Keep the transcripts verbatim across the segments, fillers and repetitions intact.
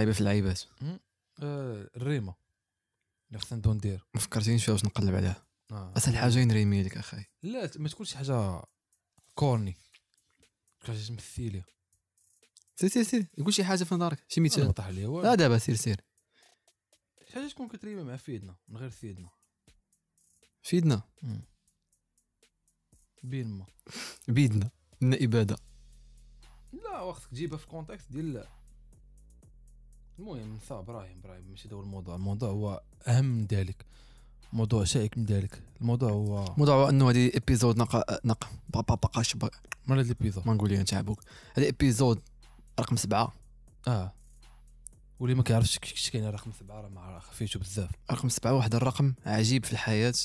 لعيبه في اللعيبات. آه الريمه اللي خصنا ندو ندير. ما فكرتينيش فيها واش نقلب عليها. آه. اسهل حاجه نريمي لك اخاي. لا ما تقولش شي حاجه كورني كاش تمثيلي. سير سير سير يقول شي حاجه في نظرك شي مثال. نطيح عليه والو. لا دابا سير سير. شي حاجه تكون كتريمي مع فيدنا من غير فيدنا. فيدنا بين ما بيدنا لنا اباده. لا وقتك تجيبها في الكونتكست ديال المهم صعب ابراهيم ابراهيم ماشي هذا هو الموضوع. الموضوع هو اهم من ذلك. موضوع شائك من ذلك. الموضوع هو الموضوع هو انه هذه ابيزود نق نق بابا بقاش مال هذا الابيزود ما نقول لي انت عبوك. هذا ابيزود رقم سبعة. اه واللي ما كيعرفش كيفاش كاين رقم سبعة راه ما خفيتو بزاف. رقم سبعة واحد الرقم عجيب في الحياه.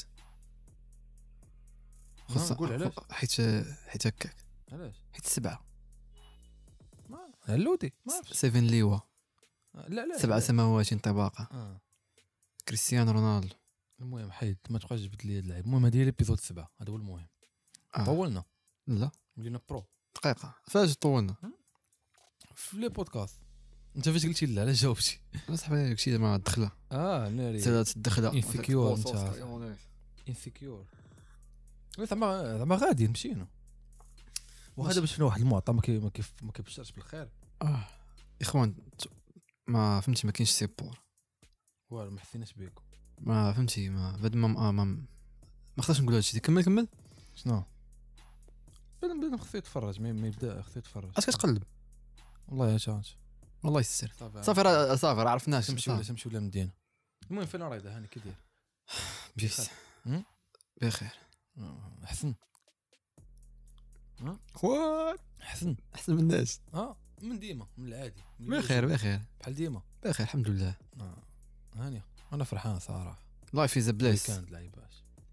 خصنا نقول علاش حيت حيت هكاك علاش حيت سبعة ما هلوتي ما عرفتش سيفن ليوا لا لا سبع سماوات طباقه. آه. كريستيانو رونالدو. المهم حيد ما تبقاش جبت لي هاد اللعيب. المهم هذه هي ليبيزود سبعة هذا هو المهم. آه. طولنا لا ولينا برو دقيقه فاش طولنا في لي بودكاست. انت فاش قلتي لا علاش جاوبتي؟ لا صاحبي داكشي ما دخله اه ناري سالات الدخله انفيكيور انت انفيكيور زعما زعما غادي مشينا. وهذا باش فينا واحد المعطى ما كي ما كيبشرش بالخير. اه اخوان ما فهمتي ما كاينش سيبور والو ما حسيناش بيكم ما فهمتي ما بعد ما ما ما, ما خصناش نقول هادشي. كمل كمل شنو بدا بدا خصو يتفرج ما يبدا خصو يتفرج. اش كتقلب والله يا شانش والله يسر صافي راه صافي راه عرفناش تمشي ولا تمشي ولا مدينه. المهم فين رايده هاني كي داير بخير بخير حسن خوات حسن احسن من الناس اه من ديما من العادي بخير بخير بحال ديما بخير الحمد لله. اه هاني انا فرحان صراحه. لايف از ا بليس. كانت لعيبات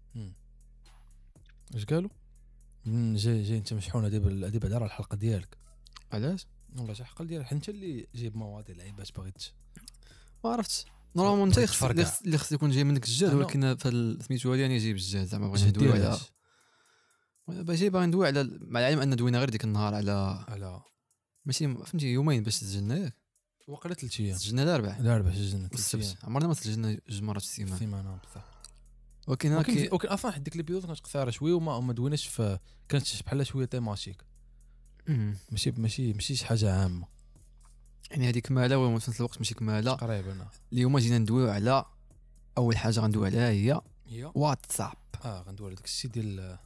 اش قالوا جاي جاي انت مشحونه دابا دابا على الحلقه ديالك. علاش والله شي حلقه ديالك انت اللي جايب مواضيع لعيبات بغيت ما عرفتش نورمالمون انت اللي خص يكون جاي منك الجهد. ولكن في سميتو هذه انا جايب الجهد زعما بغيت ندوي على باجي باغي ندوي على مع العلم ان دوينا غير ديك النهار على على ماشي فهمتي يومين باش سجلنا ياك وقيله ثلاث ايام سجلنا الاربعاء الاربعاء سجلنا السبت عمرنا ما سجلنا جوج مرات في السيمانه السيمانه بصح. ولكن هكا ولكن اصلا حد ديك ليبيزود كانت قصيره شويه وما ما دويناش في كانت بحال شويه تيماتيك ماشي ماشي ماشي شي حاجه عامه يعني هذيك كماله وفي نفس الوقت ماشي كماله قريب. انا اليوم جينا ندويو على اول حاجه غندوي عليها هي هي واتساب. اه غندوي على داك الشيء ديال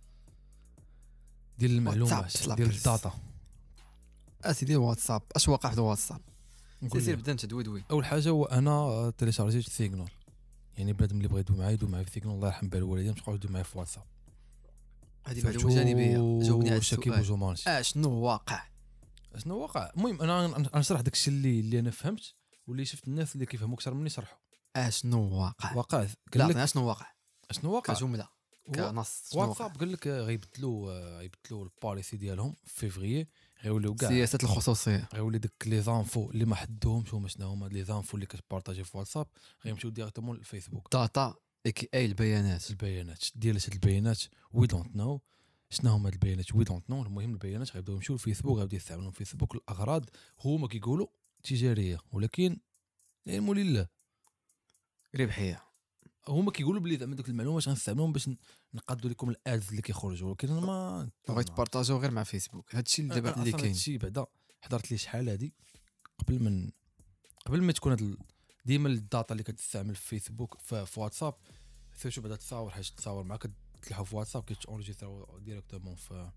ديال المعلومات ديال الداتا. اسيدي واتساب اش واقع في واتساب سير بدا انت دوي دوي. اول حاجه هو انا تيليشارجيت سيغنال يعني بنادم اللي بغى يدوي معايا يدوي معايا في سيغنال الله يرحم بال الوالدين مش يدوي معايا في واتساب. هذه معلومه جانبيه جاوبني على شكيب السؤال وجمانش اشنو واقع اشنو واقع. المهم انا نشرح داك الشيء اللي اللي انا فهمت واللي شفت الناس اللي كيفهموا اكثر مني يشرحوا. اشنو واقع واقع قال لك اشنو واقع اشنو واقع كجمله كنص. واتساب قال لك غيبدلوا غيبدلوا البوليسي ديالهم في فيفري غيوليو كاع سياسه الخصوصيه غيولي داك لي زانفو اللي ما حدوهمش هما شنو هما لي زانفو اللي كتبارطاجي في واتساب غيمشيو ديريكتومون للفيسبوك. داتا اي اي البيانات البيانات ديال هاد البيانات وي دونت نو شنو هما البيانات وي دونت نو. المهم البيانات غيبداو يمشيو للفيسبوك غيبداو يستعملوا الفيسبوك الاغراض هما كيقولوا تجاريه ولكن علم لله ربحيه. هما كيقولوا بلي زعما دوك المعلومات غنستعملوهم باش نقادوا لكم الادز اللي كيخرجوا ولكن انا ما بغيت تبارطاجيو غير مع فيسبوك. هادشي اللي دابا اللي كاين هادشي بعدا حضرت لي شحال هادي قبل من قبل ما تكون هاد ديما الداتا اللي كتستعمل في فيسبوك في, في واتساب فاش بعدا تصاور حاجه تصاور معاك تلحو في واتساب كيتونجيستراو ديريكتومون في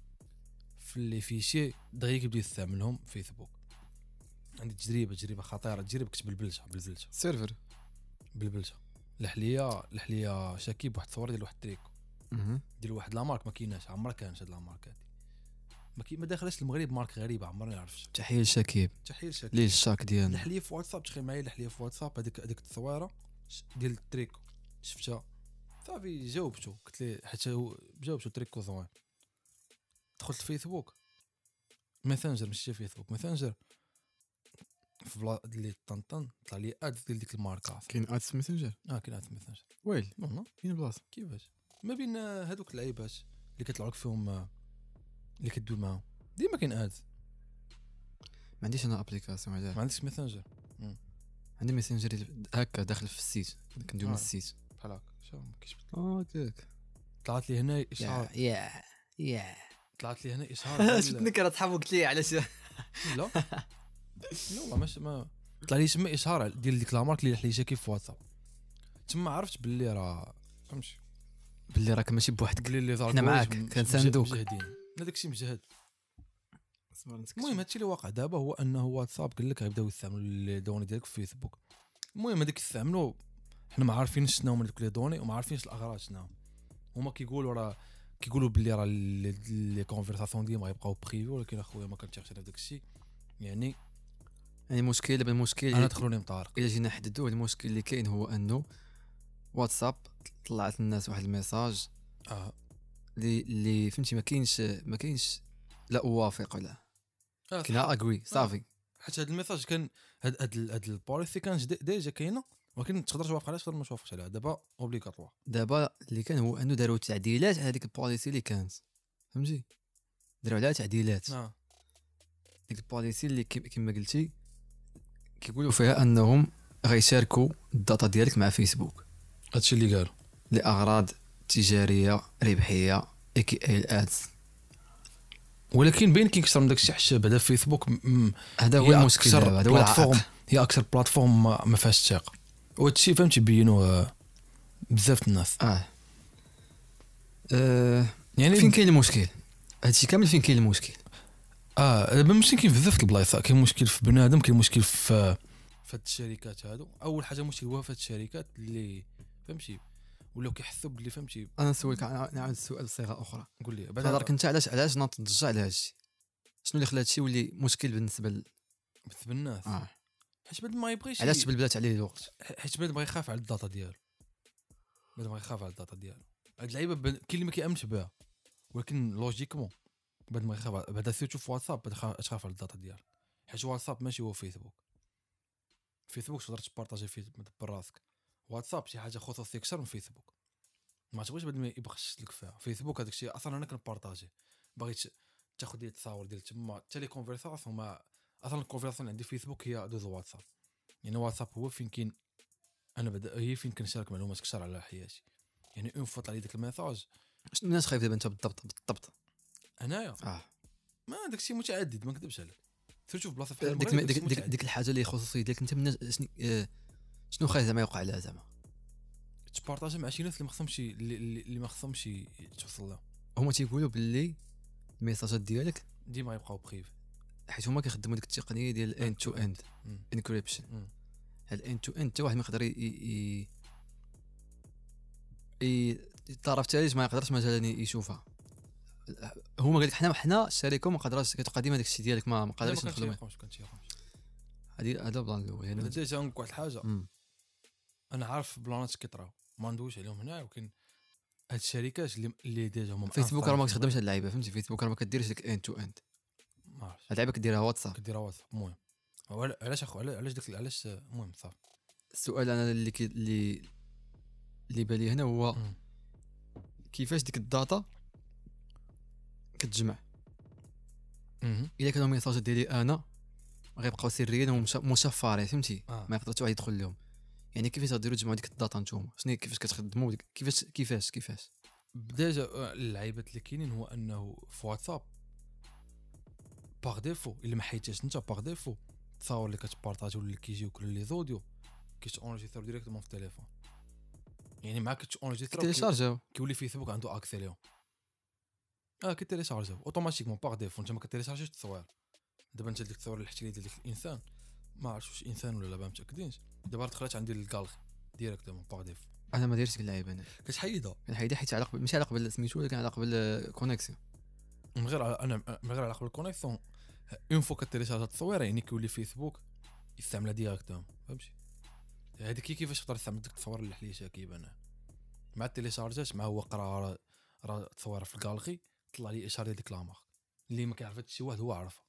في لي فيشي دغيا كيبداو يستعملهم فيسبوك. عندي تجربه تجربه خطيره تجربه كنت بالبلشه بالبلشه سيرفر بالبلشه الحليه الحليه شاكيب واحد الصور ديال واحد التريكو ديال واحد لا مارك ما كايناش عمرها كانت هاد لا مارك هادي ما كي ما داخلاش المغرب مارك غريبه عمرني عرفتش. تحيه لشاكيب تحيه لشاكيب ليه الشاك ديالنا الحليه في واتساب تخيل معايا الحليه في واتساب هذيك هذيك التصويره ديال التريكو شفتها صافي جاوبته قلت ليه حتى هو جاوبته تريكو زوين. دخلت فيسبوك ماسنجر ماشي فيسبوك ماسنجر في بلا اللي طنطن طلع لي اد ديال ديك الماركه. كاين ادس ماسنجر اه كاين اد ماسنجر ويلي والله كاين بلاصه كيفاش ما بين هذوك اللعيبات اللي كيطلعوا لك فيهم اللي كدوي معاهم ديما كاين اد ما عنديش انا ابليكاسيون على ما عندكش ميسنجر؟ عندي ميسنجر هكا داخل في السيت كندوي من آه. السيت بحال هكا شو ما كاينش. اه هكاك طلعت لي هنا اشهار يا يا طلعت لي هنا اشهار شفتني راه تحاول قلت لي علاش لا لا والله ماش ما طلع لي تما اشهار ديال ديك لامارك اللي حليتها كيف في واتساب. تما عرفت باللي راه فهمتي باللي راك ماشي بوحدك باللي اللي حنا معاك كنساندوك مجهدين. لا داكشي مجهد. المهم هادشي اللي واقع دابا هو انه واتساب قال لك غيبداو يستعملوا لي دوني ديالك في فيسبوك. المهم هذاك يستعملوا حنا ما عارفينش شنو هما دوك لي دوني وما عارفينش الاغراض شنو هما. كيقولوا راه كيقولوا باللي راه لي كونفرساسيون ديالهم غيبقاو بريفي، ولكن اخويا ما كنتيقش انا في داك الشيء. يعني يعني المشكل دابا المشكل انا دخلوني مطارق. الا جينا نحددوه المشكل اللي كاين هو انه واتساب طلعت للناس واحد الميساج اه اللي اللي فهمتي ما كاينش ما كاينش لا اوافق ولا آه كنا اغري صافي. حيت هذا الميساج كان هاد هاد هاد البوليسي كان ديجا كاينه، ولكن تقدر توافق عليها تقدر ما توافقش عليها. دابا اوبليغاتوار. دابا اللي كان هو انه داروا تعديلات على هذيك البوليسي اللي كانت فهمتي داروا عليها تعديلات. اه ديك البوليسي اللي كما قلتي كيقولوا فيها انهم غيشاركوا الداتا ديالك مع فيسبوك. هادشي اللي قالوا لاغراض تجاريه ربحيه اي كي اي الادز. ولكن بين كيكثر من داكشي حساب هذا فيسبوك هذا هو المشكل. هذا هو البلاتفورم هي اكثر بلاتفورم ما, ما فيهاش الثقه. وهادشي فهمتي بينوه بزاف الناس. اه, آه. يعني فين كاين المشكل؟ هادشي كامل فين كاين المشكل؟ اه ماشي كاين بزاف د البلايص. كاين مشكل في بنادم، كاين مشكل في في هاد الشركات هادو. اول حاجه مشكل هو في هاد الشركات اللي فهمتي ولاو كيحسوا باللي فهمتي. انا نسولك نعاود السؤال بصيغه اخرى. قول لي بعدا راك انت علاش علاش ناض تضجع على هادشي؟ شنو اللي خلى هادشي يولي مشكل بالنسبه ل... بالنسبه للناس؟ اه حيت بنادم ما يبغيش. علاش تبلبلات عليه الوقت؟ حيت بنادم بغا يخاف على الداتا ديالو. بنادم بغا يخاف على الداتا ديالو. هاد اللعيبه ب... كاين اللي ما كيامنش بها، ولكن لوجيكمون بعد ما يخاف بعدا سيرتو في واتساب تخاف على الداتا ديالك. حيت واتساب ماشي هو فيسبوك. فيسبوك تقدر تبارطاجي فيه براسك. واتساب شي حاجه خصوصيه اكثر من فيسبوك. ما تبغيش بعد ما يبخش لك فيها. فيسبوك هذاك الشيء اصلا انا كنبارطاجي. باغي تاخذ ديال التصاور ديال تما حتى لي كونفرساسيون ما اصلا الكونفرساسيون عندي فيسبوك هي دوز واتساب. يعني واتساب هو فين كاين انا بدا هي فين كنشارك معلومات كثر على حياتي. يعني اون فوا طلع لي داك الميساج شنو الناس خايف دابا انت بالضبط بالضبط انايا اه ما داك الشيء متعدد ما نكذبش عليك. سيرتو في بلاصه بحال ديك ديك ديك, ديك الحاجه اللي خصوصيه ديالك انت من شنو آه شنو خايف زعما يوقع لها زعما تبارطاجي مع شي ناس اللي ما خصهمش اللي, اللي ما خصهمش توصل لهم. هما تيقولوا باللي الميساجات ديالك ديما يبقاو بخيف حيت هما كيخدموا ديك التقنيه ديال اند تو اند انكريبشن. هاد اند تو اند حتى واحد ما يقدر ي اي الطرف الثالث ما يقدرش مثلا يشوفها. هما قال لك حنا حنا الشركه ما قدراش كتبقى ديما داك الشيء ديالك ما ما قادرش ندخلوا هذه هذا بلان الاول. يعني ديجا نقول واحد الحاجه مم. انا عارف بلانات كيطراو ما ندويش عليهم هنا، ولكن هاد الشركات اللي اللي ديجا هما فيسبوك راه ما كتخدمش هاد اللعيبه فهمتي. فيسبوك راه ما كديرش ديك اند تو اند. ما عرفتش هاد اللعيبه كديرها واتساب كديرها واتساب. المهم علاش اخو علاش داك علاش المهم صافي. السؤال انا اللي كي اللي اللي بالي هنا هو مم. كيفاش ديك الداتا كتجمع. اها الا كانوا ميساجات ديالي انا غيبقاو سريين ومشفرين فهمتي. آه. ما يقدر حتى واحد يدخل لهم. يعني كيفاش غاديروا تجمعوا ديك الداتا نتوما شنو كيفاش كتخدموا كيفاش كيفاش كيفاش ديجا اللعيبات اللي كاينين هو انه في واتساب باغ ديفو الا ما حيتاش انت باغ ديفو التصاور اللي كتبارطاجي ولا اللي كيجيوك ولا لي زوديو كيتونجيسترو ديريكتومون في التليفون. يعني معاك كتونجيسترو تيليشارجاو كيولي فيسبوك عنده اكسي ليهم. اه كتيليشارجيو اوتوماتيكمون باغ ديفو. انت ما كتيليشارجيش التصوير. دابا انت ديك التصوير اللي حكيت لي ديال الانسان ما عرفتش واش انسان ولا لا ما متاكدينش. دابا دخلت عندي للكالغي ديريكتومون باغ ديفو. انا ما دايرش اللعيبه انا كتحيدها كنحيدها حيت علاق ماشي علاق بالسميتو ولكن علاق بالكونيكسيون. من غير على انا من غير علاقه بالكونيكسيون. اون فوا كتيليشارج التصويره يعني كيولي فيسبوك يستعملها ديريكتومون فهمتي. هذيك كيفاش تقدر تستعمل ديك التصوير اللي حليتها كيبان مع التيليشارجات مع هو قرا راه تصويره في الكالغي طلع لي اشاره ديك لامارك اللي ما كيعرفها شي واحد هو عرفها.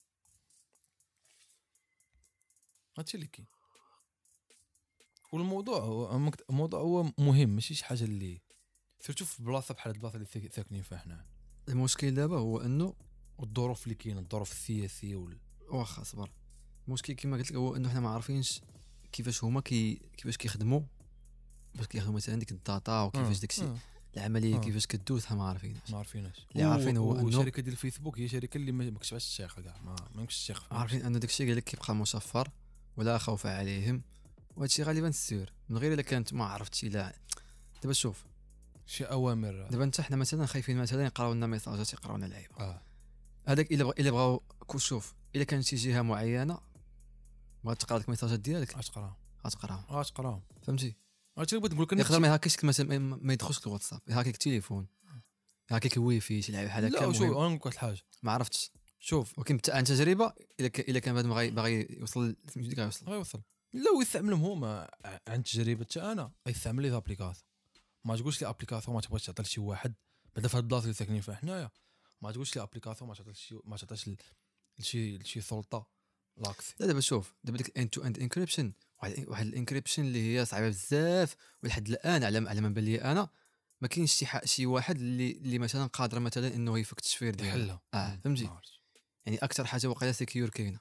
هادشي اللي كاين. والموضوع هو الموضوع هو مهم ماشي شي حاجه اللي سيرتو في بلاصه بحال هاد البلاصه اللي ساكنين فيها حنا. المشكل دابا هو انه والظروف اللي كاينه الظروف السياسيه وال واخا صبر المشكل كما قلت لك هو انه حنا ما عارفينش كيفاش هما كي كيفاش كيخدموا باش كياخذوا مثلا ديك الداتا وكيفاش داكشي آه. العمليه آه. كيفاش كدوز حنا ما عارفينش ما عارفينش اللي عارفين هو انه الشركه ديال الفيسبوك هي شركه اللي ما كتبعش الشيخ كاع ما ما يمكنش الشيخ عارفين انه داكشي قال لك كيبقى مشفر ولا خوف عليهم وهذا الشيء غالبا سير من غير الا كانت ما عرفتش الا دابا شوف شي اوامر دابا انت حنا مثلا خايفين مثلا يقراو لنا ميساجات يقراو لنا لعيبه اه هذاك الا بغا الا بغاو شوف الا كانت شي جهه معينه بغات تقرا لك الميساجات ديالك غتقراهم غتقراهم غتقراهم فهمتي هادشي اللي بغيت نقول لك يقدر ما يهاكيش مثلا ما يدخلش الواتساب يهاكيك التليفون يهاكيك الويفي شي لعيبه بحال هكا لا شوف انا نقول لك واحد الحاجه ما عرفتش شوف ولكن عن تجربه الا الا كان بنادم باغي باغي يوصل سميتو ديك غيوصل غيوصل لا ويستعملهم هما عن تجربه انا غيستعمل لي زابليكاسيون ما تقولش لي ابليكاسيون ما تبغيش تعطي لشي واحد بعدا في هاد البلاصه اللي ساكنين فيها حنايا ما تقولش لي ابليكاسيون ما تعطيش شي ما تعطيش لشي لشي سلطه لاكسي لا دابا شوف دابا ديك اند تو اند انكريبشن واحد واحد الانكريبشن اللي هي صعيبه بزاف ولحد الان على على ما بان لي انا ما كاينش شي شي واحد اللي اللي مثلا قادر مثلا انه يفك التشفير ديالها اه فهمتي يعني اكثر حاجه واقيلا سيكيور كاينه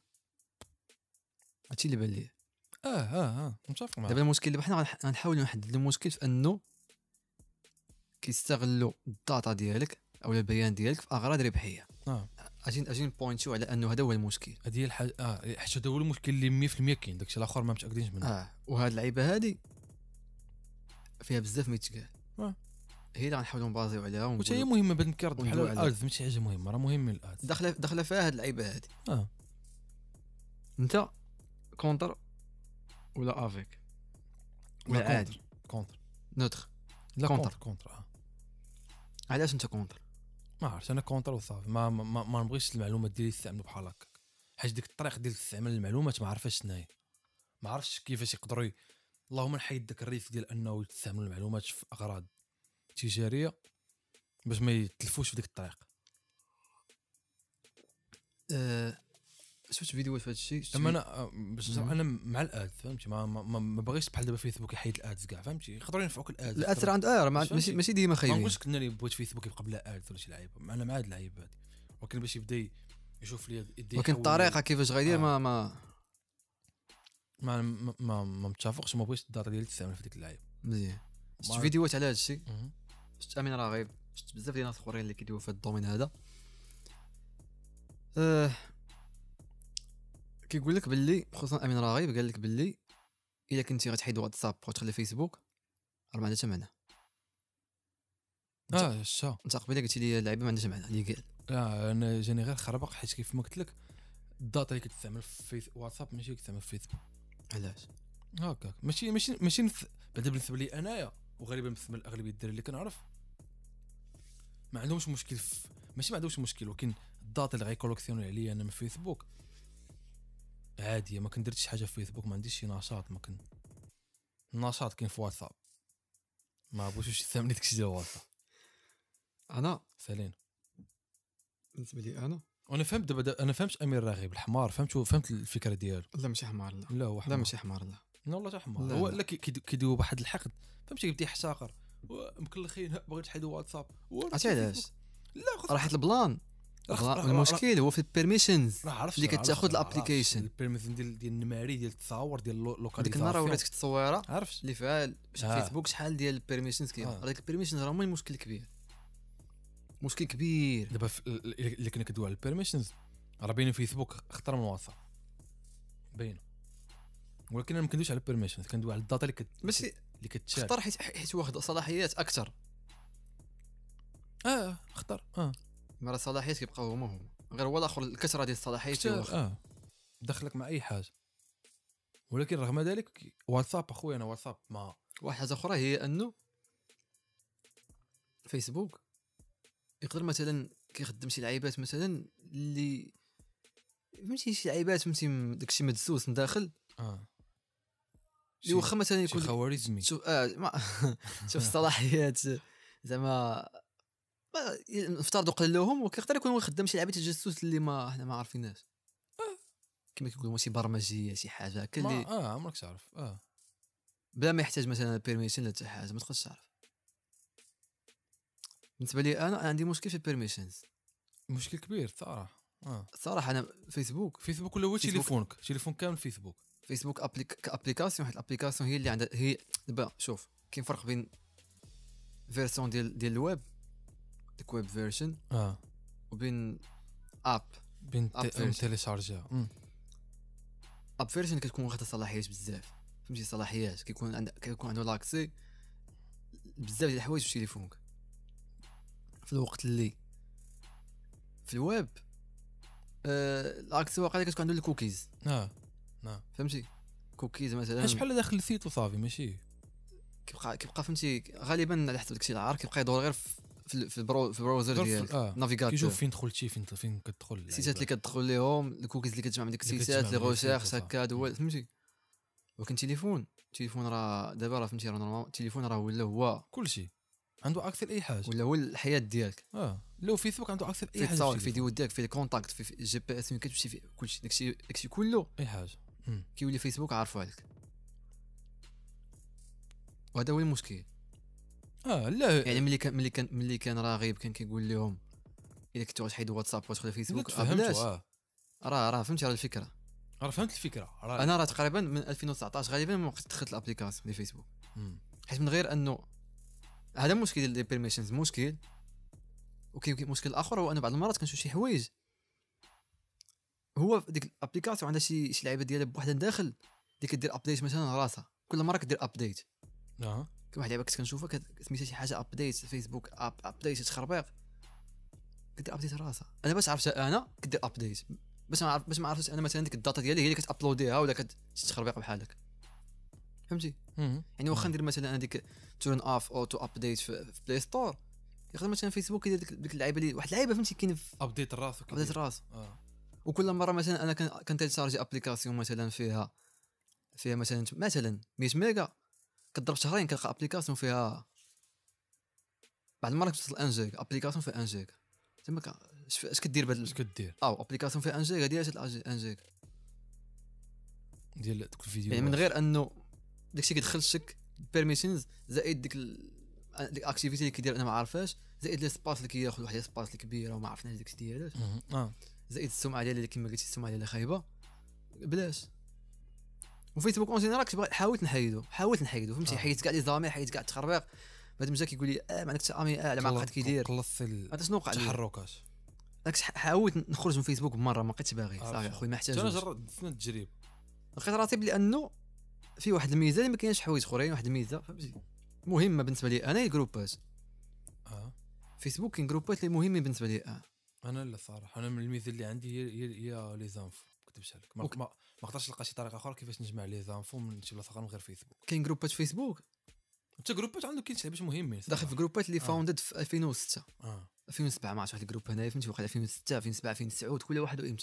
هادشي اللي بان لي اه اه اه متفق معك دابا المشكل دابا حنا غنحاولوا نحدد المشكل في انه كيستغلوا الداتا ديالك او البيان ديالك في اغراض ربحيه اه اجي اجي نبوينتو على انه هذا هو المشكل هذه هي الحاجه اه حيت هذا هو المشكل اللي مية في المية كاين داكشي الاخر ما متاكدينش منه اه وهاد اللعيبه هادي فيها بزاف ما يتقال آه. هي اللي غنحاولوا نبازيو عليها واش هي مهمه باش نكرد بحال وندوي على- الادز ماشي حاجه مهمه راه مهم من الادز داخله داخله فيها هاد اللعيبه هادي اه انت كونتر ولا افيك ولا لا عادي كونتر نوتر لا كونتر. كونتر كونتر آه. علاش انت كونتر ما عرفتش انا كونتر وصافي ما ما, ما, ما نبغيش المعلومات ديالي يستعملوا بحال هكا حيت ديك الطريق ديال استعمال المعلومات ما عرفاش شنو هي ما عرفتش كيفاش يقدروا ي... اللهم نحيد داك الريسك ديال انه يستعملوا المعلومات في اغراض تجاريه باش ما يتلفوش في ديك الطريق أه شفت فيديوهات في هذا الشيء اما انا باش انا مع الادز فهمتي ما ما, ما باغيش بحال دابا فيسبوك يحيد الادز كاع فهمتي يقدروا ينفعوك الادز الاثر عند اه ماشي ماشي ديما ما خايبين نقولش كنا اللي بغيت فيسبوك يبقى بلا ادز ولا شي لعيبه انا مع هاد اللعيبه هادي ولكن باش يبدا يشوف لي يدي ولكن الطريقه كيفاش غيدير ما ما ما ما ما, ما متفقش ما بغيتش الداتا ديالي تستعمل في ديك اللعيبه مزيان شفت فيديوهات على هذا الشيء شفت امين راغب شفت بزاف ديال الناس اخرين اللي كيديروا في هذا الدومين هذا أه كيقول لك باللي خصوصا امين راغب قال لك باللي الا كنتي غتحيد واتساب وتخلي فيسبوك راه ما عندهاش معنى اه شا انت قبيله قلتي لي اللعيبه ما عندهاش معنى اللي قال لا انا جاني غير خربق حيت كيف ما قلت لك الداتا اللي كتستعمل في واتساب ماشي كتستعمل في فيسبوك علاش هكاك ماشي ماشي ماشي نف... بعدا بالنسبه لي انايا وغالبا بالنسبه لاغلبيه الدراري اللي كنعرف ما عندهمش مشكل في... ماشي ما عندهمش مشكل ولكن الداتا اللي غيكولوكسيوني عليا انا من فيسبوك عاديه ما كنديرش حاجه في فيسبوك ما عنديش شي نشاط ما كن النشاط كاين في واتساب ما بغيتش يستعمل داكشي ديال واتساب انا سالين بالنسبه لي انا وانا فهمت دابا انا فهمت امير راغب الحمار فهمت فهمت الفكره ديالو لا ماشي حمار لا لا هو حمار لا ماشي حمار لا لا والله حتى حمار لا هو لا. لا كيدوي بواحد الحقد فهمتي كيبدا يحتقر مكلخين بغيت تحيدوا واتساب عرفتي علاش لا راه حيت البلان المشكل هو في البيرميشنز اللي كتاخذ الابليكيشن البيرميشن ديال ديال النماري ديال التصاور ديال ديك اللوكاليزاسيون النهار وريتك التصويره عرفت اللي فيها في آه. فيسبوك شحال ديال البيرميشنز كاين آه. هذاك البيرميشنز راه هما المشكل الكبير مشكل كبير دابا اللي كنا كندوي على البيرميشنز راه باين فيسبوك اخطر من واتساب باين ولكن انا ما كندويش على البيرميشنز كندوي على الداتا اللي كت ماشي اللي كتشال اختار حيت حيت واخد صلاحيات اكثر اه اختار اه مره الصلاحيات كيبقاو هما هما غير هو الاخر الكثره ديال الصلاحيات اه دخلك مع اي حاجه ولكن رغم ذلك واتساب اخويا انا واتساب ما واحد حاجه اخرى هي انه فيسبوك يقدر مثلا كيخدم شي لعيبات مثلا اللي فهمتي شي لعيبات فهمتي داكشي مدسوس من داخل اه اللي واخا مثلا يكون خوارزمي شوف اه ما شوف الصلاحيات زعما نفترضوا قللوهم وكيقدر يكون هو خدام شي لعبه تجسس اللي ما حنا ما عارفيناش كما كيقولوا شي برمجيه شي حاجه هكا اللي اه عمرك تعرف اه بلا ما يحتاج مثلا بيرميشن ولا حتى حاجه ما تقدرش تعرف بالنسبه لي انا عندي مشكل في البيرميشنز مشكل كبير صراحه اه صراحه انا فيسبوك فيسبوك ولا هو تليفونك تليفون كامل فيسبوك فيسبوك ابليك كابليكاسيون. واحد الابليكاسيون هي اللي عندها هي دابا شوف كاين فرق بين فيرسون ديال ديال الويب ديك ويب فيرجن اه وبين اب بين تيليشارجيها اب فيرجن كتكون واخده صلاحيات بزاف فهمتي صلاحيات كيكون عندك كيكون عنده لاكسي بزاف ديال الحوايج في تليفونك في الوقت اللي في الويب آه لاكسي واقيلا كتكون عنده الكوكيز اه نعم فهمتي كوكيز مثلا اش بحال داخل السيت وصافي ماشي كيبقى كيبقى فهمتي غالبا على حسب داكشي العار كيبقى يدور غير في في البرو في البراوزر ديالك آه. نافيغاتور كيشوف فين دخلتي فين فين كتدخل السيتات اللي كتدخل ليهم الكوكيز اللي كتجمع من ديك السيتات لي غوشيرش هكا دول فهمتي. ولكن تليفون التليفون راه دابا راه فهمتي راه نورمال التليفون راه ولا هو كلشي عنده اكثر اي حاجه ولا هو الحياه ديالك اه لو فيسبوك عنده اكثر اي في حاجه تصاور في فيديو ديالك في الكونتاكت في الجي بي اس كتمشي في كلشي داكشي داكشي كله اي حاجه كيولي فيسبوك عارفو عليك وهذا هو المشكل. اه لا يعني ملي كان ملي كان ملي كان راغب كان كيقول لهم الا كنتو غتحيدوا واتساب وتدخلوا فيسبوك بلاش اه راه راه فهمتي راه الفكره راه فهمت الفكره راه انا راه تقريبا من ألفين وتسعطاش غالبا ما بقيت دخلت الابليكاسيون ديال فيسبوك حيت من غير انه هذا مشكل ديال البيرميشنز مشكل. وكاين مشكل اخر هو انه بعض المرات كنشوف شي حوايج هو ديك الابليكاسيون عندها شي شي لعيبه ديالها بوحدها داخل اللي كدير ابديت مثلا راسها كل مره كدير ابديت اه كاين واحد لعبه كنت كنشوفها سميتها شي حاجه ابديت فيسبوك اب ابديت تخربيق كدير ابديت راسها. انا باش عرفت انا كدير ابديت باش ما عرف باش ما عرفتش انا مثلا ديك الداتا ديالي هي اللي كتابلوديها ولا كتخربيق بحالك فهمتي. يعني واخا ندير مثلا انا ديك تورن اوف اوتو ابديت في بلاي ستور ياخذ مثلا فيسبوك يدير ديك اللعيبه اللي واحد اللعيبه فهمتي كاين في ابديت الراس ابديت الراس اه وكل مره مثلا انا كنتيلشارجي ابليكاسيون مثلا فيها فيها مثلا مثلا مية ميجا كضرب شهرين كنلقى ابليكاسيون فيها بعد المره كتوصل واحد جيجا ابليكاسيون فيها واحد جيجا تما اش كدير بهاد اش كدير او ابليكاسيون فيها واحد جيجا ديال واحد جيجا ديال دوك الفيديو يعني من غير انه داكشي كيدخل الشك بيرميشنز زائد ديك ديك اكتيفيتي اللي كيدير انا ما عارفاش زائد لي اللي كياخذ واحد السباس اللي كبيره وما عرفناش داكشي ديالات اه زائد السمعه ديالي اللي كما قلتي السمعه ديالي خايبه بلاش. وفيسبوك اون جينيرال كنت حاولت نحيدو حاولت نحيدو فهمتي حيدت كاع لي زامي حيدت كاع التخربيق بعد ما جا كيقول لي اه ما عندكش امي اه على ما قد كيدير خلصت هذا شنو وقع التحركات داك حاولت نخرج من فيسبوك بمره ما بقيتش باغي صافي اخويا ما احتاجش. انا جربت التجربه لقيت راسي بلي انه في واحد الميزه اللي ما كاينش حوايج اخرين واحد الميزه فهمتي مهمه بالنسبه لي انا الجروبات اه فيسبوك كاين جروبات اللي مهمين بالنسبه لي اه انا لا صراحه انا من الميزه اللي عندي هي هي, هي لي زانفو كتبش لك ما ما نقدرش نلقى شي طريقه اخرى كيفاش نجمع لي زانفو من شي بلاصه اخرى من غير فيسبوك. كاين جروبات فيسبوك انت جروبات عنده كاين شي لعبات مهمين داخل في جروبات اللي فاوندد في ألفين وستة اه ألفين وسبعة ما عرفتش واحد الجروب هنايا فهمتي وقع ألفين وستة ألفين وسبعة ألفين وتسعة كل واحد وامتى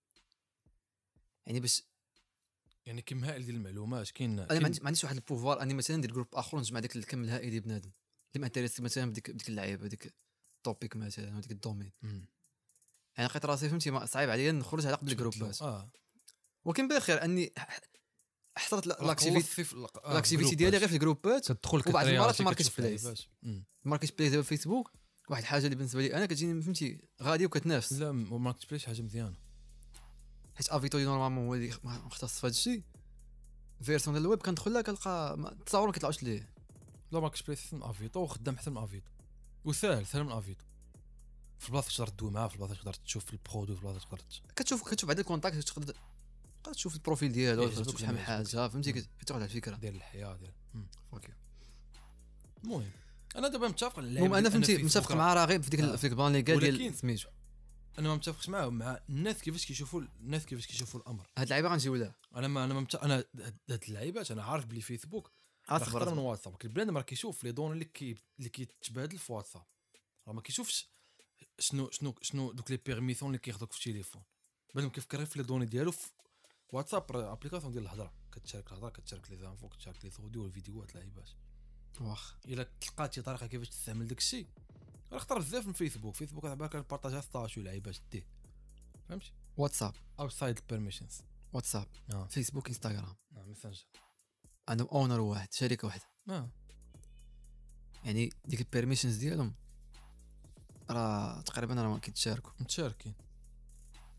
يعني باش يعني كم هائل ديال المعلومات كاين. انا ما عنديش واحد البوفوار اني مثلا ندير جروب اخر ونجمع داك الكم الهائل ديال بنادم اللي مانتيريسي مثلا بديك بديك اللعيبه ديك التوبيك مثلا وديك الدومين. يعني لقيت راسي فهمتي صعيب عليا نخرج على قبل الجروبات اه ولكن بخير اني حصلت لاكتيفيتي لاكتيفيتي ديالي غير في الجروبات تدخل وبعض المرات الماركت بليس الماركت بليس ديال فيسبوك واحد الحاجه اللي بالنسبه لي انا كتجيني فهمتي غادي وكتنافس. لا الماركت بليس حاجه مزيانه حيت افيتو نورمالمون هو اللي مختص في هذا الشيء فيرسون ديال الويب كندخل لها كنلقى التصاور ما كيطلعوش ليه. لا ماركت بليس من افيتو وخدام حتى من افيتو وسهل سهل من افيتو في البلاصه تقدر تدوي معاه في البلاصه تقدر تشوف البرودوي في البلاصه تقدر كتشوف كتشوف بعد الكونتاكت تقدر تقدر تشوف البروفيل ديالو تشوف شحال من حاجه فهمتي كتاخذ على الفكره ديال الحياه ديال اوكي. المهم انا دابا متفق المهم انا فهمتي متفق مع راغب في ديك في ديك البلان ليغال ديال سميتو انا ما متفقش معاه مع الناس كيفاش كيشوفوا الناس كيفاش كيشوفوا الامر. هاد اللعيبه غنجيو لها انا ما انا ما مت... انا هاد اللعيبات انا عارف بلي فيسبوك اكثر من واتساب البنادم راه كيشوف لي دون اللي كي اللي كيتبادل في واتساب راه ما كيشوفش شنو شنو شنو دوك لي بيرميسيون اللي كياخذوك في التليفون بنادم كيفكر في لي دوني ديالو في واتساب ابليكاسيون ديال الهضره كتشارك الهضره كتشارك لي زانفو كتشارك لي صوديو والفيديوهات لعيبات واخ الا تلقات شي طريقه كيفاش تستعمل داك الشيء راه خطر بزاف من فيسبوك فيسبوك راه باك بارطاجا ستاش ولعيبات ديه فهمتي واتساب اوتسايد البيرميشنز واتساب آه. فيسبوك انستغرام اه ميسنجر عندهم اونر واحد شركه واحده اه يعني ديك البيرميشنز ديالهم راه تقريبا راه ما كيتشاركوا متشاركين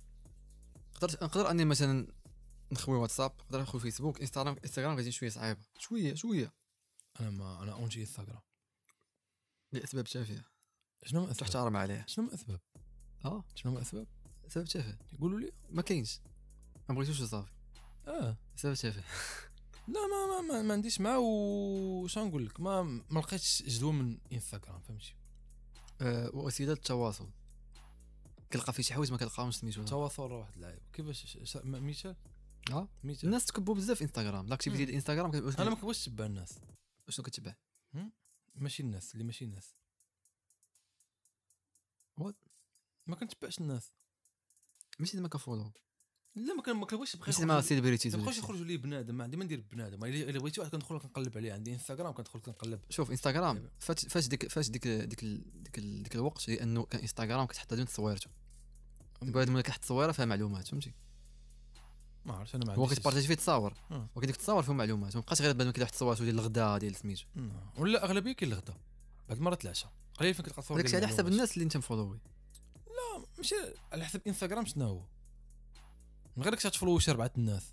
نقدر نقدر اني مثلا نخوي واتساب، نقدر نخوي فيسبوك، انستغرام انستغرام غادي شويه صعيبه شويه شويه. انا ما انا اونجي انستغرام لاسباب تافهه. شنو من الاسباب؟ تحترم عليه. شنو من الاسباب؟ اه شنو من الاسباب؟ سبب تافه يقولوا لي ما كاينش، ما بغيتوش صافي. اه سبب تافه. لا ما ما, ما, ما عنديش معاه. وش نقول لك، ما ما لقيتش جدوى من انستغرام فهمتي. أه وسيله التواصل كنلقى فيه شي حوايج ما كنلقاهمش سميتو التواصل راه واحد اللعيب. كيفاش مثال؟ اه مثال الناس تكبوا بزاف في انستغرام، لاكتيفيتي ديال انستغرام كت... انا ما كنبغيش نتبع الناس. شنو كتبع؟ ماشي الناس اللي ماشي الناس. وات ما كنتبعش الناس. ماشي ما كفولو. لا ما كان ما كنبغيش نبقى ماشي ما سيلبريتيز ما ولا بقاش شي. يخرجوا لي بنادم. ما عندي ما ندير بنادم. الا بغيتي واحد كندخل كنقلب عليه. عندي انستغرام كندخل كنقلب. شوف انستغرام فاش فاش ديك فاش ديك ديك ديك ديك الوقت لانه كان انستغرام كتحط ديك تصويرته بعد ما كتحط تصويره فيها معلومات فهمتي. ما عرفتش انا ما هو عنديش كتبارطاجي فيه تصاور آه. ولكن ديك التصاور فيهم معلومات ما بقاش غير بعد ما كيدير واحد تصويرته ديال الغداء ديال سميتو ولا اغلبيه كاين الغدا بعد مرات العشاء قليل فين كتلقى تصور. داكشي على حسب الناس اللي انت مفولوي. لا ماشي على حسب انستغرام شنو هو. من غيرك تفولوش اربعه الناس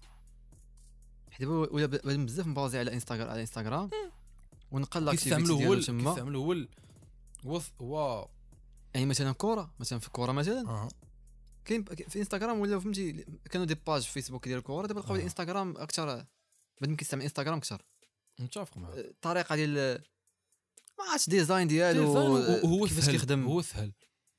حيت دابا ولا بزاف مبازي على انستغرام على انستغرام ونقل لاكتيفيتي ديالو ديالو تما. كيستعملوا هو هو هو يعني مثلا كره مثلا في الكره مثلا اه كاين في انستغرام ولا فهمتي كانوا دي باج في فيسبوك ديال الكره دابا لقاو آه. انستغرام اكثر بنادم كيستعمل انستغرام اكثر. متفق معك. الطريقه ديال ما عرفتش ديزاين ديالو هو كيفاش كيخدم. هو سهل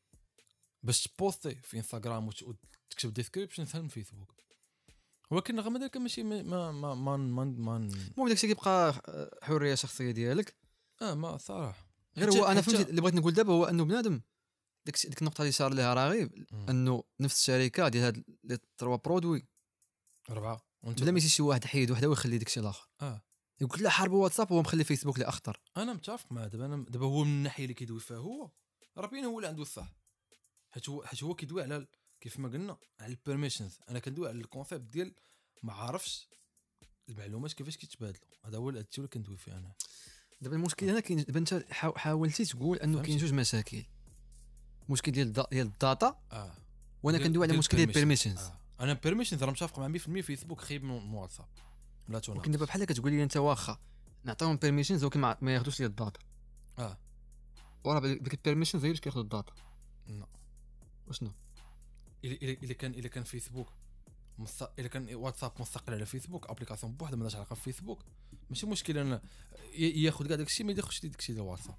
باش تبوستي في انستغرام وتكتب ديسكريبشن سهل من فيسبوك. ولكن رغم ذلك ماشي ما ما ما ما, ما, ما المهم داكشي كيبقى حريه شخصيه ديالك. اه ما صراحه غير هو انا فهمتي اللي بغيت نقول دابا هو انه بنادم ديك ديك النقطه اللي شار ليها راغب انه نفس الشركه ديال هاد لي تروا برودوي اربعه بلا ما يجي شي واحد حيد وحده ويخلي داكشي الاخر. اه يقول لا حاربوا واتساب هو مخلي فيسبوك اللي اخطر. انا متفق مع دابا. انا دابا هو من الناحيه اللي كيدوي فيها هو راه باين هو اللي عنده الصح. حيت هو حيت هو كيدوي على كيف ما قلنا على البيرميشنز. انا كندوي على الكونسيبت ديال ما عارفش المعلومات كيفاش كيتبادلوا. هذا هو الشيء اللي كندوي فيه انا. دابا المشكل هنا كاين دابا انت حاولتي تقول انه كاين جوج مشاكل. مشكل ديال ديال الداتا اه وانا كندوي على مشكل ديال البيرميشنز. آه. انا بيرميشنز راه متفق مع مية بالمية. فيسبوك خايب من واتساب لا تونا. ولكن دابا بحال كتقول لي انت واخا نعطيهم بيرميشنز ولكن ما ياخذوش لي الداتا. اه وراه ديك البيرميشنز هي اللي كياخذوا الداتا. لا وشنو الا الا كان الا كان فيسبوك مست... الا كان واتساب مستقل على فيسبوك ابليكاسيون بوحدها مالهاش علاقه في فيسبوك ماشي مشكل. انا ياخذ كاع داكشي ما يدخلش لي داكشي ديال واتساب.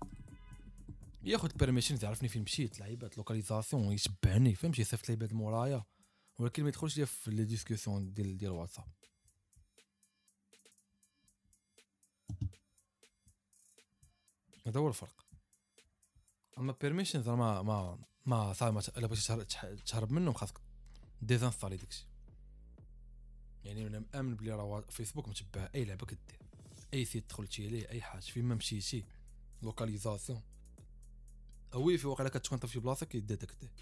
ياخذ بيرميشن يعرفني فين مشيت لعيبات لوكاليزاسيون يتبعني فهمتي يصيفط لي بهاد مورايا. ولكن ما يدخلش لي في لي ديسكوسيون ديال ديال واتساب. هذا هو الفرق. اما بيرميشنز ما ما ما صار ما الا بغيتي تهرب منهم خاصك ديزانستالي داكشي. يعني انا مامن بلي راه فيسبوك متبع اي لعبه كدير اي سيت دخلتي ليه اي حاجه فين ما مشيتي لوكاليزاسيون اوي في واقيلا كتكون في شي بلاصه كيدير داك الدير.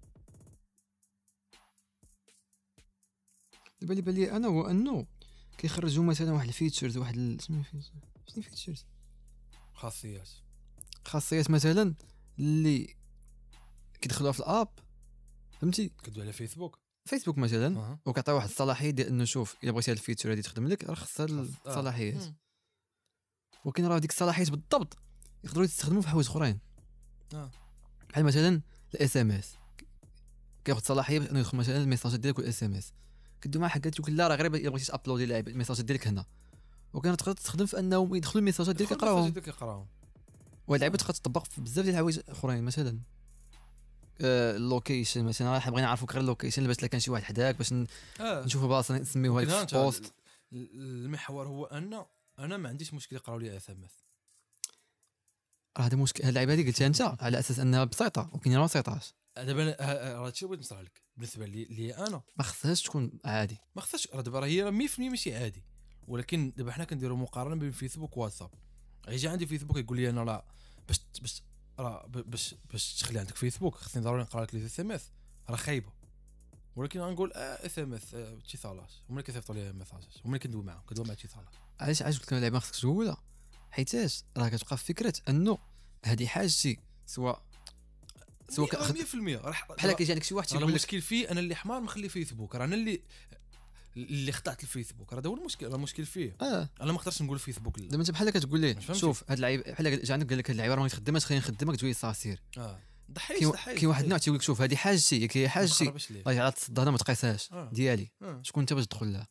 دابا اللي بان لي انا هو انه كيخرجوا مثلا واحد الفيتشرز واحد سميتو فيتشرز شنو فيتشرز خاصيات خاصيات مثلا اللي كيدخلوها في الاب فهمتي كدوي على فيسبوك فيسبوك مثلا أه. وكيعطي واحد الصلاحيه ديال انه شوف الا بغيتي هاد الفيتشر هادي تخدم لك راه خصها الصلاحيات. أه. ولكن راه ديك الصلاحيات بالضبط يقدروا يستخدموا في حوايج اخرين. اه بحال مثلا الاس ام اس كياخذ صلاحيه انه يدخل مثلا الميساجات ديالك والاس ام اس كدوي مع حاجات يقول لا راه غير الا بغيتي تابلودي الميساجات ديالك هنا. وكان تقدر تستخدم في انهم يدخلوا الميساجات ديالك يقراوهم. وهاد اللعبه تقدر تطبق في بزاف ديال الحوايج اخرين مثلا اللوكيشن مثلا حنا بغينا نعرفوا غير اللوكيشن باش كان شي واحد حداك باش آه. نشوفوا بلاصه نسميوها لك بوست. المحور هو ان انا ما عنديش مشكل يقراو لي اس ام اس. هذا مشكل. هاد اللعبه هذه قلتها انت على اساس انها بسيطه ولكن راه ما بسيطاش. دابا راه هادشي بغيت نشرح لك بالنسبه لي لي انا ما خصهاش تكون عادي. ما خصهاش راه دابا هي مية بالمية ماشي عادي. ولكن دابا حنا كنديروا مقارنه بين فيسبوك وواتساب. غيجي عندي فيسبوك يقول لي انا لا باش باش راه باش باش تخلي عندك فيسبوك خصني ضروري نقرا لك لي اس ام اس راه خايبه. ولكن غنقول اه اس ام اس اتصالات هما اللي كيصيفطوا لي ميساجات هما اللي كندوي معاهم كندوي مع اتصالات. علاش علاش قلت لك اللعبه خصك تقولها حيتاش راه كتبقى في فكره انه هذه حاجتي سواء سواء مية بالمية راح بحال كيجي عندك شي واحد تيقول لك المشكل فيه انا اللي حمار مخلي فيسبوك، راه انا اللي اللي خطأت الفيسبوك، راه هذا هو المشكل، راه المشكل فيه. اه انا ما نقدرش نقول فيسبوك لا. دابا انت بحال كتقول ليه شوف هاد اللعيب بحال جا عندك قال لك هاد اللعيبه راه ما تخدمش خلينا نخدمك تقول لي صافي اه ضحيت ضحيت كاين واحد النوع تيقول لك شوف هذه حاجتي هي حاجتي الله على تصد هذا ما تقيسهاش آه. ديالي آه. شكون انت باش تدخل لها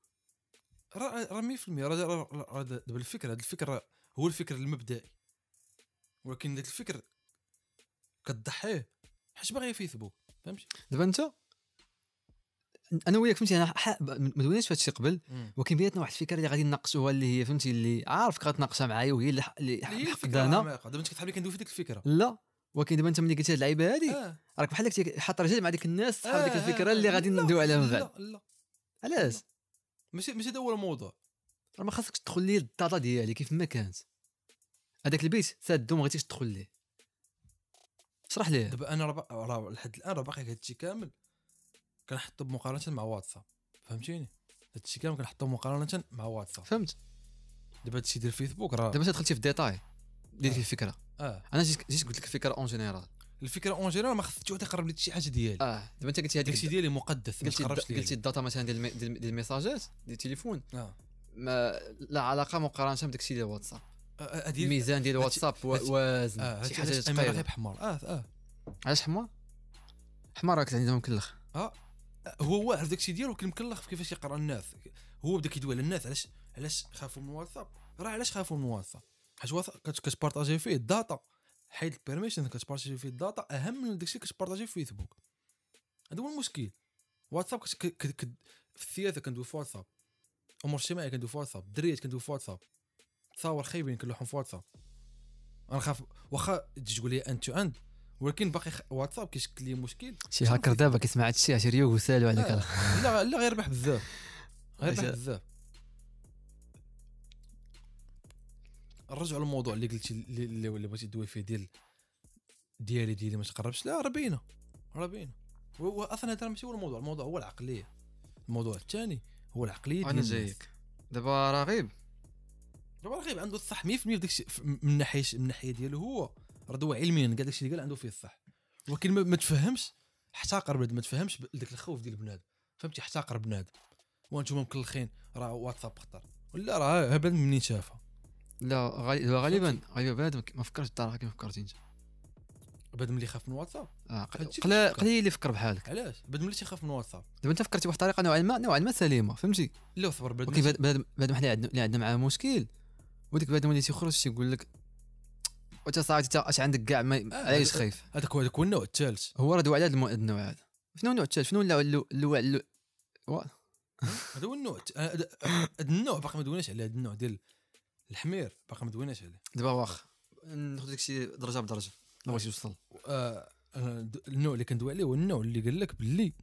راه راه مية بالمية راه دابا الفكره هذا الفكر هو الفكر المبدئي، ولكن ذاك الفكر كتضحيه حيت باغي فيسبوك فهمتي. دابا انت انا وياك فهمتي انا ما دويناش في هذا الشيء قبل، ولكن بيناتنا واحد الفكره اللي غادي نناقشوها اللي هي فهمتي اللي عارفك غتناقشها معايا وهي اللي اللي حقدانا. دابا انت كتحبي كندوي في ديك الفكره لا ولكن دابا انت ملي قلتي هاد اللعيبه هادي آه. راك بحال داك حاط رجل مع ديك الناس صحاب آه ديك الفكره آه اللي غادي ندويو عليها من بعد. لا لا علاش ماشي ماشي هذا هو الموضوع، راه ما خاصكش تدخل لي الداتا ديالي كيف ما كانت هذاك البيت سادو ما بغيتيش تدخل ليه اشرح ليه. دابا انا راه لحد الان راه باقي هادشي كامل كنحطو بمقارنه مع واتساب فهمتيني، هادشي كامل كنحطو مقارنه مع واتساب فهمت. دابا هادشي ديال فيسبوك راه دابا دخلتي في الديتاي ديال آه. الفكره اه انا جيت جيت قلت لك الفكره اون جينيرال الفكره اون جينيرال ما خصك واحد يقرب لك شي حاجه ديالي. اه دابا انت قلتي هذيك الشيء ديالي مقدس ما تقربش لي. قلتي الداتا مثلا ديال ديال الميساجات ديال التليفون اه ما لا علاقه مقارنه بداك الشيء ديال واتساب. آه الميزان ديال واتساب وازن آه شي حاجه ثقيله غير بحمار. اه اه علاش حمار حمار راك عندهم مكلخ. اه هو واعر داك الشيء ديالو ولكن مكلخ في كيفاش يقرا الناس. هو بدا كيدوي على الناس علاش علاش خافوا من واتساب، راه علاش خافوا من واتساب حيت واتساب كتبارطاجي فيه الداتا، حيد البيرميشن كتبارطاجي فيه الداتا اهم من داك الشيء كتبارطاجي في فيسبوك. هذا هو المشكل. واتساب ك... ك... ك... في السياسه كندوي في واتساب، امور اجتماعيه كندوي في واتساب، الدريات كندوي في واتساب، تصاور خايبين كنلوحهم في واتساب. انا خاف واخا تجي تقول لي انت تو اند ولكن باقي خ... واتساب كيشكل لي مشكل. شي هاكر دابا كيسمع هذا الشيء عشريه وسالو عليك. آه. لا لا غير ربح بزاف غير ربح بزاف. نرجعوا للموضوع اللي قلتي اللي اللي بغيتي تدوي فيه ديال ديالي ديالي ما تقربش. لا راه باينه راه باينه. واصلا هذا ماشي هو الموضوع، الموضوع هو العقليه. الموضوع الثاني هو العقليه ديال انا جايك دابا راغب دابا راغب عنده الصح مية بالمية في داك الشيء من ناحيه من ناحيه ديالو هو راه دوا علميا كاع داك الشيء اللي قال عنده فيه الصح، ولكن ما تفهمش احتقر بنادم، ما تفهمش داك الخوف ديال بنادم فهمتي. احتقر بنادم وانتم مكلخين راه واتساب خطر ولا راه هبل منين شافها. لا غالبا غالبا بنادم ما فكرش بالطريقه كيف فكرتي انت. بنادم اللي خاف من واتساب اه قليل قليل اللي فكر بحالك. علاش بنادم اللي تيخاف من واتساب؟ دابا انت فكرتي بواحد الطريقه نوعا ما نوعا ما سليمه فهمتي. لا صبر بنادم ولكن بنادم حنا عندنا اللي عندنا معاه مشكل وديك بنادم اللي تيخرج تيقول لك وانت صاحبي انت اش عندك كاع علاش خايف. هذاك هو هذاك هو النوع الثالث. هو راه دوا على هذا النوع هذا. شنو النوع الثالث شنو النوع اللي هذا هو النوع هذا النوع باقي ما دويناش على هذا النوع ديال الحمير باقي ما دويناش عليه. دابا واخ ناخذ داك الشيء درجه بدرجه لا بغيتي توصل. آه النوع اللي كندوي عليه هو النوع اللي قال لك باللي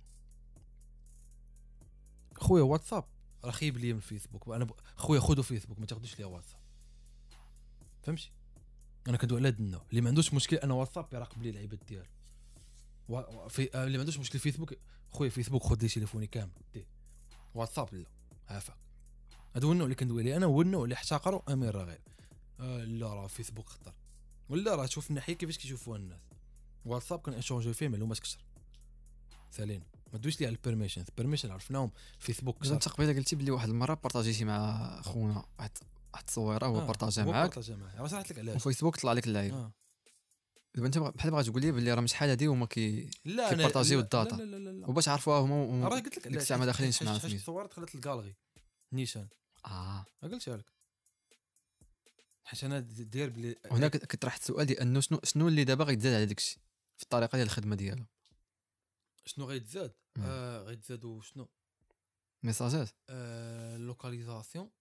خويا واتساب راه خايب ليا من فيسبوك، وانا خويا خذوا فيسبوك ما تاخذوش ليا واتساب فهمتي. انا كندوي على هذا النوع اللي ما عندوش مشكل انا واتساب يراقب لي العيبات ديالو في اللي ما عندوش مشكل فيسبوك خويا فيسبوك خذ لي تليفوني كامل دي واتساب لا عافاك. هذا هو النوع اللي كندوي عليه انا، هو النوع اللي احتقروا امير رغيب. آه لا راه فيسبوك خطر ولا راه شوف الناحيه كيفاش كيشوفوها الناس. واتساب كان اشونجي فيه معلومات كثر سالين ما دويش لي على البيرميشن البيرميشن عرفناهم فيسبوك. انت قبيله قلتي بلي واحد المره بارطاجيتي مع خونا واحد واحد التصويره هو آه. بارطاجها معاك بارطاجها معايا راه شرحت لك علاش وفيسبوك طلع لك اللعيب. آه. دابا انت بحال بغا تقول لي بلي راه مش حال هادي هما كي لا كيبارطاجيو الداتا. لا لا لا لا. وباش عرفوها هما راه قلت لك ديك الساعه ما داخلينش معاها سميت صورت خلات الكالغي نيشان. اه قلتها لك حيت انا داير بلي هنا كطرح السؤال ديال انه شنو شنو اللي دابا غيتزاد على داكشي في الطريقه ديال الخدمه ديالو. شنو غيتزاد؟ آه غيتزادوا شنو ميساجات آه لوكاليزاسيون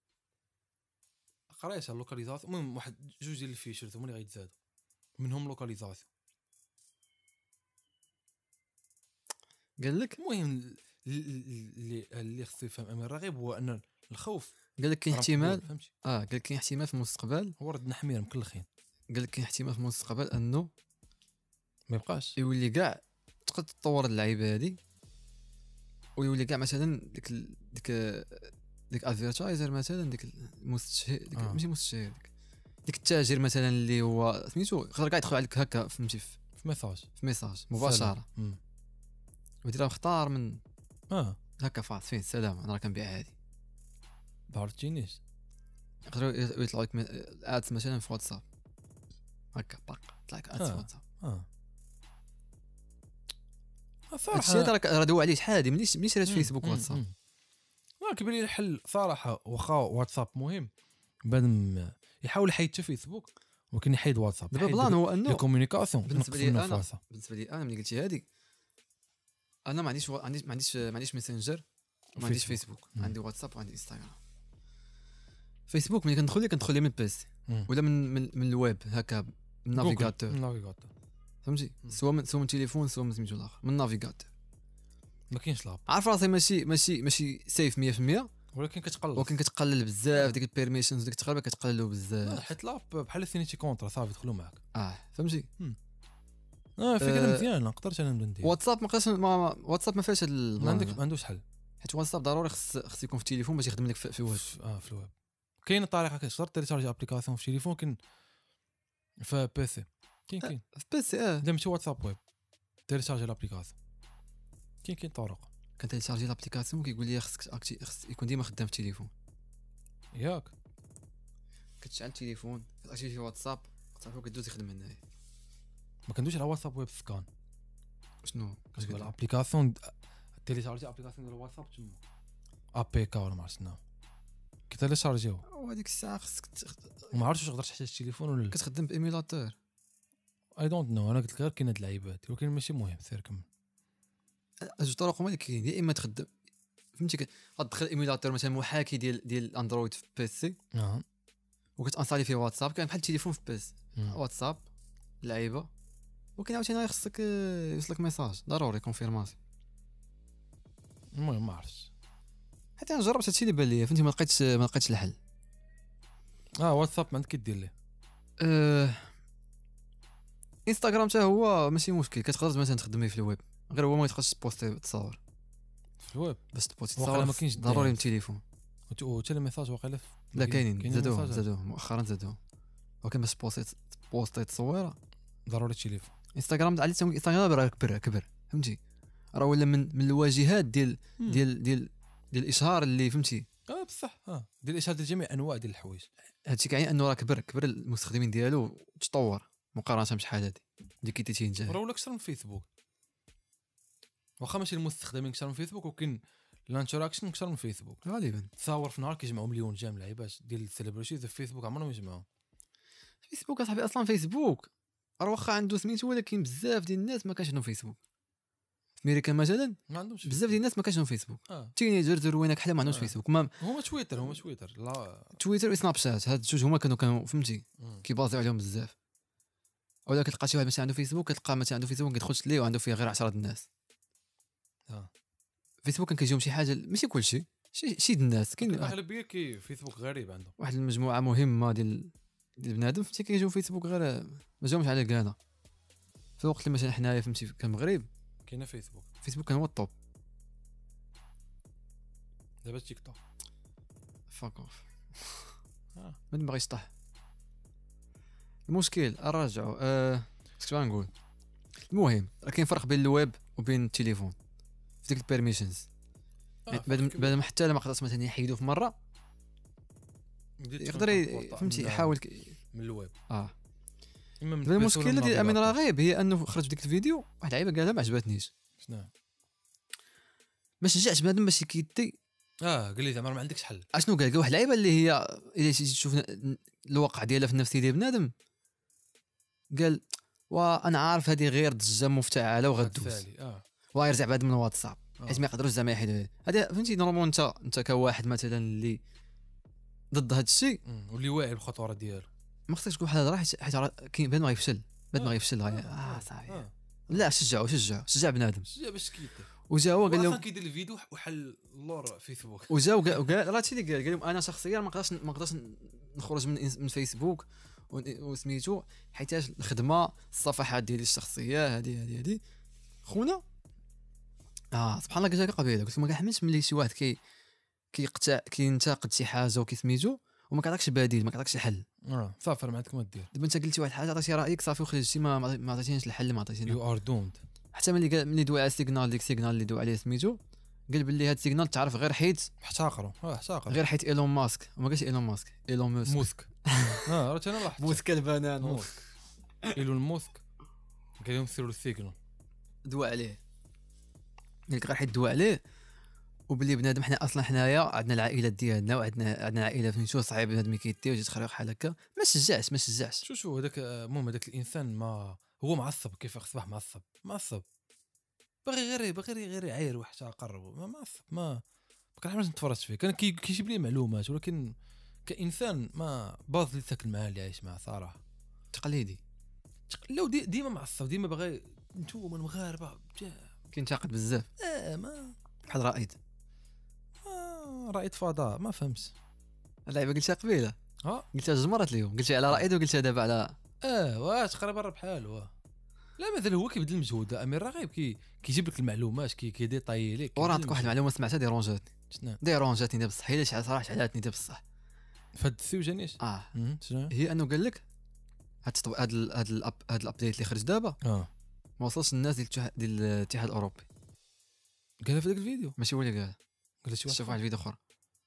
قريتها اللوكاليزاسيون. المهم واحد جوج ديال الفيشرز هما اللي غيتزادوا منهم لوكاليزاسيون. قال لك المهم اللي اللي خصو يفهم امير راغب هو ان الخوف قال لك كاين احتمال اه قال لك كاين احتمال في المستقبل هو ردنا حمير مكلخين. قال لك كاين احتمال في المستقبل انه ما يبقاش يولي كاع تقدر تطور اللعيبه هذه ويولي كاع مثلا ديك ديك ديك ادفيرتايزر مثلا ديك المستشهر ديك آه. ماشي مستشهر ديك ديك التاجر مثلا اللي هو سميتو يقدر كاع يدخل عليك هكا فهمتي في ميساج في ميساج مباشره وديرها مختار من اه هكا فاس فين السلام انا راه كنبيع هادي بعرفتينيش يقدروا يطلعوا لك ادز مثلا في واتساب هكا باق طلع لك ادز في واتساب اه صراحه هادشي هذا راه دوا عليه شحال هادي ملي ملي شريت فيسبوك واتساب ما كيبان لي الحل صراحه واخا واتساب مهم بعد يحاول يحيد حتى فيسبوك ولكن يحيد واتساب دابا بلان هو انه الكومونيكاسيون بالنسبه لي انا بالنسبه لي انا ملي قلتي هادي انا ما عنديش و... عنديش ما عنديش ما عنديش ماسنجر ما عنديش فيسبوك مم. عندي واتساب وعندي انستغرام فيسبوك ملي كندخل لي كندخل لي من البيسي ولا من من, من الويب هكا من النافيغاتور النافيغاتور فهمتي سواء من سواء من التليفون سواء من سميتو الاخر من النافيغاتور ما كاينش لاب عارف راسي ماشي ماشي ماشي سيف مية في المية ولكن كتقلل ولكن كتقلل بزاف ديك البيرميشنز ديك التقربه كتقللوا بزاف حيت لاب بحال سينيتي كونطرا صافي يدخلوا معاك اه فهمتي اه فكره أه مزيانه نقدرش انا ندير واتساب ما قاش ما واتساب ما فيهاش ما عندك ما عندوش حل حيت واتساب ضروري خص خص يكون في التليفون باش يخدم لك في, في الويب اه في الويب كاينه طريقه كتقدر تيليشارجي ابليكاسيون في التليفون كاين في بي سي كاين كاين في بي سي اه الا مشي واتساب ويب تيليشارجي الابليكاسيون كاين كاين طرق كنتيليشارجي الابليكاسيون كيقول لي خصك اكتي خص يكون ديما خدام في التليفون ياك كتشعل التليفون كتاكتيفي في واتساب تعرفوا كدوز يخدم هنايا ما كندوش على واتساب ويب سكان شنو كتقول الابليكاسيون تيليشارجي ابليكاسيون ديال واتساب تما ابيكا ولا ما عرفت شنو كتيليشارجيو وهذيك الساعه خصك ما عرفتش واش تقدر تحتاج التليفون ولا كتخدم بايميلاتور اي دونت نو انا قلت لك غير كاين هاد اللعيبات ولكن ماشي مهم سير كمل جوج طرق هما اللي كاين يا اما تخدم فهمتي غتدخل ايميلاتور مثلا محاكي ديال ديال اندرويد في بيسي اه وكتانستالي فيه واتساب كان بحال التليفون في بيسي واتساب لعيبه ولكن عاوتاني خصك يوصلك ميساج ضروري كونفيرماسيون المهم ما عرفتش حتى انا جربت هادشي اللي بان ليا فهمتي ما لقيتش ما لقيتش الحل اه واتساب ما عندك كدير ليه أه... انستغرام حتى هو ماشي مشكل كتقدر مثلا تخدمي في الويب غير هو ما يتقدرش تبوستي تصاور في الويب باش تبوستي تصاور ما كاينش ضروري من التليفون وحتى الميساج واقيلا لا كاينين زادوه زادوه مؤخرا زادوه ولكن باش تبوستي تبوستي تصويره ضروري التليفون انستغرام على انستغرام راه كبر كبر فهمتي راه ولا من من الواجهات ديال ديال ديال ديال الاشهار اللي فهمتي اه بصح اه ديال الاشهار ديال جميع انواع ديال الحوايج هادشي كيعني انه راه كبر كبر المستخدمين ديالو تطور مقارنه بشحال هادي اللي كيتي انت راه ولا اكثر من فيسبوك واخا ماشي المستخدمين اكثر من فيسبوك ولكن الانتراكشن اكثر من فيسبوك غالبا تصاور في نهار كيجمعوا مليون جام لعيبات ديال السيلبريتيز في فيسبوك عمرهم يجمعوا فيسبوك اصاحبي اصلا فيسبوك راه واخا عنده سميتو ولكن بزاف ديال الناس ما كانش عندهم فيسبوك في امريكا مثلا ما عندهمش بزاف ديال الناس ما كانش عندهم فيسبوك اه تينيجر زروينك حلا ما عندهمش آه. فيسبوك ما هما تويتر هما تويتر لا تويتر وسناب شات هاد الجوج هما كانوا كانوا فهمتي كيبازيو عليهم بزاف ولا كتلقى شي واحد مثلا عنده فيسبوك كتلقى مثلا عنده فيسبوك كتخش ليه وعنده فيه غير عشرة الناس اه فيسبوك كان كيجيهم شي حاجه ماشي كلشي شي شي د الناس كاين الاغلبيه كي فيسبوك غريب عندهم واحد المجموعه مهمه ديال ديال بنادم فهمتي كيجيو فيسبوك غير ما جاهمش على كانا في الوقت اللي مثلا حنايا فهمتي كمغرب كاينه فيسبوك فيسبوك كان هو الطوب دابا تيك توك فاك اوف اه ما باغيش طاح المشكل ارجعوا اه اش غنقول المهم راه كاين فرق بين الويب وبين التليفون في ديك البيرميشنز آه بعد ما حتى ما قدرت مثلا يحيدوا في مره يقدر فهمتي يحاول من الويب اه المشكله ديال امين رغيب هي انه خرج في ديك الفيديو واحد اللعيبه قالها ما عجبتنيش شنو ما شجعش بنادم باش يكيتي اه قال لي زعما ما عندكش حل اشنو قال قال واحد اللعيبه اللي هي الا تشوف الواقع ديالها في النفسيه ديال بنادم قال وانا عارف هذه غير ضجه مفتعله وغدوز اه ويرجع بعد من الواتساب حيت ما يقدروش زعما يحيدوا هذه فهمتي نورمال انت انت كواحد مثلا اللي ضد هذا الشيء واللي واعي بالخطوره ديالو ما خصكش تقول بحال هذا راه حيت كاين بان ما غيفشل بان ما غيفشل غير اه صافي لا شجعوا شجعوا شجع بنادم شجع باش كيدير وجا هو قال لهم كيدير الفيديو وحل اللور فيسبوك وجا وقال راه هادشي اللي قال قال لهم انا شخصيا ما نقدرش ما نقدرش نخرج من من فيسبوك وسميتو حيتاش الخدمه الصفحات ديالي الشخصيه هذه هذه هذه خونا اه سبحان الله قلت لك قبيله قلت ما كنحملش ملي شي واحد كي كيقطع كينتقد شي حاجه وكيسميتو وما كعطاكش بديل ما كعطاكش الحل اه صافي ما عندك ما دير دابا انت قلتي واحد الحاجه عطيتي رايك صافي وخرجتي ما ما عطيتينيش الحل ما عطيتينيش يو ار دومد حتى ملي قال ملي دوى على السيجنال ديك السيجنال اللي دوى عليه سميتو قال باللي هاد السيجنال تعرف غير حيت احتقروا اه احتقروا غير حيت ايلون ماسك وما قالش ايلون ماسك ايلون موسك موسك اه راه انا لاحظت موسك البنان موسك ايلون موسك قال لهم سيروا السيجنال دوى عليه قال غير حيت دوى عليه وبلي بنادم حنا اصلا حنايا عندنا العائلات ديالنا وعندنا عندنا عائله فهمتوا صعيب بنادم كيدي وجات خريق بحال هكا ما شجعش ما شجعش شو شو هذاك المهم هذاك الانسان ما هو معصب كيف اصبح معصب معصب باغي غير باغي غير يعاير ويحتقر ما معصب ما ما كنحملش نتفرج فيه كان كيجيب لي معلومات ولكن كانسان ما باظ لي تاكل معاه اللي عايش معاه صراحه تقليدي لو دي ديما معصب ديما باغي نتوما المغاربه كينتقد بزاف اه ما بحال رائد آه رائد فضاء ما فهمت اللعيبه قلتها قبيله ها قلتها جوج مرات اليوم قلتي على رائد وقلتها دابا على اه واش تقريبا بحالو لا مثلا هو كيبدل المجهود امير رغيب كي كيجيب لك المعلومات كي كيديطاي لك وراتك واحد المعلومه سمعتها ديرونجاتني شنو ديرونجاتني بصح هي اللي صراحه شعلاتني دابا بصح فهاد السوجانيش اه شنو هي انه قال لك هاد هاد ال هاد الاب هاد الابديت اللي خرج دابا اه ما وصلش الناس ديال ديال الاتحاد الاوروبي قالها في ذاك الفيديو ماشي هو اللي قال قال شي واحد شوف واحد الفيديو اخر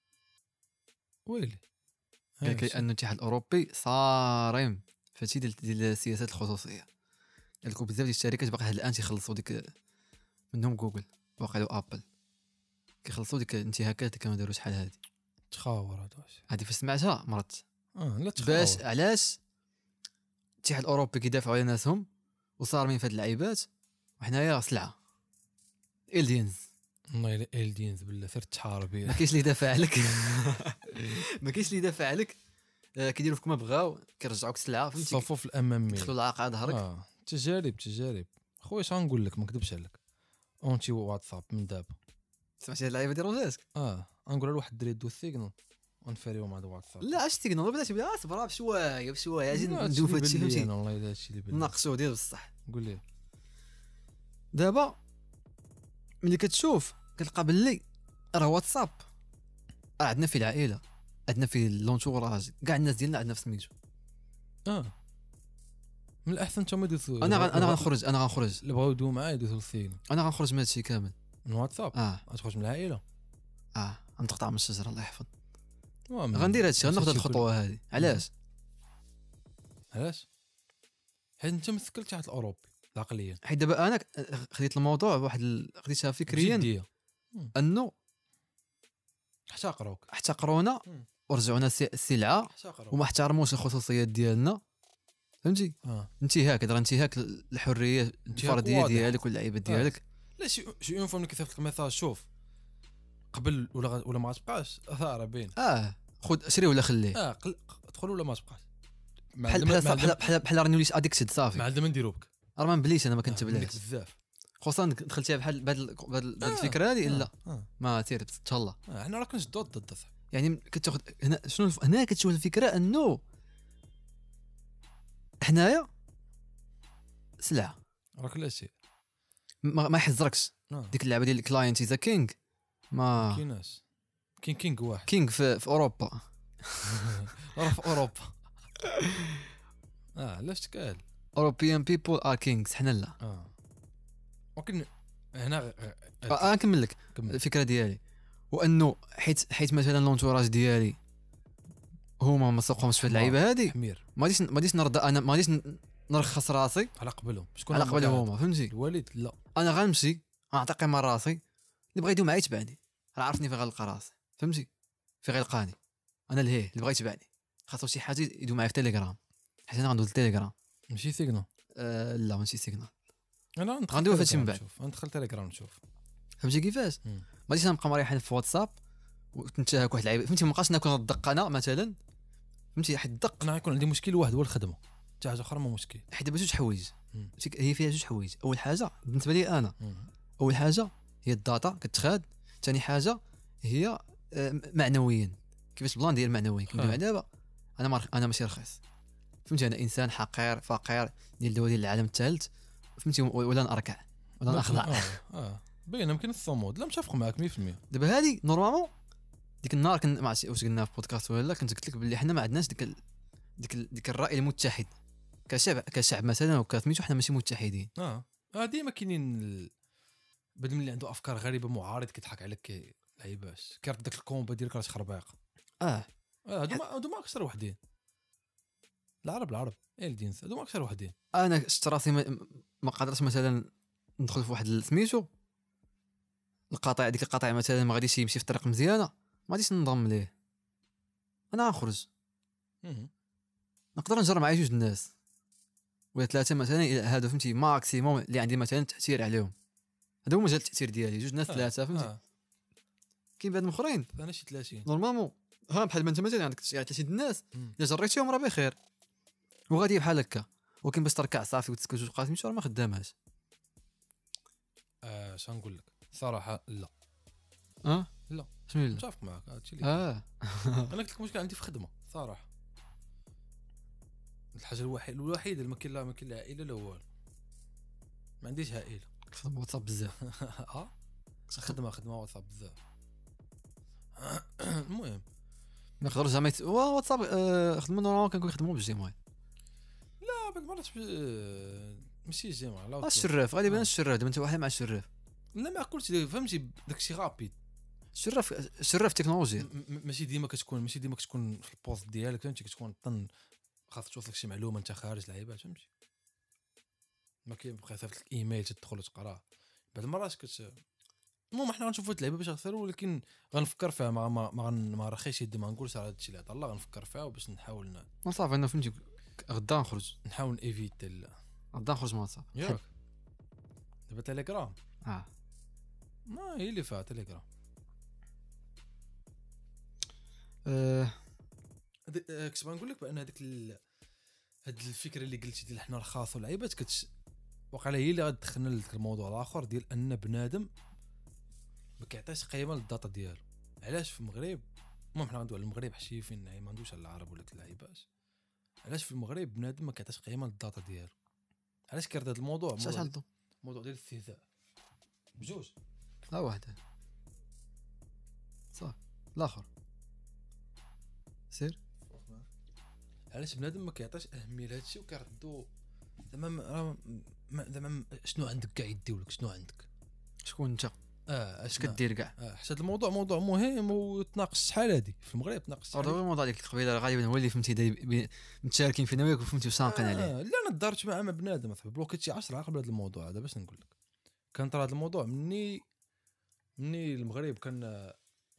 ويلي قال لك ان الاتحاد الاوروبي صارم فهادشي ديال ديال السياسات الخصوصيه قال لك بزاف ديال الشركات باقي لحد الان تيخلصوا ديك منهم جوجل واقيلا ابل كيخلصوا ديك الانتهاكات اللي كانوا داروا شحال هادي تخاور هذا هادي فاش سمعتها مرضت اه لا تخاور باش علاش الاتحاد الاوروبي كيدافعوا على ناسهم وصارمين في هاد اللعيبات وحنايا سلعه الدينز والله الا الدينز بالله سير تحارب ما كاينش اللي يدافع عليك ما كاينش اللي يدافع عليك آه كيديروا فيك ما بغاو كيرجعوك سلعه فهمتي الصفوف الاماميه يدخلوا العاق على ظهرك اه تجارب تجارب خويا اش غنقول لك ما نكذبش عليك اونتي واتساب من دابا سمعتي هاد اللعيبه ديال روجاسك اه غنقول لواحد الدري دو السيجنال ونفاريو مع واتساب لا اش تيكنو بلاتي بلا صبر بشويه بشويه اجي ندوي في هادشي فهمتي والله الا هادشي اللي بان ناقشوا ديال بصح قول لي دابا ملي كتشوف كتلقى باللي راه واتساب راه عندنا في العائله عندنا في لونتوراج كاع الناس ديالنا عندنا في سميتو اه من الاحسن انتم يدوزوا انا غن... انا غنخرج انا غنخرج اللي بغاو يدوزوا معايا يدوزوا للسيجنال انا غنخرج من هادشي كامل من واتساب اه غتخرج من العائله اه غنتقطع من الشجره الله يحفظ المهم غندير هادشي غناخذ هاد الخطوه هذه علاش علاش حيت انت مسكل الاتحاد الاوروبي عقليا حيت دابا انا خديت الموضوع بواحد ال... خديتها فكريا جدية. انه احتقروك احتقرونا ورجعونا السلعه وما احترموش الخصوصيات ديالنا فهمتي اه انتهاك هذا انتهاك الحريه الفرديه ديالك واللعيبه ديالك آه. لا شي شي يوم ملي كيصيفط لك ميساج شوف قبل ولا غ... ولا ما غتبقاش اثار بين اه خذ شري ولا خليه اه قل... ادخل ولا ما تبقاش بحال بحال بحال بحال بحال راني وليت اديكتد صافي مع عندما نديرو بك راه ما نبليش انا ما كنتبلاش بزاف خصوصا دخلتيها بحال بهاد بهاد الفكره هذه لا آه. ما سير تهلا آه. حنا راه كنشدو ضد صح يعني كتاخذ هنا شنو هنا كتشوف الفكره انه حنايا سلعه راه كل شيء ما, ما يحزركش آه. ديك اللعبه ديال الكلاينت اذا كينغ ما كايناش كاين كينغ واحد كينغ في, في اوروبا راه في اوروبا اه علاش تقال اوروبيان بيبل ار كينغز حنا لا اه ولكن هنا اه نكمل لك الفكره ديالي وانه حيت حيت مثلا لونتوراج ديالي هما ما سوقهمش في اللعيبه هذه حمير ما غاديش ما غاديش نرضى انا ما غاديش نرخص راسي على قبلهم شكون على قبلهم هما فهمتي الوالد لا انا غنمشي غنعطي قيمه راسي اللي بغى يدوم معايا يتبعني راه عرفني فين غنلقى راسي فهمتي فين غيلقاني انا لهيه اللي بغى يتبعني خاصو شي حاجه يدوم معايا في تيليجرام حيت انا غندوز التيليجرام ماشي سيجنال أه لا ماشي سيجنال انا غندوي فهادشي من بعد نشوف ندخل تيليجرام نشوف فهمتي كيفاش ما غاديش نبقى مريحين في واتساب وتنتهك واحد اللعيبه فهمتي ما بقاش ناكل الدق انا مثلا فهمتي حيت الدق انا غيكون عندي مشكل واحد هو الخدمه حتى حاجه اخرى ما مشكل حيت دابا جوج حوايج هي فيها جوج حوايج اول حاجه بالنسبه لي انا مم. اول حاجه هي الداتا كتخاد ثاني حاجه هي معنويا كيفاش البلان ديال معنويا كنقول دابا انا مار... انا ماشي رخيص فهمتي انا انسان حقير فقير ديال دول العالم الثالث فهمتي ولا نركع ولا نخضع اه اه باين يمكن الصمود لا متفق معك مية في المية دابا هذه نورمالمون ديك النهار كن ما عرفتش واش قلنا في بودكاست ولا لا، كنت قلت لك بلي حنا ما عندناش ديك ال... ديك ال... ديك الراي المتحد كشعب كشعب مثلا وكسميتو، حنا ماشي متحدين. اه اه ديما كاينين ال... بنادم اللي عنده افكار غريبه معارض كيضحك عليك لعيباش كيرد داك الكومبا ديالك راه خرباق. اه اه هادو ما هادو ما اكثر وحدين العرب العرب ايه الجنس هادو ما اكثر وحدين. انا شفت راسي ما, ما قادرش مثلا ندخل في واحد سميتو القطيع، ديك القطيع مثلا ما غاديش يمشي في طريق مزيانه، ما غاديش ننضم ليه، انا غنخرج. نقدر نجر مع جوج الناس ولا ثلاثه مثلا، هادو فهمتي ماكسيموم اللي عندي مثلا تاثير عليهم، هذا هو مجال التاثير ديالي، جوج ناس ثلاثه فهمتي. آه. كاين بعض الاخرين انا شي ثلاثين نورمالمون، ها بحال ما انت مثلا عندك شي ثلاثين الناس الا جريتيهم راه بخير وغادي بحال هكا، ولكن باش تركع صافي وتسكت جوج قاسم شو راه ما خدامهاش. اه اش غنقول لك صراحه لا اه لا شنو لا متفق معك هادشي اللي اه انا قلت لك مشكل عندي في خدمه صراحه. الحاجه الوحيده الوحيده اللي ما كاين لا ما كاين لا عائله لا والو، ما عنديش عائله. خدمه واتساب بزاف. اه خدمه خدمه واتساب بزاف. المهم ما نقدرش زعما يت... واتساب آه خدمه نورمال كنكون يخدموا بالجيمايل. لا بعض المرات ماشي الجيمايل لا الشراف غالبا آه. الشراف دابا انت واحد مع الشراف لا ما قلتش فهمتي داكشي غابيد. الشراف الشراف تكنولوجيا ماشي ديما كتكون ماشي ديما كتكون في البوست ديالك فهمتي، كتكون طن خاصك توصلك شي معلومه انت خارج العيبات فهمتي، ما كاين بقى صيفط لك ايميل تدخل وتقراه. بعض المرات كت المهم حنا غنشوفوا هاد اللعيبه باش نخسروا، ولكن غنفكر فيها ما ما ما, ما رخيش يدي ما نقولش على هادشي اللي عطا الله، غنفكر فيها باش نحاول ن... صافي انا فهمتي غدا نخرج نحاول ايفيتي غدا نخرج من واتساب ياك دابا تيليجرام اه ما هي اللي فيها تيليجرام. اه كنت بغا نقول لك بان هذيك ال... هاد الفكره اللي قلتي ديال حنا الخاص والعيبات كتش وقع هي اللي غتدخلنا لذاك الموضوع الاخر ديال ان بنادم ما كيعطيش قيمه للداتا ديالو. علاش في المغرب المهم حنا غندوي على المغرب حشي فين ما عندوش على العرب ولا اللعيبات، علاش في المغرب بنادم ما كيعطيش قيمه للداتا ديالو؟ علاش كيرد هذا الموضوع موضوع, موضوع ديال الاستهزاء بجوج لا واحد صح الاخر سير. علاش بنادم ما كيعطيش اهميه لهذا الشيء وكيردو زعما زعما شنو عندك كاع يديولك شنو عندك شكون انت اه اش كدير كاع. اه حيت هذا الموضوع موضوع مهم وتناقش شحال هذه في المغرب تناقش شحال هذا الموضوع ديك القبيله غالبا هو اللي فهمتي متشاركين فينا وياك وفهمتي وسانقين عليه. آه لا انا دارت مع بنادم صاحبي بلوكيت شي عشرة قبل هذا الموضوع هذا باش نقول لك كان طرا هذا الموضوع مني مني المغرب كان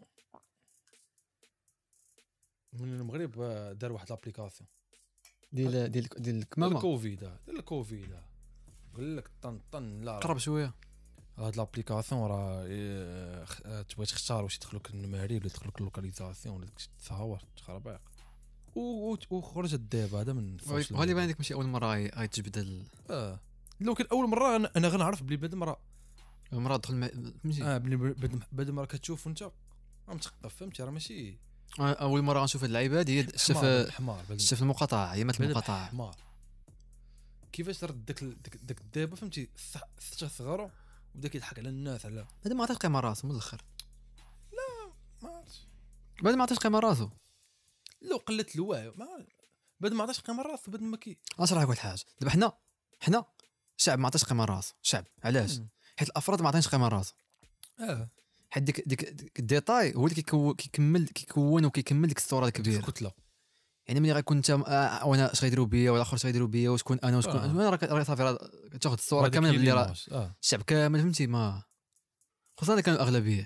من المغرب دار واحد لابليكاسيون ديال ديال ديال الكمامه الكوفيد ديال الكوفيد قال لك طن طن لا قرب شويه هاد لابليكاسيون راه إيه تبغي تختار واش يدخلوك النماري ولا يدخلوك اللوكاليزاسيون ولا داكشي تصاور تخربيق وخرج الديب هذا من غالبا هذيك ماشي اول مره غيتجبد اه لو كان اول مره انا, أنا غنعرف بلي بنادم راه المره دخل فهمتي اه بلي بنادم راه كتشوف انت متقف فهمتي راه ماشي اول مره غنشوف هاد اللعيبه هادي هي الشف الشف المقاطعه هي مثل المقاطعه حمار كيفاش رد داك داك الدابه فهمتي ثغرو وبدا كيضحك على الناس على هذا ما عطاش قيمه راسو من الاخر. لا ما عرفتش بعد ما عطاش قيمه راسو لو قلت الوعي ما بعد ما عطاش قيمه راسو بعد ما كي اشرح لك واحد الحاجه دابا حنا حنا الشعب ما عطاش قيمه راسو الشعب علاش م. حيت الافراد ما عطاش قيمه راسو اه حيت ديك ديك الديتاي هو اللي كيكمل كيكون وكيكمل ديك الصوره الكبيره الكتله. يعني ملي غيكون انت آه وانا اش غيديروا بيا ولا اخر اش غيديروا بيا وشكون انا وشكون آه. انا راه صافي تاخذ الصوره كامله بلي راه آه. الشعب كامل فهمتي ما خصوصا اذا كانوا الاغلبيه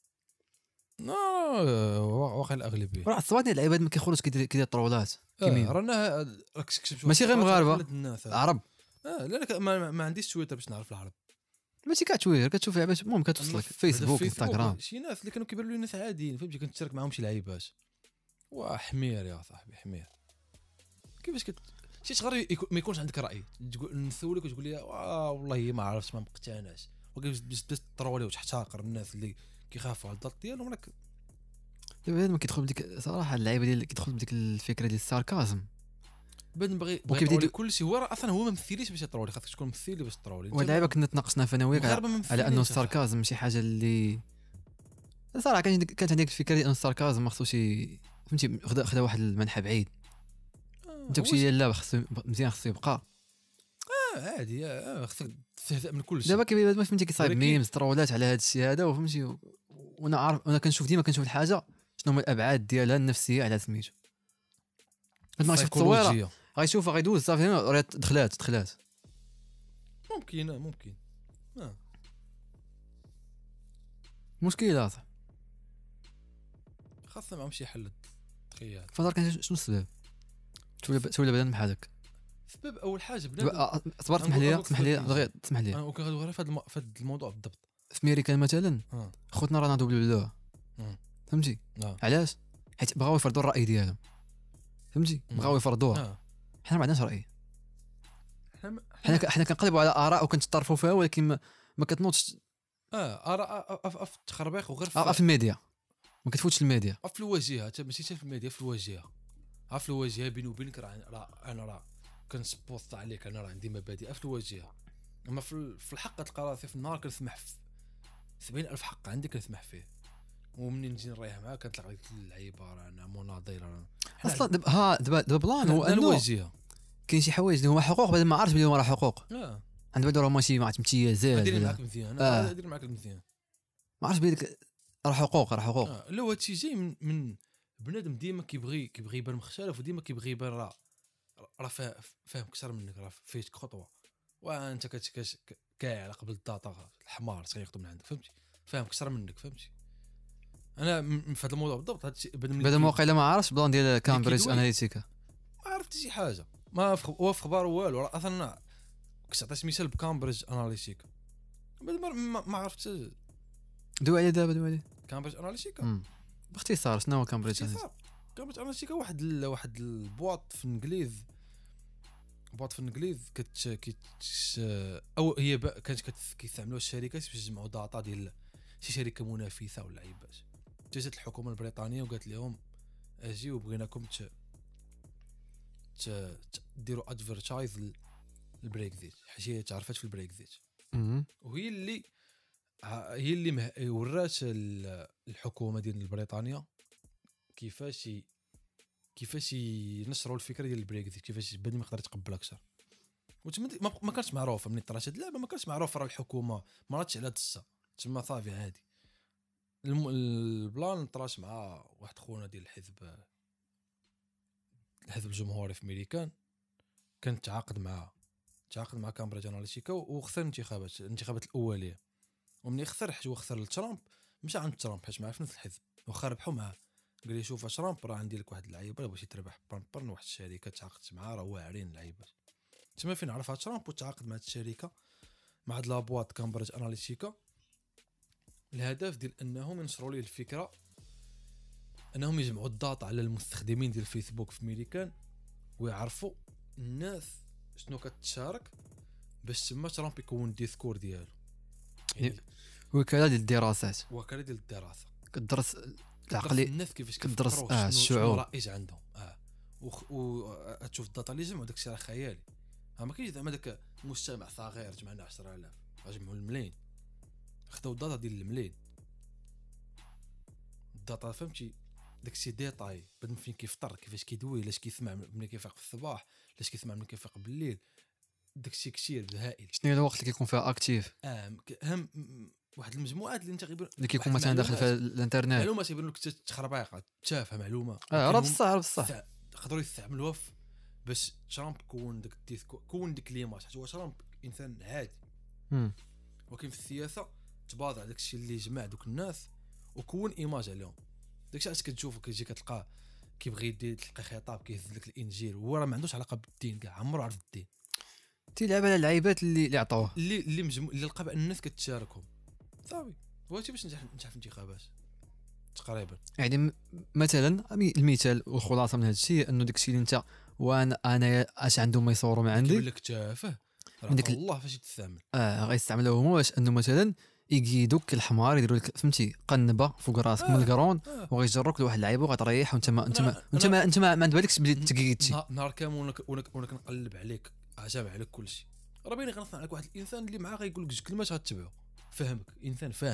اه واقع الاغلبيه راه الصواتي العباد ما كيخرجوش كيدير طرولات كيمين آه. رانا راك كتكتب ماشي غير مغاربه عرب اه لا لا ما, ما عنديش تويتر باش نعرف العرب ماشي كتوير كتشوف لعبات المهم كتوصلك فيسبوك انستغرام شي ناس اللي كانوا كيبانوا لي ناس عاديين فهمتي كنتشارك معاهم شي لعيبات وحمير يا صاحبي حمير كيفاش كت شي صغير يكو... ما يكونش عندك راي تقول نسولك وتقول لي واه والله ما عرفتش ما مقتنعش وكيفاش باش تطرولي وتحتقر الناس اللي كيخافوا على الضغط ديالهم راك دابا ما كيدخل بديك صراحه اللعيبه ديال كيدخل بديك الفكره ديال الساركازم بعد نبغي وكيبدا كل شيء هو راه اصلا هو ما مثيليش باش يطرولي خاصك تكون مثيلي باش تطرولي واللعيبه كنا تناقشنا فانا وياك على انه الساركازم شي حاجه اللي صراحه كان كانت عندك الفكره ديال ان الساركازم ما خصوش فهمتي خدا خدا واحد المنحى بعيد. آه انت قلتي لا خصو مزيان خصو يبقى اه عادي آه خصك تستهزأ من كل شيء. دابا كيبان ما فهمتي كيصايب ميمز ترولات على هذا الشيء هذا وفهمتي وانا عارف انا كنشوف ديما كنشوف الحاجه شنو هما الابعاد ديالها النفسيه على سميتو. كنت ماشي في التصويره غيشوفها غيدوز صافي دخلات دخلات ممكن ممكن اه مشكله صح خاصة معهم شي حل. تخيل فدار كان شنو السبب تولي تولي بنادم بحالك. السبب اول حاجه بنادم صبرت اسمح لي اسمح لي دغيا اسمح لي انا وكنغادي غير في هذا في هذا الموضوع بالضبط. في ميريكان مثلا آه. خوتنا رانا دوبلوه فهمتي آه. علاش حيت بغاو يفرضوا الراي ديالهم فهمتي بغاو يفرضوها آه. حنا ما عندناش راي حنا حنا حنا كنقلبوا على اراء وكنتطرفوا فيها ولكن ما, ما كتنوضش اه اراء في التخربيق وغير في, في الميديا ما كتفوتش الميديا في الواجهه ماشي في الميديا في الواجهه عارف الواجهه بيني وبينك راه انا راه كنسبوست عليك انا راه عندي مبادئ في الواجهه. اما في في الحق تلقى راسي في النهار كنسمح في سبعين ألف حق عندي كنسمح فيه ومنين نجي نريح معاه كنطلع لك اللعيبه راه انا مناضله اصلا دابا ها دابا دابا بلان هو الواجهه كاين شي حوايج اللي هما حقوق بعد ما عرفت بلي هما راه حقوق. اه عند بعد راه ماشي ما عرفت امتيازات دير معاك مزيان انا دير معاك مزيان ما عرفتش بلي راه حقوق راه حقوق. اه لا هادشي جاي من من بنادم ديما كيبغي كيبغي يبان مختلف وديما كيبغي يبان راه راه فاهم اكثر منك راه فايتك خطوه وانت كتكاش كاع على قبل الداتا الحمار تياخذوا من عندك فهمتي فاهم اكثر منك فهمتي. انا في هذا الموضوع بالضبط هادشي بعد الموقع الا ما عرفتش بلان ديال كامبريدج اناليتيكا ما عرفت شي حاجه ما هو في اخبار والو اصلا كنت عطيت مثال بكامبريدج اناليتيكا بعد ما ما عرفت دو عليه دابا دو عليه كامبريدج اناليتيكا باختصار شنو هو كامبريدج اناليتيكا كامبريدج اناليتيكا واحد ال... واحد البواط في الانجليز بواط في الانجليز كت كت او هي ب... كانت كيستعملوها الشركات باش يجمعوا داتا ديال شي شركه منافسه ولا عيبات. جات الحكومه البريطانيه وقالت لهم اجيو بغيناكم ت ديروا ادفيرتايز البريكزيت حيت هي تعرفت في البريكزيت وهي اللي هي اللي مه... ورات الحكومه ديال بريطانيا كيفاش كيفاش ينشروا الفكره ديال البريكزيت كيفاش بنادم ما يقدر يتقبل اكثر وتما ما كانش معروف ملي طرات هاد اللعبه ما كانش معروف راه الحكومه ما راتش على الدسه تما صافي عادي. الم... البلان طراش مع واحد خونا ديال الحزب الحزب الجمهوري في امريكان كان تعاقد مع تعاقد مع كامبريدج اناليتيكا وخسر الانتخابات الانتخابات الاوليه ومني خسر حيت هو خسر لترامب مشى عند ترامب حيت معاه في نفس الحزب وخا ربحوا معاه قال لي شوف ترامب راه عندي لك واحد اللعيبه بغيتي تربح برن واحد الشركه تعاقدت معاه راه واعرين اللعيبات تما فين عرفها ترامب وتعاقد مع هاد الشركه مع هاد لابواط كامبريدج اناليتيكا. الهدف ديال انهم ينشروا ليه الفكره انهم يجمعوا الداتا على المستخدمين ديال الفيسبوك في امريكان ويعرفوا الناس شنو كتشارك باش تما ترامب يكون ديسكور ديالو يعني وكاله ديال الدراسات وكاله ديال الدراسه كدرس العقليه الناس كيفاش كدرس اه الشعور رائج عندهم اه وتشوف الداتا اللي جمعوا داكشي راه خيالي. ما كاينش زعما داك مجتمع صغير جمعنا عشرة آلاف جمعوا الملايين خداو الداتا ديال الملايين الداتا فهمتي داكشي ديتاي بنادم فين كيفطر كيفاش كيدوي لاش كيسمع ملي كيفيق في الصباح لاش كيسمع ملي كيفيق بالليل داكشي كثير هائل. شنو هو الوقت اللي كيكون فيها اكتيف اه اهم واحد المجموعات اللي انت غيبان اللي كيكون مثلا داخل في الانترنت معلومات يبان لك تخربيقه تافهه معلومه اه راه بصح راه بصح يقدروا يستعملوها باش ترامب كون داك الديسكو كون ديك ليماج حيت هو ترامب انسان عادي ولكن في السياسه تباضع داك الشيء اللي جمع دوك الناس وكون ايماج عليهم داك الشيء علاش كتشوفو كيجي كتلقاه كيبغي يدير تلقى خطاب كيهز لك الانجيل وهو راه ما عندوش علاقه بالدين كاع عمرو عرف الدين تيلعب على اللعيبات اللي اللي عطوه اللي اللي مجمو... اللي لقى بان الناس كتشاركهم صافي وهادشي باش نجح نجح في الانتخابات تقريبا. يعني مثلا المثال والخلاصه من هذا الشيء انه داك الشيء اللي انت وانا انا اش عندهم ما يصوروا ما عندي يقول لك تافه راه الله فاش يتستعمل اه غيستعملوه هما باش انه مثلا يقيدوك الحمار يديروا لك فهمتي قنبه فوق راسك آه. من القرون آه. وغيجروك لواحد اللعيبه وغتريح وانت ما انت ما انت ما انت ما عند بالكش بلي تقيدتي نهار كامل وانا وانا كنقلب عليك عجب عليك كل شيء راه باين غنصنع لك واحد الانسان اللي معاه غيقول لك جوج كلمات غتتبعو فهمك انسان فاهمك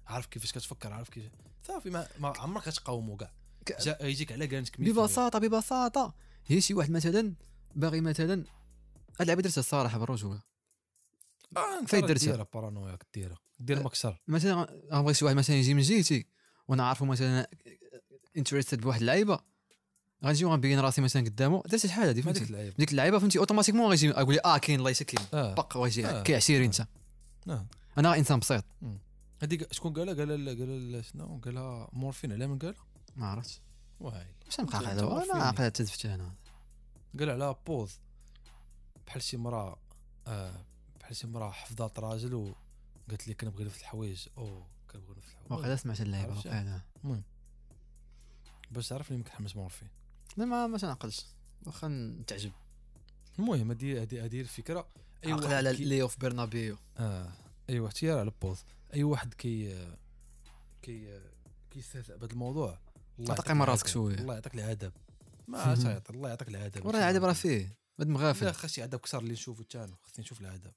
عارف كيفاش كتفكر عارف كيف صافي ما, ما عمرك كتقاومو كاع جا يجيك على كانتك ببساطه ببساطه هي شي واحد مثلا باغي مثلا هاد اللعبه درتها الصراحه بالرجوله اه فايت درتها ديرها بارانويا ديرها دير مكسر مثلا غنبغي شي واحد مثلا يجي من جهتي وانا عارفو مثلا انتريستد بواحد اللعيبه غنجي وغنبين راسي مثلا قدامه درت شحال هادي فهمتي ديك اللعيبه فهمتي اوتوماتيكمون غيجي يقول لي اه كاين الله يسكين آه. بق ويجي آه. كيعشيري انت آه. انا انسان بسيط هذيك شكون قالها قال قال شنو قالها مورفين على من قالها ما عرفتش واعي واش نبقى هذا انا عاقل تزفتها انا قال على بوز بحال شي مراه آه بحال شي مراه حفظات راجل وقالت لي كنبغي نفس الحوايج او كنبغي نفس الحوايج واقيلا سمعت اللعيبه واقيلا المهم باش تعرف لي يمكن حمس مورفين لا ما ما تنعقلش واخا نتعجب المهم هذه هذه هذه الفكره اي واحد على كي... ليو في برنابيو اه اي واحد تيار على بوز اي واحد كي كي كيستهزأ بهذا الموضوع الله يعطيك راسك شويه الله يعطيك العذاب ما تعيط الله يعطيك العذاب وراه العذاب راه فيه بد مغافل لا خاص عذاب كثر اللي نشوفو تانو خاصني نشوف العذاب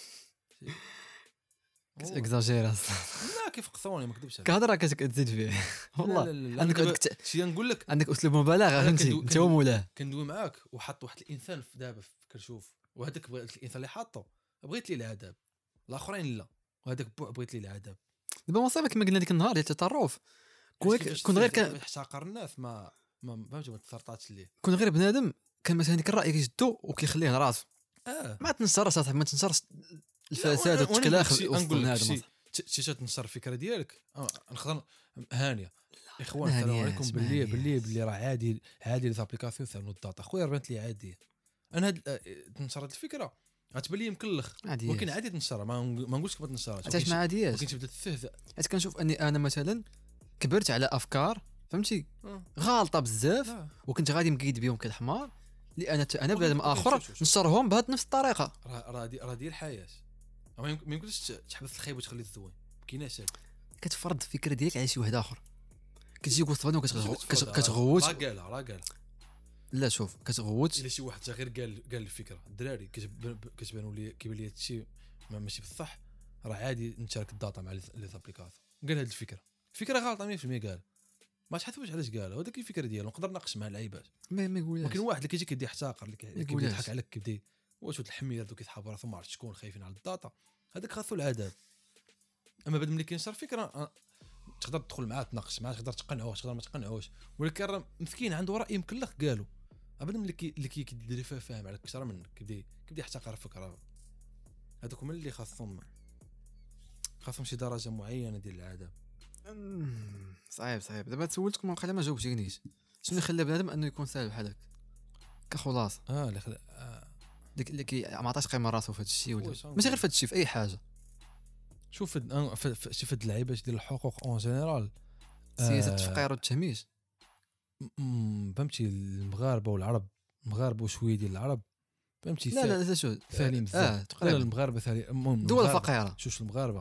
اكزاجير لا كيف قصوني ما كذبش كهضره كتزيد فيه والله عندك شي نقول لك عندك اسلوب مبالغه فهمتي انت هو مولاه كندوي معاك وحط واحد الانسان في دابا كنشوف وهذاك بغيت الانسان اللي حاطه بغيت لي العذاب الاخرين لا وهذاك بغيت لي العذاب دابا مصيبه كما قلنا ديك النهار ديال التطرف كون غير كان احتقر الناس ما ما فهمتش ما تسرطاتش ليه كون غير بنادم كان مثلا ديك الراي كيجدو وكيخليه لراسو اه ما تنشرش اصاحبي ما تنشرش الفساد والتكلاخ وسط بنادم شي شي تنشر الفكره ديالك نقدر هانيه اخوان السلام عليكم باللي باللي باللي راه عادي عادي لي زابليكاسيون ثانو الداتا خويا ربانت لي عاديه انا هاد تنشر هاد الفكره غتبان لي مكلخ ولكن عادي تنشرها ما ما نقولش ما تنشرهاش علاش ما عادياش ولكن تبدا تستهزأ حيت كنشوف اني انا مثلا كبرت على افكار فهمتي أه. غالطه بزاف أه. وكنت غادي مقيد بهم كالحمار لان انا بنادم اخر نشرهم بهذه نفس الطريقه راه راه راه ديال الحياه ما يمكنش تحبس الخايب وتخلي الزوين ما كايناش هذا كتفرض الفكره ديالك على شي واحد اخر كتجي وسط بنادم كتغوت راه قالها راه قالها لا شوف كتغوت الا شي واحد غير قال قال الفكره الدراري كتبانوا لي كيبان لي هادشي ماشي بصح راه عادي نشارك الداتا مع لي زابليكاسيون قال هاد الفكره فكره غلطه مية في المية قال ما تحثوش علاش قالها هذيك الفكره ديالو نقدر نناقش مع اللعيبات ما ما يقولش ولكن واحد اللي كيجي كيدي احتقر اللي كيبدا يضحك عليك كيبدا واش ولد الحمير دوك كيتحابوا راسهم ما عرفتش شكون خايفين على الداتا هذاك خاصو العذاب اما بعد ملي كينشر فكره تقدر تدخل معاه تناقش معاه تقدر تقنعوه تقدر ما تقنعوش ولكن راه مسكين عنده راي مكلخ قالوا ابدا ملي كي اللي كيدير فاهم على اكثر منك كيبدا كيبدا يحتقر فكره هذوك من اللي خاصهم خاصهم شي درجه معينه ديال العذاب صعيب صعيب دابا سولتكم واخا ما جاوبتينيش شنو يخلي بنادم انه يكون سهل بحال هكا كخلاصه اه اللي خل... آه. ديك اللي كي ما عطاش قيمه راسو في هذا الشيء ولا ماشي غير في هذا الشيء في اي حاجه شوف شي فد اللعيبه ديال الحقوق اون جينيرال سياسه التفقير والتهميش فهمتي المغاربه والعرب المغاربه وشويه ديال العرب فهمتي لا لا لا شو ثاني بزاف اه تقريبا المغاربه ثاني دول فقيره شوف المغاربه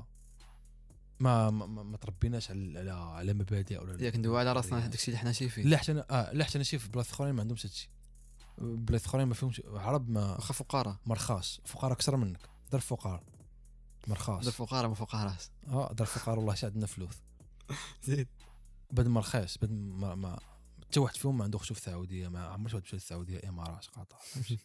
ما ما, ما تربيناش على على على مبادئ ولا ياك ندوي على راسنا هذاك الشيء اللي حنا شايفين لا حتى انا اه لا حتى انا شايف بلاصه اخرين ما عندهمش هادشي بلاصه اخرين ما فيهمش عرب ما واخا فقراء مرخاص فقراء اكثر منك دار فقراء مرخاص دار فقراء ما فقراء اه دار فقراء والله شي عندنا فلوس زيد بعد ما رخيص بعد ما ما حتى واحد فيهم ما عنده اختو في السعوديه ما عمرش واحد مشى للسعوديه امارات قطر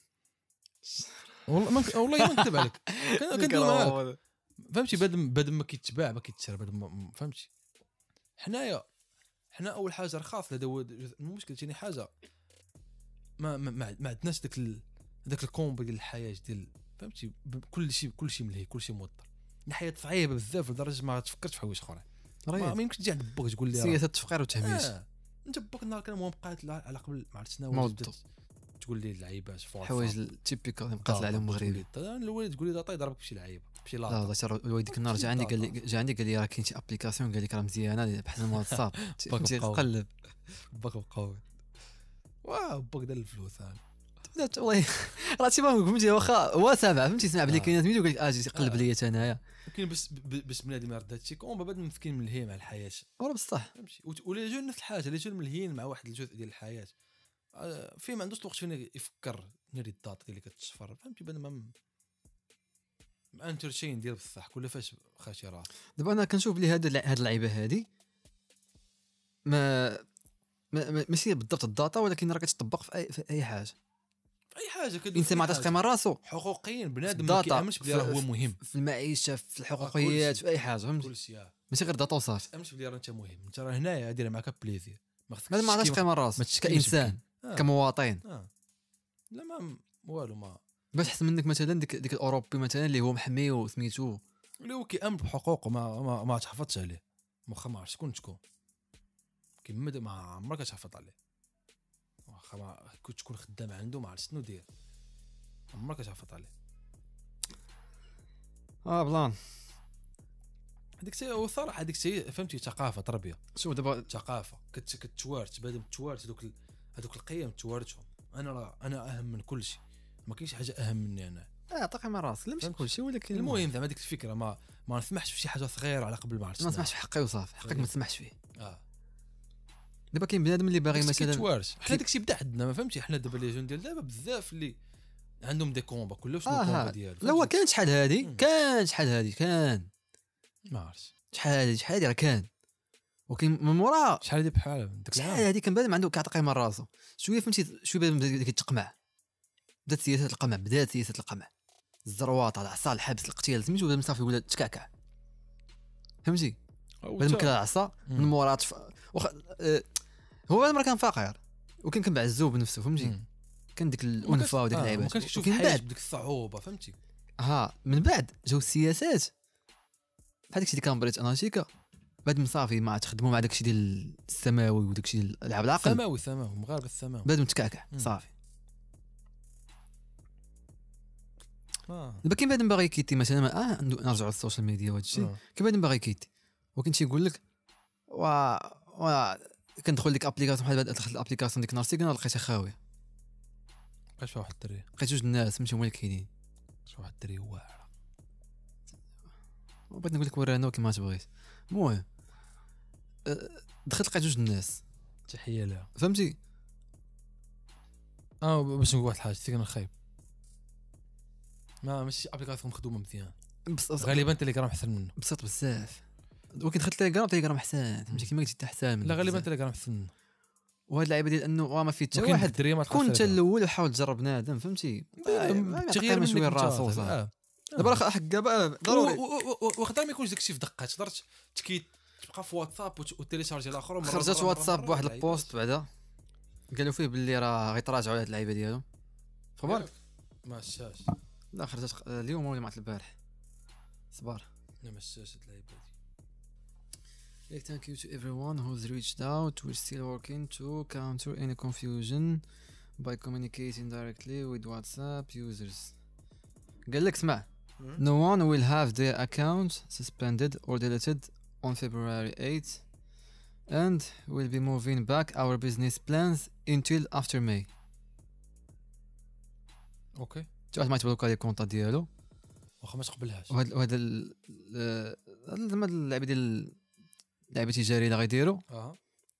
والله ما والله ما نكذب عليك كندوي معاك فهمتي بعد بعد ما كيتباع ما كيتشرى بعد ما فهمتي حنايا حنا اول حاجه رخاص هذا هو المشكل ثاني حاجه ما ما, ما عندناش داك ال... داك الكومبو ديال الحياه ديال فهمتي كل شيء كل شيء ملهي كل شيء موطر الحياه صعيبه بزاف لدرجه ما تفكرش في حوايج اخرين ما, ما يمكنش تجي عند باك تقول لي سياسه التفقير والتهميش آه. انت باك النهار كان موافقات على قبل ما عرفت شنو تقول لي اللعيبات فوق حوايج التيبيكال اللي مقاتل عليهم المغربي الوليد تقول لي داطا يضربك بشي لعيبه بشي لا لا الوليد ديك النهار جا عندي قال لي جا عندي قال لي راه كاين شي ابليكاسيون قال لك راه مزيانه بحال الواتساب تمشي تقلب باك مقوي واو باك دار الفلوس هذا والله راه تيما فهمتي واخا هو سامع فهمتي سمع بلي كاين فيديو قال لك اجي تقلب لي انايا كاين بس باش بنادم يرد هادشي كون بعد مسكين ملهي مع الحياه والله بصح فهمتي ولا جا نفس الحاجه اللي جا ملهيين مع واحد الجزء ديال الحياه فيه ما عندوش الوقت فين يفكر ناري الداتا اللي كتشفر فهمتي بعد ما انترتين ديال بصح كل فاش خاشي راه. دابا انا كنشوف بلي هاد هاد اللعيبه هادي ما ما ماشي بالضبط الداتا، ولكن راه كتطبق في اي في اي حاجه اي حاجه كدير الانسان ما عطاش قيمه راسو حقوقيا بنادم ما كيامنش بلي راه هو مهم في المعيشه في الحقوقيات في اي حاجه فهمتي كلشي ماشي غير داتا وصافي امنش بلي راه انت مهم انت راه هنايا داير معاك بليزير ما خصكش ما عطاش قيمه راسو كانسان آه. كمواطن آه. لا ما والو ما باش حسن منك مثلا ديك ديك الاوروبي مثلا اللي هو محمي وسميتو اللي هو كيامن بحقوقه ما ما, ما تحافظش عليه واخا ما عرفتش شكون تكون كيما ما عمرك تحافظ عليه واخا ما كنت تكون خدام عنده ما عرفت شنو دير عمرك تحافظ عليه. اه بلان هذيك الشيء هو صراحه هذيك الشيء فهمتي ثقافه تربيه. شوف دابا ثقافه كتوارث بعد توارث هذوك هذوك القيم توارثهم. انا راه انا اهم من كل شيء ما كاينش حاجه اهم مني انا. اه طاقي مع راسك لا ماشي كل شيء ولكن المهم زعما ديك الفكره ما ما نسمحش في شي حاجه صغيره على قبل ما عرفتش ما نسمحش في حقي وصافي حقك ما تسمحش فيه. اه دابا كاين بنادم اللي باغي مثلا توارث حنا داكشي بدا عندنا ما فهمتي حنا دابا لي جون ديال دابا بزاف اللي عندهم دي كومبا كله شنو آه الكومبا ديالو. لا هو كان شحال هادي كان شحال هادي كان ما عرفتش شحال هادي شحال هادي راه كان ولكن من موراها شحال هادي بحال داك شحال هادي كان بنادم عنده كيعطي قيمه لراسو شويه فهمتي شويه بدا كيتقمع بدات سياسه القمع بدات سياسه القمع الزرواطه العصا الحبس الاغتيال سميتو بدا صافي ولا تكعكع فهمتي بدا مكلا العصا من موراها واخا أه هو انا كان فقير وكان كان بعزو بنفسه فهمتي كان ديك الانفه وديك اللعيبات ما كانش كيشوف حاجه بديك الصعوبه فهمتي. ها من بعد جاو السياسات بحال داكشي اللي كان بريت اناشيكا بعد من صافي ما تخدموا مع داكشي ديال السماوي وداكشي ديال العاب العقل سماوي سماوي مغاربه السماوي بعد متكعكع صافي. اه دابا كاين بعد باغي كيتي مثلا اه نرجعوا للسوشيال ميديا وهذا الشيء آه. كاين بعد باغي كيتي ولكن تيقول لك وا وا كندخل ديك ابليكاسيون بحال دخلت الابليكاسيون ديك نارسي كنا لقيتها خاويه بقاش واحد الدري لقيت جوج الناس ماشي هما اللي كاينين شي واحد الدري واعر بغيت نقول لك ورانا كيما تبغيت. المهم دخلت لقيت جوج الناس تحيه لها فهمتي اه باش نقول واحد الحاجه سيكون خايب ما ماشي ابليكاسيون مخدومه مزيان غالبا تيليجرام احسن منه بسيط بزاف ولكن دخلت تيليجرام تيليجرام احسن فهمتي كيما قلتي احسن لا غالبا تيليجرام احسن منه. وهاد اللعيبه ديال انه واه ما في حتى واحد كون انت الاول وحاول تجرب بنادم فهمتي تغيير من شويه راسو صافي دابا راه حق دابا ضروري وخدام ما يكونش داكشي في دقه تقدر تكيت تبقى في واتساب وتيليشارجي الاخر خرجت واتساب بواحد البوست بعدا قالوا فيه باللي راه غيتراجعوا على هاد اللعيبه ديالهم خبر ما شاش لا خرجت اليوم ولا مع البارح صبار لا ما شاش هاد اللعيبه هادي. Like, thank you to everyone who's reached out. We're still working to counter any confusion by communicating directly with WhatsApp users. قال لك اسمع no one will have their account suspended or deleted on February eighth and we'll be moving back our business plans until after May. اوكي واحد ما يتبدلوا لي الكونطا ديالو واخا ما تقبلهاش وهذا وهذا زعما اللعبه ديال لعبه تجاريه اللي غيديروا اه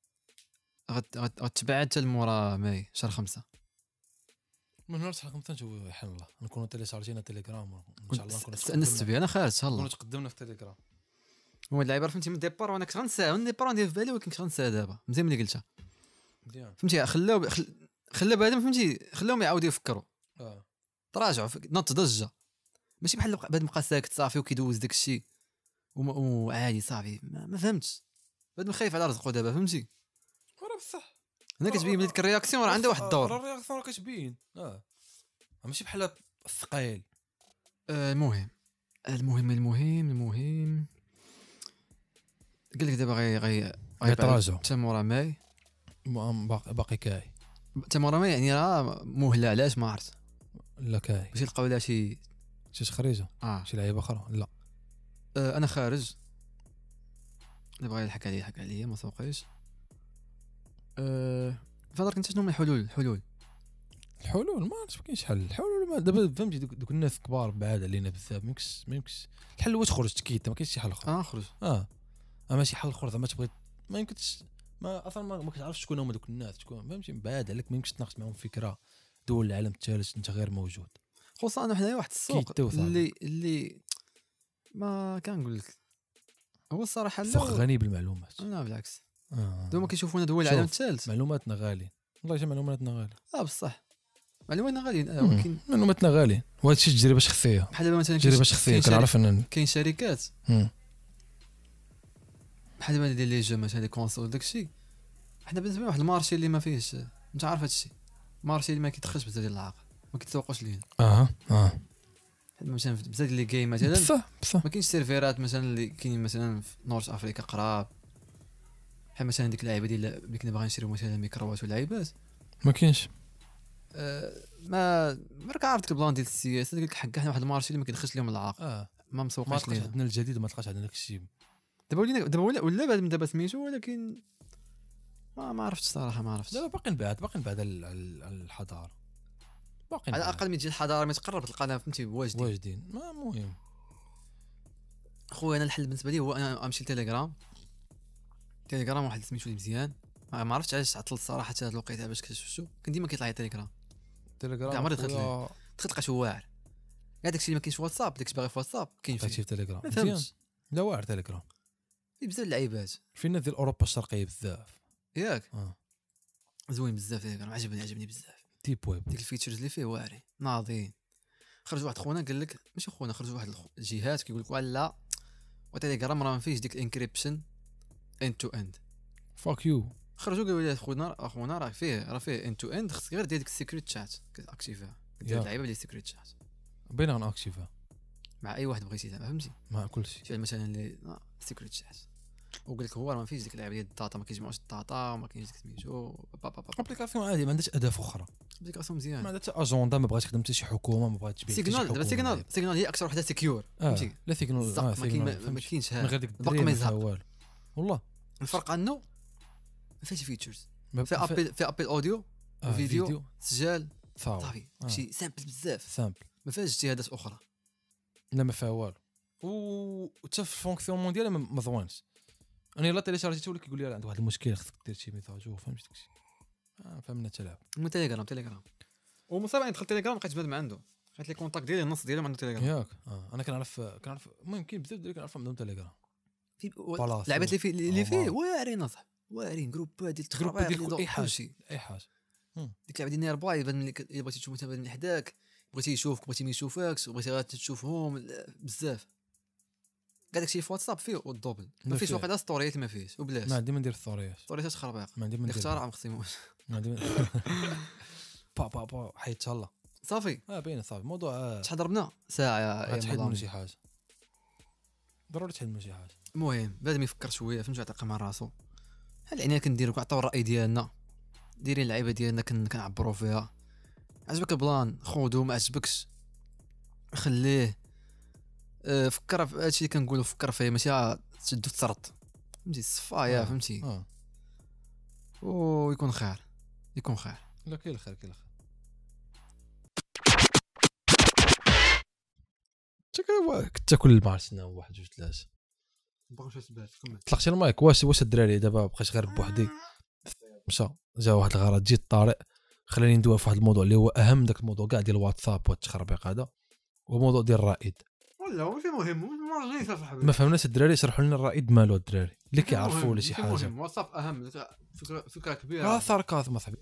غتبعد حتى لمورا ماي شهر خمسة من نهار شهر خمسة نشوفوا يحل الله نكونوا تيليشارجينا تيليجرام ان شاء الله نكونوا استنست بها انا خارج ان شاء الله نكونوا تقدمنا في تيليجرام. هو اللعيبه فهمتي من ديبار وانا كنت غنسى من ديبار ندير في بالي ولكن كنت غنسى دابا مزيان ملي قلتها مزيان فهمتي خلاو خلا بهذا فهمتي خلاهم يعاودوا يفكروا اه تراجعوا نط ضجه ماشي بحال بعد بقى ساكت صافي وكيدوز داك الشيء وعادي صافي ما, ما فهمتش بعد ما خايف على رزقه دابا فهمتي راه بصح هنا كتبين بلي ديك الرياكسيون راه عندها واحد الدور راه الرياكسيون راه كتبين اه ماشي بحال الثقيل. آه المهم المهم المهم المهم قال لك دابا غي غي غيتراجعوا حتى مورا ماي باقي كاي حتى مورا ماي يعني راه مهله علاش ما عرفت لا كاي باش يلقاو لها شي شي خريجه اه شي لعيبه اخرى لا آه انا خارج اللي بغى يضحك عليا يضحك عليا ما سوقيش أه فهضرك انت شنو هما الحلول الحلول الحلول ما عرفتش كاينش حل الحلول ما دابا فهمتي دوك الناس كبار بعاد علينا بزاف مايمكنش مايمكنش الحل هو تخرج تكيت ما كاينش شي حل اخر اه خرج اه ماشي حل اخر زعما تبغي ما يمكنش ما اصلا ما, ما كتعرفش شكون هما دوك الناس شكون فهمتي بعاد عليك ما يمكنش تناقش معاهم فكره دول العالم الثالث انت غير موجود خصوصا انا حنايا واحد السوق اللي اللي ما كنقول لك هو الصراحه فخ غني بالمعلومات. لا بالعكس آه. دوما كيشوفونا دول العالم الثالث. معلوماتنا غاليين والله، جا معلوماتنا غاليين. اه بصح معلوماتنا غاليين آه ولكن معلوماتنا غاليين، وهذا الشيء تجربه شخصيه. بحال دابا مثلا تجربه شخصيه كنعرف ان كاين شركات بحال دابا ديال لي جو مثلا لي كونسول داكشي، حنا بالنسبه لنا واحد المارشي اللي ما فيهش، انت عارف هادشي مارشي اللي ما كيدخلش بزاف ديال العاقل، ما كيتسوقوش ليه. اه اه مثلا بزاف ديال لي جيم مثلا بصح بصح ما كاينش سيرفيرات مثلا اللي كاينين مثلا في نورث افريكا قراب، بحال مثلا ديك اللعيبه ديال اللي كنا باغيين نشريو مثلا ميكروات ولعيبات ما كاينش. أه ما راك عارف ديك البلان ديال السياسه ديك الحق، حنا واحد المارشي اللي ما كيدخلش لهم العاقل. اه ما مسوقاش ليه ليه. عندنا الجديد وما تلقاش عندنا داك الشيء دابا ولينا دابا ولا ولا بعد من دابا سميتو، ولكن ما ما عرفتش صراحه ما عرفتش. دابا باقيين بعاد باقيين بعاد على الحضاره، باقيين على الاقل من تجي الحضاره ما تقرب تلقانا فهمتي واجدين واجدين. ما مهم خويا انا الحل بالنسبه لي هو انا امشي لتيليجرام. تيليجرام واحد سميتو مزيان، ما عرفتش علاش عطلت الصراحه حتى هاد الوقيته باش كتشفتو، كان ديما كيطلع لي تيليجرام. تيليجرام عمري دخلت ليه دخلت لقيت واعر كاع داكشي اللي ما كاينش واتساب، داكشي باغي في واتساب كاين في تيليجرام. ما فهمتش لا واعر تيليجرام فيه بزاف اللعيبات في الناس ديال اوروبا الشرقيه بزاف ياك. اه زوين بزاف تيليجرام، عجبني عجبني بزاف تيب ويب. ديك الفيتشرز اللي فيه واعرين ناضيين. خرج واحد خونا قال لك ماشي خونا، خرج واحد الجهات كيقول لك لا وتيليجرام راه ما فيهش ديك الانكريبشن اند تو اند. فاك يو. خرجوا قالوا لي خونا اخونا راه فيه راه فيه اند تو اند، خصك غير دير ديك السيكريت شات اكتيفها، دير اللعيبه ديال السيكريت شات بينا انا اكتيفها مع اي واحد بغيتي زعما فهمتي مع كلشي. شي مثلا اللي سيكريت شات وقال لك هو راه ما فيش ديك اللعبه ديال الداتا، ما كيجمعوش الداتا وما كاينش ديك سميتو ابليكاسيون عادي ما عندهاش اهداف اخرى. ابليكاسيون مزيان ما عندها حتى اجندا، ما بغاتش تخدم حتى شي حكومه، ما بغاتش تبيع سيجنال. دابا سيجنال سيجنال هي اكثر وحده سيكيور فهمتي. لا سيجنال ما كاين ما كاينش من غير ديك باقي ما يزهق والو والله. الفرق عنه ما فيهش فيتشرز، في ابل في ابل اوديو فيديو سجال صافي شي سامبل بزاف سامبل، ما فيهاش اجتهادات اخرى. لا ما فيها والو. و حتى في الفونكسيون ديالها ما زوينش. انا يلا تيليشارجيته ولا كيقول لي عنده واحد المشكل خصك دير شي ميساجو فهمتي داكشي. اه فهمنا تلعب من تيليجرام تيليجرام ومصاب دخلت تيليجرام لقيت بنادم عنده، لقيت لي كونتاكت ديالي النص ديالهم عنده تيليجرام ياك. اه انا كنعرف كنعرف المهم كاين بزاف ديال كنعرفهم عندهم تيليجرام. في لعبات اللي فيه اللي فيه واعرين اصاحبي واعرين جروبات ديال التخربيق ديال اي حاجه اي حاجه. ديك اللعبه ديال نير باي يبان ملي بغيتي تشوف مثلا من حداك، بغيتي يشوفك بغيتي ما يشوفكش، بغيتي غير تشوفهم بزاف. كاع داكشي في واتساب فيه والدوبل ما فيش واقيلا ستوريات ما فيهش وبلاش. ما عندي ما ندير ستوريات ستوريات خربيق ما عندي ما ندير اختراع مخصيموش ما عندي با با با حيت الله صافي. اه باين صافي الموضوع. شحال ضربنا ساعه يا تحيد من شي حاجه ضروري تحيد من شي حاجه. المهم بنادم يفكر شويه فهمتوا يعطي مع راسو. هل يعني كنديروا كنعطيو الراي ديالنا دايرين اللعيبه ديالنا كنعبروا فيها. عجبك البلان خذو، ما عجبكش خليه. أه فكر في هادشي اللي كنقولوا فكر فيه ماشي تشدو تسرط فهمتي الصفايه فهمتي اه ويكون خير يكون خير. لا كاين الخير كاين الخير. كنت تاكل مع سنه واحد جوج ثلاثه باغي نسبات كمل طلقتي المايك. واش واش الدراري دابا بقيت غير بوحدي مشى جا واحد الغرض جيت طارئ خلاني ندوي في واحد الموضوع اللي هو اهم داك الموضوع كاع ديال الواتساب والتخربيق هذا، هو موضوع ديال الرائد. ولا ماشي مهم ما جايش صاحبي ما فهمناش الدراري شرحوا لنا الرائد مالو الدراري اللي كيعرفوا ولا شي حاجه. مهم واتساب اهم فكره فكره كبيره. اه ساركازم صاحبي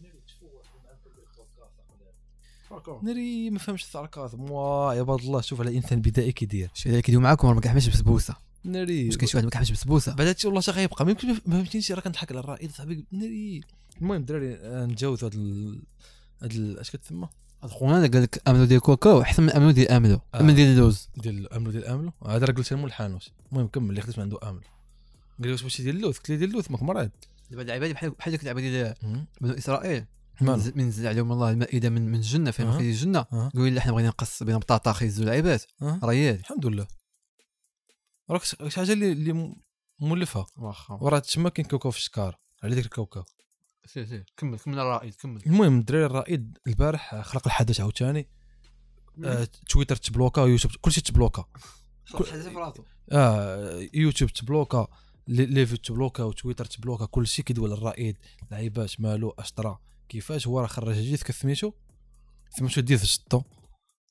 ناري ما فهمش الساركازم. واه يا عباد الله شوف على الانسان بدائي كيدير شي اللي كيدير معاكم ما كيحملش بسبوسه ناري. واش كاين شي واحد ما كيحملش بسبوسه بعد هادشي والله شي غيبقى ما يمكنش ما فهمتينش راه كنضحك على الرائد صاحبي ناري. المهم الدراري نتجاوزوا هاد ال... هاد ال... اش كتسمى هاد خونا اللي قال لك املو ديال كوكاو احسن من املو ديال املو آه. امل ديال اللوز ديال املو ديال املو هذا راه قلت لهم الحانوت. المهم كمل اللي خديت من عنده املو قال لي واش ماشي ديال اللوز قلت لي ديال اللوز ماك مريض. دابا اللعبه بحال بحال ديك اللعبه ديال بنو اسرائيل من نزل عليهم الله المائده من من الجنه فين خرج الجنه قالوا لي حنا بغينا نقص بين بطاطا خيزوا لعيبات ريال الحمد لله راك شي حاجه اللي اللي مولفها واخا وراه تما كاين كوكو في الشكار على ديك الكوكو. سير سير كمل كمل الرائد كمل. المهم الدراري الرائد البارح خلق الحدث عاوتاني آه، تويتر تبلوكا يوتيوب كلشي تبلوكا خلق الحدث في راسو. اه يوتيوب تبلوكا ليفي تبلوكا وتويتر تبلوكا كلشي كيدوي للرائد لعيبات مالو اشطرا كيفاش هو راه خرج جديد كسميتو سميتو ديز شطو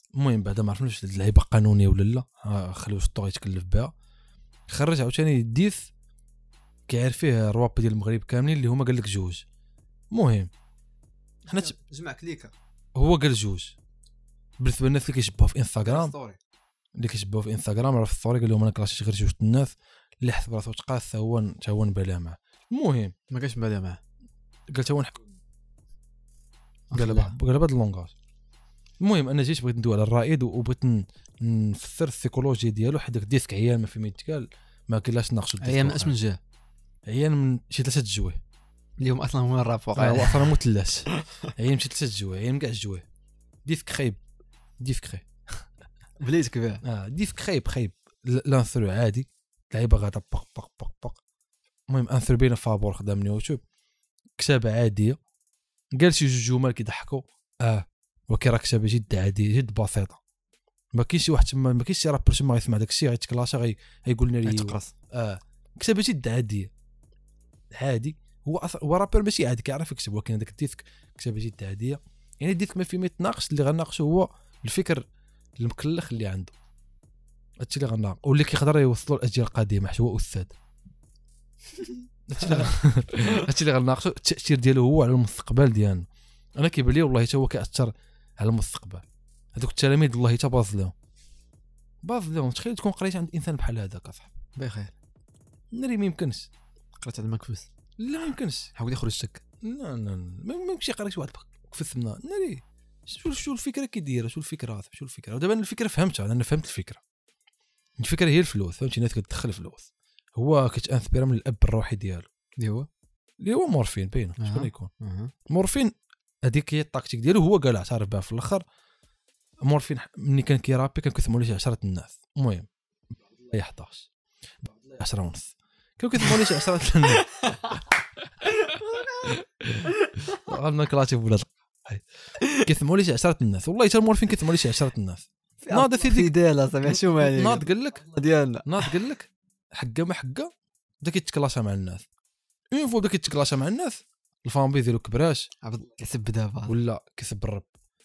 المهم بعدا ما عرفناش اللعيبه قانونيه ولا لا، خليو الطوغ يتكلف بها. خرج عاوتاني ديث كيعرف فيه الرواب ديال المغرب كاملين اللي هما قال لك جوج. المهم حنا جمع كليكا هو قال جوج بالنسبه للناس اللي كيشبهوا في انستغرام، اللي كيشبهوا في انستغرام راه في الصوري قال لهم انا كلاشي غير جوج الناس اللي حسب راسو تقاس هو حتى هو نبالاه معاه. المهم ما كاش نبالاه معاه، قالت هو نحكي قال بها قال بهذا اللونغاج. المهم انا جيت بغيت ندوي على الرائد وبغيت نفسر السيكولوجي ديالو، حيت ديسك عيان ما في ما يتقال ما كاينلاش ناقشوا عيان من اسم الجاه، عيان من شي ثلاثه الجواه اللي هم اصلا هما الراب واقع هو اصلا مثلاث عيان من شي ثلاثه الجواه، عيان من كاع الجواه. ديسك خايب ديسك خايب بليتك بها اه ديسك خايب خايب لانثرو عادي لعيبه غادا بق بق بق بق. المهم انثرو بين فابور خدام من يوتيوب كتابه عاديه قال شي جوج جمل كيضحكوا اه ولكن راه كتابه جد عاديه جد بسيطه. ما كاينش شي واحد تما ما كاينش شي رابر تما غيسمع داك الشيء غيتكلاشا غي غيقول لنا لي يتقرص. اه كتابه جد عاديه عادي. هو أص... هو رابر ماشي عادي كيعرف يكتب، ولكن هذاك الديسك كتابه جد عاديه. يعني الديسك ما في ما يتناقش، اللي غناقشه هو الفكر المكلخ اللي عنده، هادشي اللي غناقش واللي كيقدر يوصلوا الاجيال القادمه حيت هو استاذ. هادشي اللي غناقشوا التاثير ديالو هو على المستقبل ديالنا. انا كيبان لي والله حتى هو كيأثر على المستقبل. هذوك التلاميذ والله حتى باز لهم باز لهم. تخيل تكون قريت عند انسان بحال هذاك اصاحبي بخير ناري ما يمكنش قرات على المكفوس لا ما يمكنش حاول يخرج شك لا لا ما يمكنش يقرا شي واحد مكفوس منا ناري. شو شو الفكره كي دايره شو الفكره شو الفكره دابا انا الفكره فهمتها انا فهمت الفكره. الفكره هي الفلوس فهمتي الناس كتدخل فلوس. هو كيتانسبيرا من الاب الروحي ديالو اللي هو اللي هو مورفين باين أه. شكون يكون أه. مورفين هذيك هي التاكتيك ديالو. هو قال اعترف بها في الاخر. مورفين ملي كان كيرابي كان كيسمعوا ليه عشرة الناس. المهم يحطاش عشرة ونص كانوا كيسمعوا ليه عشرة الناس. غالنا كلاتيف ولا كيسمعوا ليه عشرة الناس. والله حتى المورفين كيسمعوا ليه عشرة الناس. ناض سيدي ديالها سامع شو مالك ناض قال لك ديالنا ناض قال لك حقه ما حقه بدا كيتكلاشا مع الناس. اون فوا بدا كيتكلاشا مع الناس الفامبي ديالو كبراش كيسب دابا ولا كيسب الرب.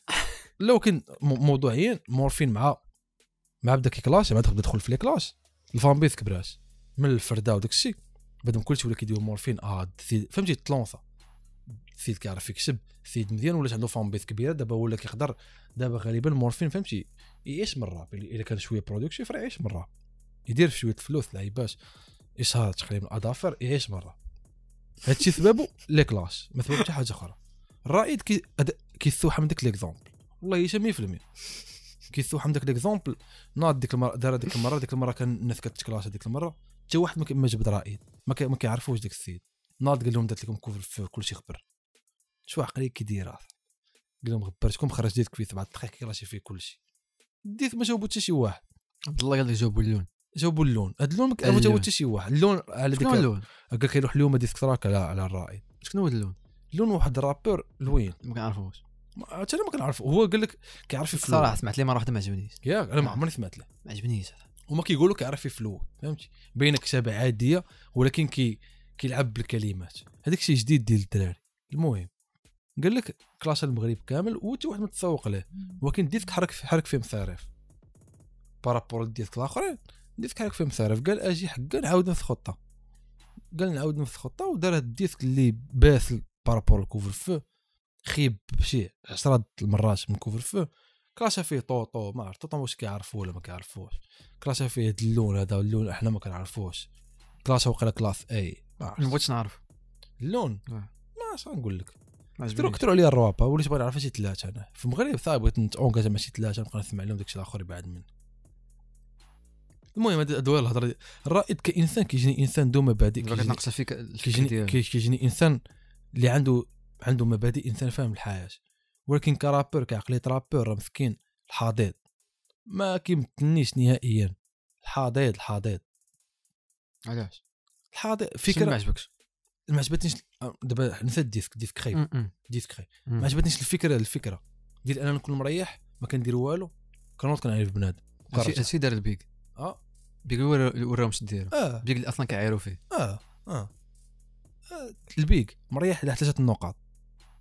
لو كان موضوعيا مورفين مع مع بدا كيكلاش مع بدا يدخل في لي كلاش الفامبيس كبراش من الفرده وداك الشيء بدا كلشي ولا كيديروا مورفين اه فهمتي تلونسا السيد كيعرف يكسب السيد مزيان ولات عنده فامبيس كبيره دابا ولا كيقدر دابا غالبا مورفين فهمتي يعيش من الراب الا كان شويه برودكتيف راه يعيش من الراب يدير في شويه فلوس لعيبات اشهار تقريبا اظافر يعيش من الراب. هادشي سببه لي كلاش ما سبب حتى حاجه اخرى. الرائد كي كيسوح من داك ليكزامبل والله هي مية في المية كيسوح من داك ليكزامبل. ناض ديك المره دار ديك المره ديك المره كان الناس كتكلاش هذيك المره حتى واحد ما جبد رائد ما ما كيعرفوش داك السيد. ناض قال لهم درت لكم كوفر في كلشي خبر شو عقلي كيدير قال لهم غبرتكم خرج ديتك في سبعة دقائق كيلاشي فيه كلشي. ديت ما جاوبو حتى شي واحد. عبد الله قال لك جاوبوا اللون جاوبوا اللون هاد اللون ما جاوبو حتى شي واحد. اللون على ديك اللون قال كيروح اليوم ديسك تراك على على الرائد. شنو هو اللون؟ اللون واحد الرابور لوين ما كنعرفوش حتى انا ما كنعرفو. هو قال لك كيعرف يفلو صراحه سمعت لي مره واحده ما عجبنيش ياك انا ما عمرني سمعت له ما عجبنيش وما كيقولوا كيعرف يفلو فهمتي بين كتابه عاديه ولكن كي كيلعب بالكلمات هذاك الشيء جديد ديال الدراري. المهم قال لك كلاش المغرب كامل وحتى واحد متسوق له ولكن ديتك حرك في حرك فيه مصاريف بارابور ديالك الاخرين ديتك حرك فيه مصاريف. قال اجي حقا نعاود نفس خطه قال نعاود نفس خطه ودار هاد الديسك اللي باس بارابور الكوفر فو خيب بشي عشرة المرات من كوفر فو. كلاشا فيه طوطو ما عرفت طوطو واش كيعرفوه ولا ما كيعرفوش. كلاشا فيه هاد اللون هذا اللون احنا ما كنعرفوش. كلاشا وقيلا كلاس اي ما بغيتش نعرف اللون ما اش غنقول لك كثروا كثروا عليا الروابا وليت باغي نعرف شي ثلاثه. انا في المغرب صعب بغيت نتونكاجا مع شي ثلاثه نبقى نسمع لهم داكشي الاخر يبعد مني. المهم هاد دوار الهضره الرائد كانسان كيجيني انسان ذو مبادئ كتناقش فيك كيجيني كيجيني انسان اللي عنده عنده مبادئ انسان فاهم الحياه. ولكن كرابور كعقليه رابور راه مسكين الحضيض ما كيمتنيش نهائيا. الحضيض الحضيض علاش الحضيض فكره ما عجبكش ما عجبتنيش دابا نسى الديسك ديسك خايب ديسك خايب ما عجبتنيش الفكره الفكره ديال انا نكون مريح ما كندير والو كنوض كنعرف بنادم. هادشي دار البيك اه بيك وراهم اش ديروا اه بيك اللي اصلا كيعايروا فيه اه اه, آه. البيك مريح على ثلاثه النقاط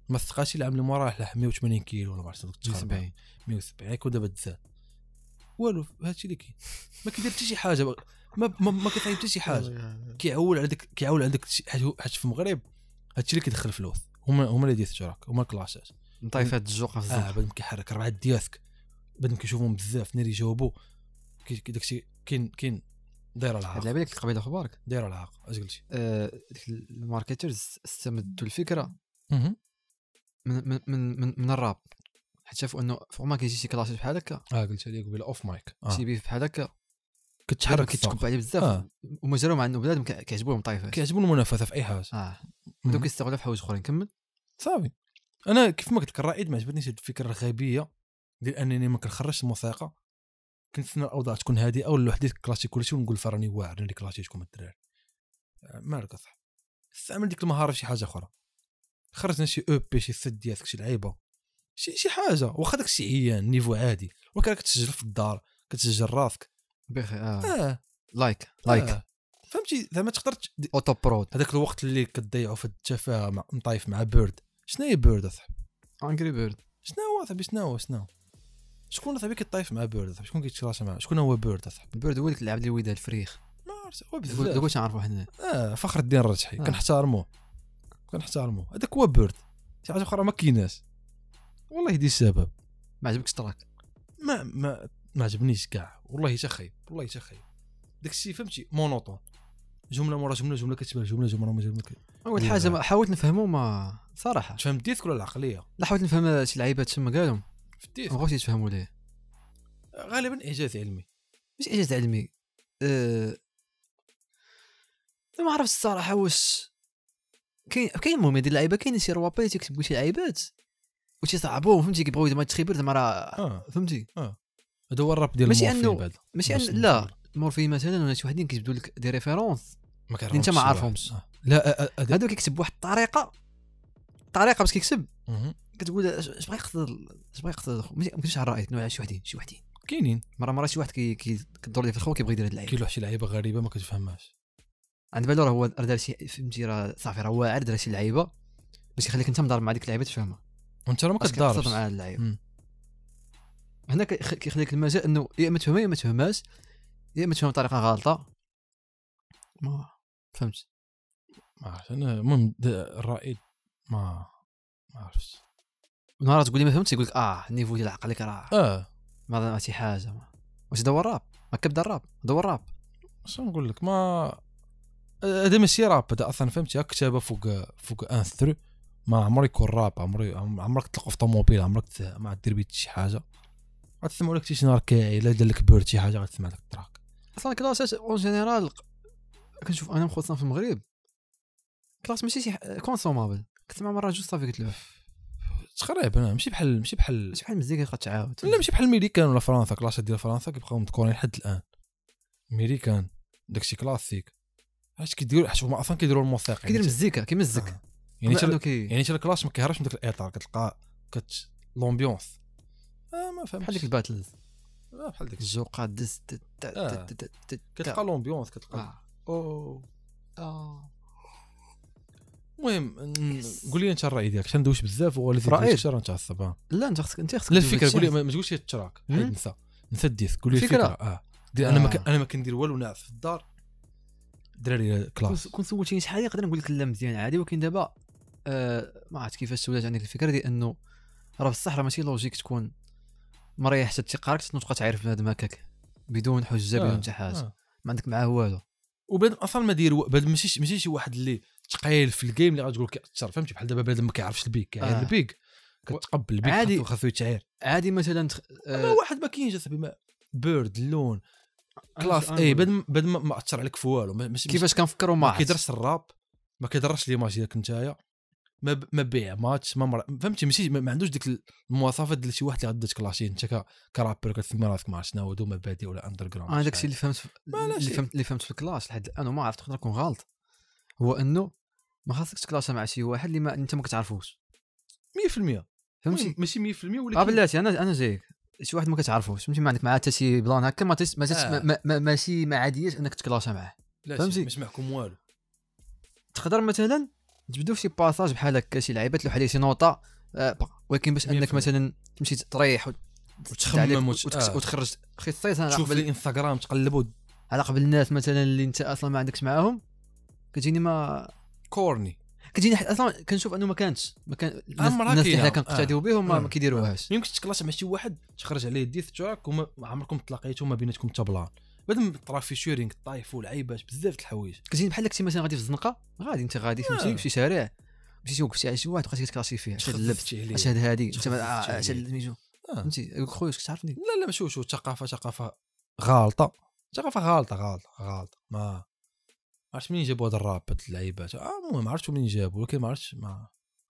ما ثقاش الا عامل مراحل مية وثمانين كيلو ولا ما عرفتش مية وسبعين مية وسبعين يكون دابا تزاد والو هادشي اللي كاين ما كيدير حتى شي حاجه ما ما, ما كيطيب حتى شي حاجه كيعول على داك كيعول على داك حاجه في المغرب هادشي اللي كيدخل فلوس هما هما اللي ديال الشراك هما الكلاشات نطيفات الجوق في اه بعد ما كيحرك ربعه ديالك بعد ما كيشوفهم بزاف ناري يجاوبوا كي داكشي كاين كاين دايره العاق اللعبه ديك القبيله اخبارك دايره العاق اش قلتي آه ديك الماركترز استمدوا الفكره من من من من, من الراب حيت شافوا انه فوق ما كيجي شي كلاشات بحال هكا اه قلت لك قبيله اوف مايك آه. شي بيف بحال هكا كتحرك كيتكب عليه بزاف آه. وما جراو مع انه بلادهم كيعجبوهم طايفات كيعجبهم المنافسه في اي حاجه اه بداو كيستغلوا في حوايج اخرين كمل صافي انا كيف ما قلت لك الرائد ما عجبتنيش هاد الفكره الغبيه ديال انني ما كنخرجش الموسيقى كنتسنى الاوضاع تكون هادئه ولا وحدي كلاشي كلشي ونقول فراني واعر اللي كلاشيتكم الدراري مالك صح استعمل ديك المهاره في شي حاجه اخرى خرجنا شي او بي شي ست ديالك شي لعيبه شي شي حاجه واخا داك الشيء عيان نيفو عادي وكان كتسجل في الدار كتسجل راسك بخير اه, آه. لايك لايك آه. فهمتي زعما تقدر اوتو برود هذاك الوقت اللي كتضيعوا في التفاهه مع مطايف مع بيرد شنو هي بيرد اصاحبي انجري بيرد شنو هو صاحبي شنو هو شنو شكون صاحبي كيطايف مع بيرد صاحبي شكون كيتشراشا معاه شكون هو بيرد اصاحبي بيرد هو ديك اللعب اللي وليدها الفريخ ما عرفتش هو بزاف دوك واش نعرفوا حنا اه فخر الدين الرجحي آه. كنحترموه كنحترموه هذاك هو بيرد شي حاجه اخرى ما كايناش والله دي السبب ما عجبكش تراك ما ما ما عجبنيش كاع والله حتى خايب والله حتى خايب داكشي فهمتي مونوطون جمله مورا جمله جمله كتبان جمله جمله مورا جمله اول حاجه حاولت نفهمو ما صراحه تفهم ديتك ولا العقليه لا حاولت نفهم شي لعيبات تما قالهم في الديت ما بغاوش يتفهموا ليه غالبا اعجاز علمي مش اعجاز علمي أه... ما عرفتش الصراحه واش كاين كاين المهم هاد اللعيبه كاين شي روابط تيكتبوا شي لعيبات وتيصعبوهم فهمتي كيبغيو زعما تخيبر زعما راه آه. فهمتي اه هذا هو الراب ديال ماشي المورفين انه بعد ماشي أن... لا مورفي مثلا ولا شي وحدين كيجبدوا لك دي ريفيرونس ما اللي انت ما عارفهمش آه. لا هادو كيكتب بواحد الطريقه طريقه باش كيكتب مه. كتقول اش بغا يقصد اش بغا يقصد ماشي ماشي على رايك نوع شي وحدين شي وحدين كاينين مره مره شي واحد كي كدور ليه في الخو كيبغي يدير هاد اللعيبه كاين واحد شي لعيبه غريبه ما كتفهمهاش عند بالو راه هو دار شي فهمتي راه صافي راه واعر دار شي لعيبه باش يخليك انت مضارب مع ديك اللعيبه تفهمها وانت راه ما كتضاربش مع اللعيبه هنا كيخليك المجال انه يا اما تفهمها يا ما تفهمهاش يا اما تفهم بطريقه غلطه ما فهمت ما عرفتش انا المهم الرائد ما ما عرفتش نهار تقول لي ما فهمتش يقول لك اه النيفو ديال عقلك راه اه ما شي حاجه واش هذا هو الراب ما كبدا الراب هذا هو الراب اش نقول لك ما هذا ماشي راب هذا اصلا فهمتي كتابه فوق فوق انسترو ما عمري يكون راب عمري عمرك تلقى في طوموبيل عمرك ما دير بيت شي حاجه غتسمعوا لك شي نهار كاعي الا دار لك بيرد شي حاجه غتسمع لك التراك اصلا كلاسات اون جينيرال كنشوف انا مخصصا في المغرب كلاس ماشي شي كونسومابل كتسمع مره جوج صافي قلت له تخرب انا ماشي بحال ماشي بحال ماشي بحال المزيكا كتعاود لا ماشي بحال الميريكان ولا فرنسا كلاسات ديال فرنسا كيبقاو مذكورين لحد الان ميريكان داكشي كلاسيك اش كيديروا حيت هما اصلا كيديروا الموسيقى كيدير المزيكا كيمزك آه. يعني تل... كي... يعني حتى الكلاش ما كيهربش من داك الاطار كتلقى كت لومبيونس اه ما فهمتش بحال ديك الباتلز اه بحال ديك الجوقه دز كتلقى لومبيونس كتلقى او اه المهم قول لي انت الراي ديالك ندوش بزاف ولا زيد اكثر انت عصبان لا انت خصك انت خصك لا الفكره قول لي ما تقولش التراك نسى نسى الديسك قول لي الفكره اه دير انا ما انا ما كندير والو ناعس في الدار دراري كلاس كون سولتيني شحال نقدر نقول لك لا مزيان عادي ولكن دابا آه ما عرفت كيفاش ولات عندك الفكره ديال انه راه بصح راه ماشي لوجيك تكون مريح حتى تيقارك تبقى تعرف بنادم هكاك بدون حجه بدون حتى حاجه آه. ما عندك معاه والو وبنادم اصلا ما داير بنادم ماشي ماشي شي واحد اللي تقيل في الجيم اللي غتقول كيأثر فهمتي بحال دابا بنادم ما كيعرفش البيك كيعير آه. البيك كتقبل البيك عادي خاصو يتعير عادي مثلا تخ... آه. واحد ما كاينش اصاحبي بيرد اللون كلاس اي بدل بدل ما اثر عليك في والو ماشي كيفاش كنفكروا ما كيدرس الراب ما كيدرسش ليماج ديالك نتايا ما ب... ما بيع ماتش ما مر... فهمتي ماشي ما عندوش ديك المواصفات ديال شي واحد اللي غادي تكلاشي انت كرابر كتسمي راسك ما عرفتش شنو هو مبادئ ولا اندر جراوند انا داكشي اللي فهمت اللي فهمت اللي فهمت في الكلاش لحد انا ما عرفت نقدر نكون غلط هو انه ما خاصكش تكلاشا مع شي واحد اللي ما انت ما كتعرفوش مية في المية فهمتي ماشي مية في المية ولكن اه بلاتي انا انا جايك شي واحد ما كتعرفوش فهمتي ما عندك معاه حتى شي بلان هكا ما تس... ما, تس... آه. ما, ما ماشي ما عاديش انك تكلاشا معاه فهمتي مش معكم والو تقدر مثلا تبداو شي باساج بحال هكا شي لعيبات لو حالي شي نوطه آه ولكن باش انك مثلا تمشي تريح وتخمم وتخرج خصيصا على قبل الانستغرام تقلبوا على قبل الناس مثلا اللي انت اصلا ما عندكش معاهم كتجيني ما كورني كتجيني اصلا كنشوف انه ما كانش ما كان الناس اللي حنا كنقتاديو بهم ما كيديروهاش. يمكن تكلاش مع شي واحد تخرج عليه ديث تراك وما عمركم تلاقيتوا ما بيناتكم حتى بلان بعد طرافي شيرينغ طايفوا لعيبات بزاف د الحوايج كتجيني بحال كنتي مثلا غادي في الزنقه غادي انت غادي فهمتي في شي شارع مشيتي وقفتي على شي واحد بقيتي كتكلاشي فيه اش لبت اش هاد هادي انت اش سميتو فهمتي خويا واش كتعرفني لا لا ماشي شو ثقافه ثقافه غالطه ثقافه غالطه غالطه غالطه ما عرفت منين جابوا هاد الراب هاد اللعيبات اه المهم ما عرفتش منين جابوا ولكن ما عرفتش ما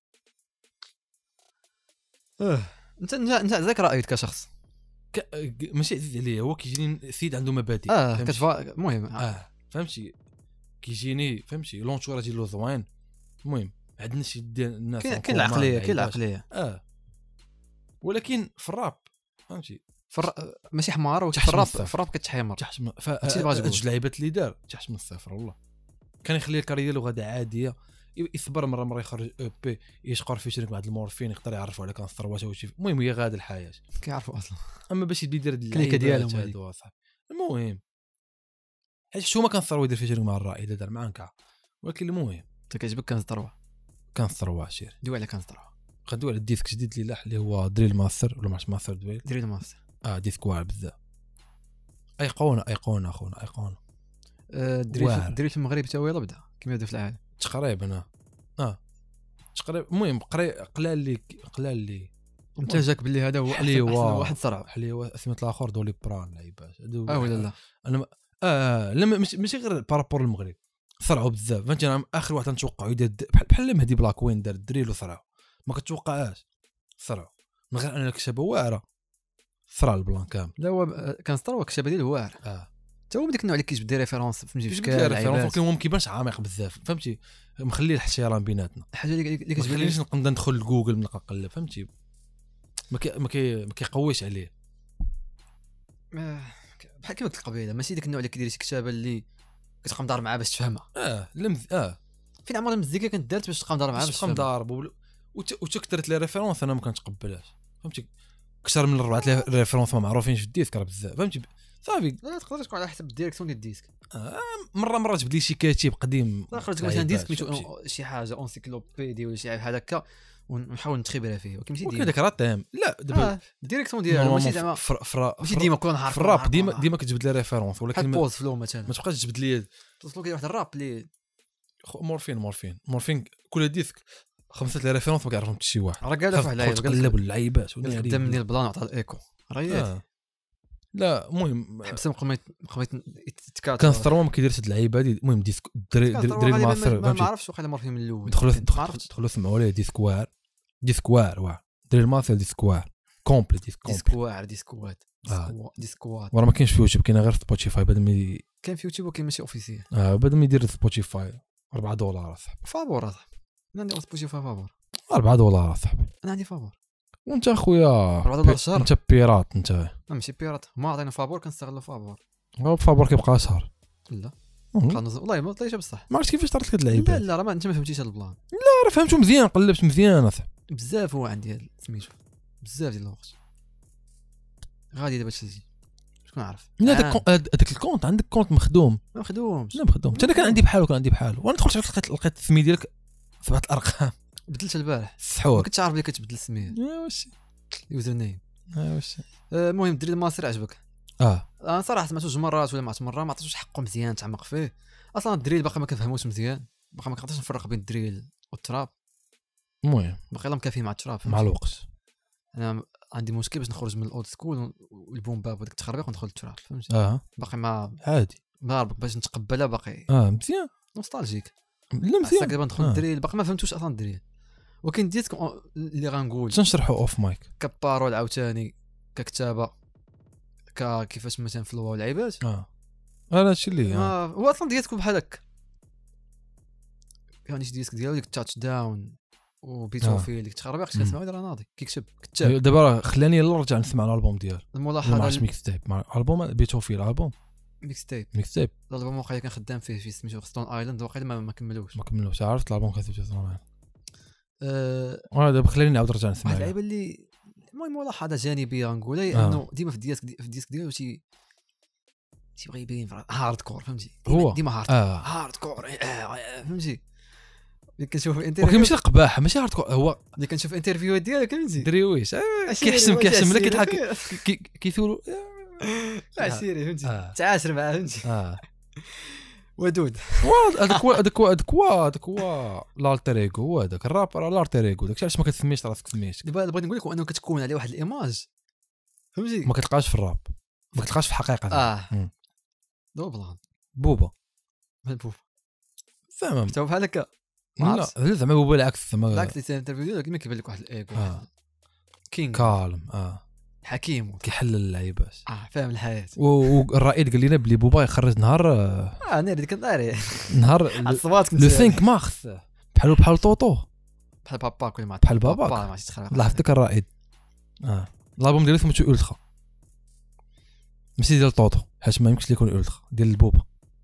اه انت انت ذاك رايك كشخص ك... ماشي عزيز عليه هو كيجيني سيد عنده مبادئ اه كتفا المهم اه فهمتي كيجيني فهمتي لونتورا ديالو زوين المهم عندنا شي الناس كاين العقليه كاين العقليه اه ولكن في الراب فهمتي فر... ماشي حمار ولكن في الراب في الراب كتحمر تحت من هاد لعيبات اللي دار تحت من الصفر والله كان يخلي الكارير ديالو غادا عاديه يصبر مره مره يخرج او بي يشقر في شريك واحد المورفين يقدر يعرفوا على كان الثروات وشي المهم هي غادا الحياه كيعرفوا اصلا اما باش يبدا يدير اللعيبه ديالهم هادو صاحبي المهم حيت شو ما كان الثروه يدير في شريك مع الرائده دار مع نكا ولكن المهم انت كيعجبك كان الثروه كان الثروه شير دوي على كان الثروه غدوي على الديسك جديد اللي لاح اللي هو دريل ماستر ولا ماش ماستر دويل دريل ماستر اه ديسك واعر بزاف ايقونه ايقونه اخونا ايقونه آه دريل دريل في المغرب حتى هو يلا بدا كما بدا في العالم تقريبا اه تقريبا المهم قلال لي قلال لي انت جاك باللي هذا هو احسن واحد صرع حليوه سميت الاخر دولي بران لعيبات اه ولا لا انا اه لا ماشي غير بارابور المغرب صرعوا بزاف فهمتي انا اخر واحد نتوقع يدير بحال بحال مهدي بلاك وين دار الدريل وصرعوا ما كتوقعاش صرعوا من غير انا الكشبه واعره صرع البلان كامل لا هو كان صرا الكشبه ديال واعر اه حتى هو بديك النوع اللي كيجبد دي ريفيرونس فهمتي في شكال ريفيرونس ولكن هو ما كيبانش عميق بزاف فهمتي مخلي الاحترام بيناتنا الحاجه اللي كتبان لي نقدر ندخل لجوجل نبقى نقلب فهمتي ما كي ما كي ما كيقويش عليه بحال كيما قلت القبيله ماشي داك النوع اللي كيدير شي كتابه اللي كتبقى مضارب معاه باش تفهمها اه لمز اه فين عمر المزيكا كانت دارت باش تبقى مضارب معاه باش تبقى مضارب وتكثرت لي ريفيرونس انا ما كنتقبلهاش فهمتي كثر من الربعه ريفيرونس ما معروفين في الديسك راه بزاف فهمتي صافي لا تقدر تكون على حسب الديريكسيون ديال الديسك آه مره مره تبدل شي كاتب قديم خرج مثلا ديسك ميتو شي حاجه اونسيكلوبيدي ولا شي حاجه هكا ونحاول نتخبرها فيه ولكن ماشي ديما داك راه تام لا دابا الديريكسيون ديالو ماشي زعما ماشي ديما كون عارف في الراب ديما ديما كتجبد لي ريفيرونس ولكن بوز فلو مثلا ما تبقاش تجبد لي توصلوا كاين واحد الراب اللي مورفين مورفين مورفين كل ديسك خمسه لي ريفيرونس ما كيعرفهم حتى شي واحد راه قال واحد اللعيبه قلبوا اللعيبات قدام مني البلان عطى الايكو راه لا المهم حبس مقميت مقميت يتكات كان الثروه ما كيديرش هاد اللعيبه هادي المهم ديسك دريل ماستر ما عرفتش واقيلا مورفين من الاول دخلوا دخلوا سمعوا ليه ديسك واعر ديسك واعر واعر دريل ماستر ديسك واعر كومبلي ديسك ديسك واعر ديسك وات ديسك وات وراه ما كاينش في يوتيوب كاين غير في سبوتيفاي بعد ما كاين في يوتيوب ولكن ماشي اوفيسيال اه بعد ما يدير سبوتيفاي أربعة دولار صاحبي فابور صاحبي انا عندي سبوتيفاي فابور أربعة دولار صاحبي انا عندي فابور وانت اخويا أربعة دولار الشهر انت بيرات انت لا ماشي بيرات ما عطينا فابور كنستغلوا فابور هو فابور كيبقى شهر لا والله ما طلعش بصح ما عرفتش كيفاش طرات لك هاد اللعيبه لا لا راه انت ما فهمتيش هاد البلان لا راه فهمتو مزيان قلبت مزيان اصاحبي بزاف هو عندي سميتو بزاف ديال الوقت غادي دابا تجي شكون عارف لا داك هذاك الكونت عندك كونت مخدوم ما مخدومش لا مخدوم حتى انا كان عندي بحالو كان عندي بحالو وانا دخلت لقيت لقيت السميه ديالك سبعه الارقام بدلت البارح السحور ما كنتش عارف بلي كتبدل السميه واش يوزر نيم واش المهم الدري الماستر عجبك اه انا صراحه سمعتو جوج مرات ولا ما عرفت مره ما عطيتوش حقه مزيان تعمق فيه اصلا الدريل باقي ما كنفهموش مزيان باقي ما كنقدرش نفرق بين الدريل والتراب المهم باقي لا مكافي مع التراب مع الوقت انا عندي مشكل باش نخرج من الاولد سكول والبوم باب وداك التخربيق وندخل للتراب فهمتي اه باقي ما عادي ضاربك باش نتقبلها باقي اه مزيان نوستالجيك لا مزيان دابا ندخل الدريل باقي ما فهمتوش اصلا الدريل ولكن ديتك اللي غنقول تنشرحوا اوف مايك كبارول عاوتاني ككتابه ك كيفاش مثلا فلو واللعيبات اه هذا الشيء اللي آه. هو اصلا ديتكم بحال هكا كان شي ديسك ديالو ديك تاتش داون وبيتوفيل ديك التخربيق شي كنسمعو راه ناضي كيكتب كتاب دابا راه خلاني نرجع نسمع الالبوم ديالو الملاحظه مع ميكس تيب مع البوم بيتوفيل البوم ميكس تيب ميكس تيب الالبوم واقيلا كان خدام فيه في سميتو ستون ايلاند واقيلا ما, ما كملوش ما كملوش عرفت الالبوم كان سميتو ستون ايلاند أه... اه دابا خليني نعاود نرجع نسمع واحد اللعيبه اللي المهم ملاحظه جانبيه غنقول هي آه. انه ديما في الديسك في الديسك ديالو شي تيبغي يبين هارد كور فهمتي هو ديما هارد آه. هارد كور آه. فهمتي ملي كنشوف الانترفيو ولكن ماشي القباحه ماشي هارد كور هو ملي كنشوف الانترفيو ديالو فهمتي دريويش كيحسم كيحسم ملي كيضحك كيثولوا لا سيري فهمتي تعاشر معاه فهمتي اه ودود هذاك هو هذاك هو هذاك هو هذاك هو الالتر ايغو هو هذاك الرابر الالتر ايغو داكشي علاش ما كتسميش راسك سميتك دابا بغيت نقول لك انه كتكون عليه واحد الايماج فهمتي ما كتلقاش في الراب ما كتلقاش في الحقيقه اه دوبلان بوبا بوبا فاهم حتى بحال هكا لا زعما بوبا العكس زعما بالعكس الانترفيو ديالو كيما كيبان لك واحد الايغو آه. كينغ كالم اه حكيم كيحلل اللعيبات اه فاهم الحياه والرائد قال لنا بلي بوبا يخرج نهار اه ناري ديك الناري نهار الصوات كنت لو خمسة مارس بحال بحال طوطو بحال بابا كل ما بحال بابا ماشي تخرا الله يحفظك الرائد اه الالبوم ديالو سميتو اولترا ماشي ديال طوطو حيت ما يمكنش يكون اولترا ديال البوبا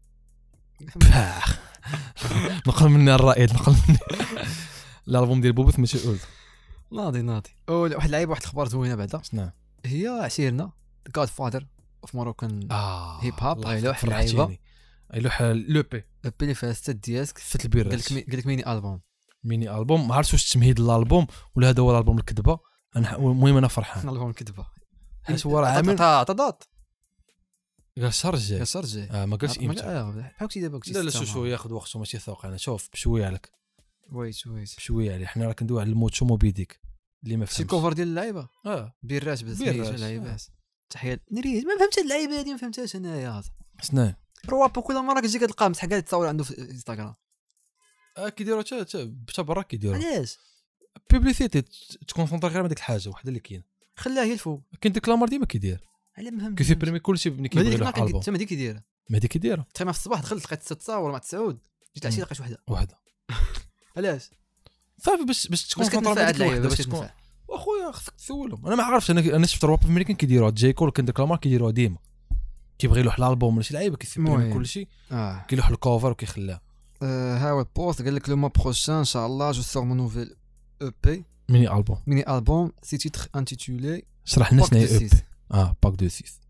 نقل مني الرائد نقل مني الالبوم ديال بوبا سميتو اولترا ناضي ناضي واحد اللعيبه واحد الخبر زوينه بعدا شنو هي عشيرنا جاد فادر اوف موروكان اه هيب هوب غيلوح اللعيبه غيلوح لو بي لو بي اللي فيها ستة دياسك فت البيرات قال لك قال لك ميني البوم ميني البوم ما عرفتش واش تمهيد الالبوم ولا هذا هو الالبوم الكذبه انا المهم انا فرحان الالبوم كذبه حيت هو راه عامل عطا دات قال الشهر الجاي الشهر الجاي اه ما قالش امتى بحال كنتي دابا كنتي لا لا شو شو ياخذ وقته ماشي ثوق انا شوف بشويه عليك ويت ويت بشويه عليه حنا راه كندوي على الموت شو موبيديك اللي ما فهمش شي كوفر ديال اللعيبه اه بيراش بسميتو اللعيبات تحيه نريد ما فهمتش اللعيبه هذه ما فهمتهاش انايا شنو روابو كل مره كتجي كتلقى مسح كاع تصور عنده في انستغرام اه كيديروا حتى حتى برا كيديروا علاش بوبليسيتي تكونسونطري غير على ديك الحاجه وحده اللي كاين خليها هي الفوق كاين ديك لامار ديما كيدير على مهم كيسيبريمي كلشي ملي كيبغي له الالبوم حتى ما ديك كيدير ما ديك كيدير حتى ما في الصباح دخلت لقيت ست تصاور مع تسعود جيت العشيه لقيت وحده وحده علاش صافي باش باش تكونسونطري على ديك الوحده باش تكون واخويا خصك تسولهم انا ما عرفتش انا انا شفت رواب امريكان كيديروها جاي كول كان ديك لامار كيديروها ديما كيبغي يلوح الالبوم ولا شي لعيبه كيسيبريمي كلشي اه كيلوح الكوفر وكيخلاه آه ها هو البوست قال لك لو مو بروشان ان شاء الله جو سور مون نوفيل او بي ميني البوم ميني البوم سي تيتر انتيتولي شرح لنا شنو هي او بي اه باك دو سيس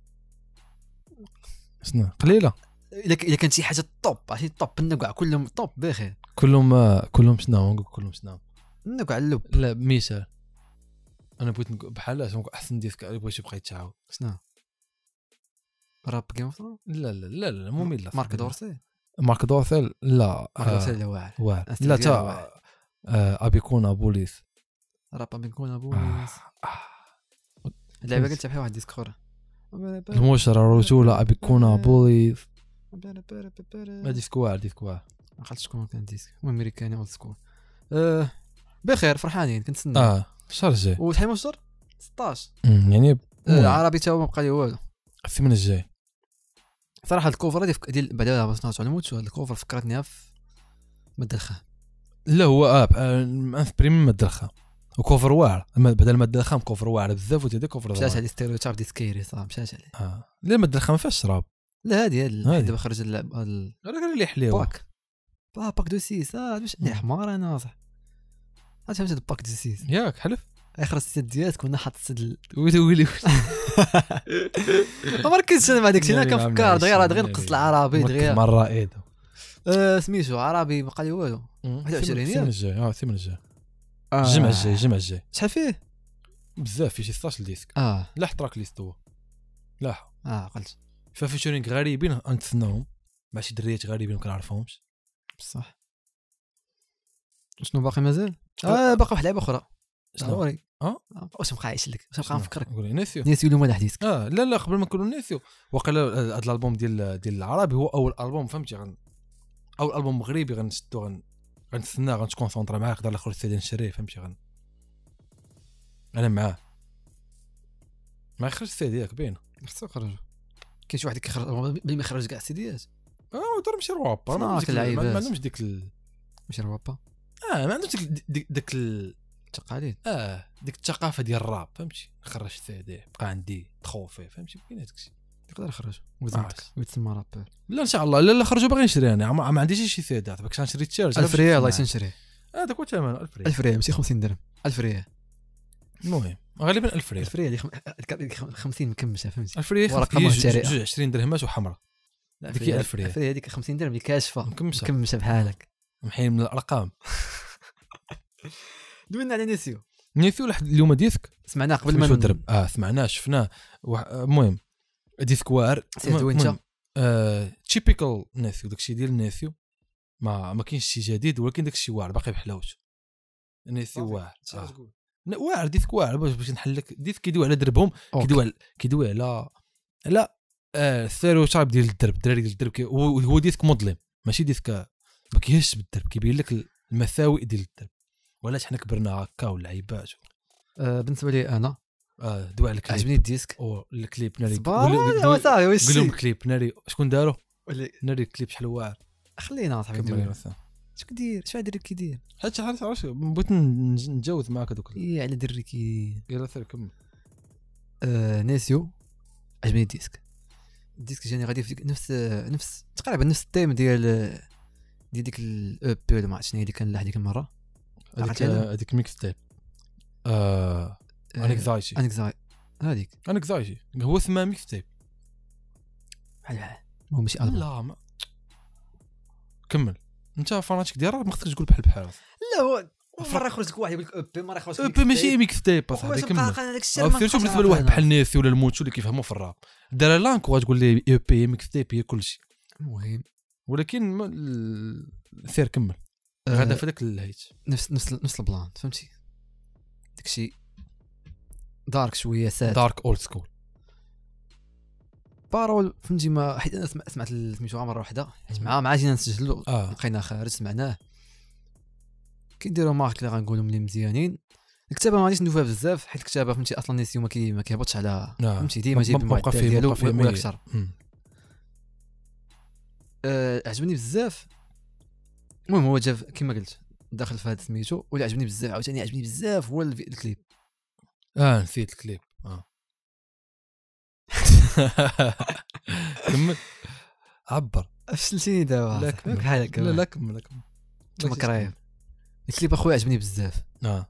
شنو قليله الا الا كانت شي حاجه طوب عرفتي طوب لنا كاع كلهم طوب بخير كلهم كلهم شنو نقول كلهم شنو لنا كاع اللب لا مثال انا بغيت نقول بحال احسن ديسك بغيت يبقى يتعاود شنو راب جيم اوف ثرونز لا لا لا لا ممل لا مارك دورسي مارك دورسي لا مارك دورسي لا واعر واعر لا تا ابيكون بوليس راب ابيكون بوليس اللعبه قلت بحال واحد ديسك اخر المشرة رجولة ابيكون بوليس ما ديسك واعر ديسك واعر ما عرفتش شكون كان ديسك امريكاني اولد سكول أه بخير فرحانين كنتسنى اه الشهر الجاي وشحال من شهر ستطاش يعني العربي تا هو ما بقى لي والو الثمن الجاي صراحه الكوفر ديال ديال بعدا باش نهضروا على الموت هذا الكوفر فكرتني في مدخن لا هو اه انسبريم مدخن وكوفر واعر بدل ما الدخان كوفر واعر بزاف وتي كوفر مشات على ستيريوتايب دي سكيري صافي مشات عليه اه لا ما الدخان ما فيهاش شراب لا هذه هذه دابا خرج اللعب غير قال لي حليوه باك با باك دو سيس اه باش يا حمار انا صح فهمت هذا باك دو سيس ياك حلف اخر السيت ديالك كنا حاط السد ويلي ويلي ما مركزش انا مع داكشي انا كنفكر دغيا دغيا نقص العربي دغيا مره رائد اه سميتو عربي بقى لي والو واحد وعشرين الثمن الجاي اه الثمن الجاي الجمعه الجاي الجمعه الجاي شحال فيه بزاف فيه شي ستطاش ديسك اه لا تراك ليست هو لا اه قلت ففيتشرينغ غريبين نتسناهم مع شي دريات غريبين ما كنعرفهمش بصح شنو باقي مازال اه باقي واحد لعبه اخرى ضروري اه واش بقى عايش لك واش بقى نفكرك نقول نيسيو نيسيو لهم حديثك اه لا لا قبل ما نقولوا نيسيو وقيلا هذا الالبوم ديال ديال العربي هو اول البوم فهمتي غن اول البوم مغربي غنشدو غن غنتسنى غنتكونسونطرا معاه نقدر ناخذ السيدي نشريه فهمتي غن انا معاه ما يخرج السيدي ياك باين خصو يخرج كاين شي واحد كيخرج بلي ما يخرج كاع السيديات اه دار ماشي روابا ما عندهمش ديك ماشي روابا اه ما عندهمش ديك ديك التقاليد اه ديك الثقافه ديال الراب فهمتي نخرج السيدي بقى عندي تخوفي فهمتي كاين هذاك الشيء يقدر يخرج آه. ويتسمى رابور. لا ان شاء الله لا لا خرجوا باغي نشري انا ما عنديش شي سيد دابا كنت نشري تيشيرت ألف ريال الله ينشري هذاك هو الثمن ألف ريال ألف ريال ماشي خمسين درهم ألف ريال المهم غالبا ألف ريال ألف ريال خمسين مكمشه فهمتي ألف ريال ورقم جوج عشرين درهمات وحمراء ديك ألف ريال ألف ريال هذيك خمسين درهم اللي كاشفه مكمشه مكمشه بحالك محين من الارقام. دوينا على نيسيو نيسيو لحد اليوم ديسك سمعناه قبل ما نضرب اه سمعناه شفناه المهم ديسك واعر دوينتا آه تيبيكال نيسيو داكشي ديال نيسيو ما ما كاينش شي جديد ولكن داكشي واعر باقي بحلاوته نيسيو واعر آه. واعر ديسك واعر باش باش نحلك ديسك كيدوي على دربهم كيدوي على كيدوي على لا آه ستيريوتايب ديال الدرب الدراري ديال الدرب هو ديسك مظلم ماشي ديسك ما كيهش بالدرب كيبين لك المساوئ ديال الدرب ولاش حنا كبرنا هكا والعيبات آه بالنسبه لي انا اه دوي على الكليب عجبني الديسك او الكليب ناري قول لهم الكليب ناري شكون دارو ناري الكليب شحال واعر خلينا صاحبي ندير اش كدير اش دري كيدير حتى شحال عرفت بغيت نتجاوز معاك هذوك اي على دري كي يلا سير كمل. آه نيسيو عجبني الديسك الديسك جاني غادي في نفس نفس تقريبا نفس التيم ديال ديال ديك الاو بي ولا ما عرفتش شنو هي اللي كان لها ديك المره هذيك هذيك ميكس تيب اه انكزايتي انكزايتي هذيك انكزايتي هو ثما ميكس تيب بحال بحال هو ماشي البوم لا ما كمل انت فاناتيك ديال ما خصكش تقول بحال بحال لا هو مره يخرج لك واحد يقول لك او بي مره يخرج لك او بي ماشي ميكس تيب اصاحبي كمل سيرتو بالنسبه لواحد بحال نيسي ولا الموتشو اللي كيفهموا في الراب دار لانك وغتقول لي او بي ميكس تيب هي كلشي المهم ولكن سير كمل غادا في داك الهيت نفس نفس نفس البلان فهمتي داكشي دارك شويه ساد دارك اولد سكول بارول فهمتي ما حيت انا سمعت سميتو مره واحده حيت مع مع جينا نسجلوا آه. لقينا خارج سمعناه كيديروا مارك اللي غنقولوا ملي مزيانين الكتابه ما غاديش ندوفها بزاف حيت الكتابه فهمتي اصلا نيسيو ما كي ما كيهبطش على فهمتي ديما جايب المعدل ديالو ولا اكثر أه عجبني بزاف. المهم هو جا كما قلت داخل في هذا سميتو واللي عجبني بزاف عاوتاني عجبني بزاف هو الكليب. اه نسيت الكليب اه كمل عبر فشلتيني دابا لا كمل لا لا كمل كمل كما كرايب الكليب اخويا عجبني بزاف. اه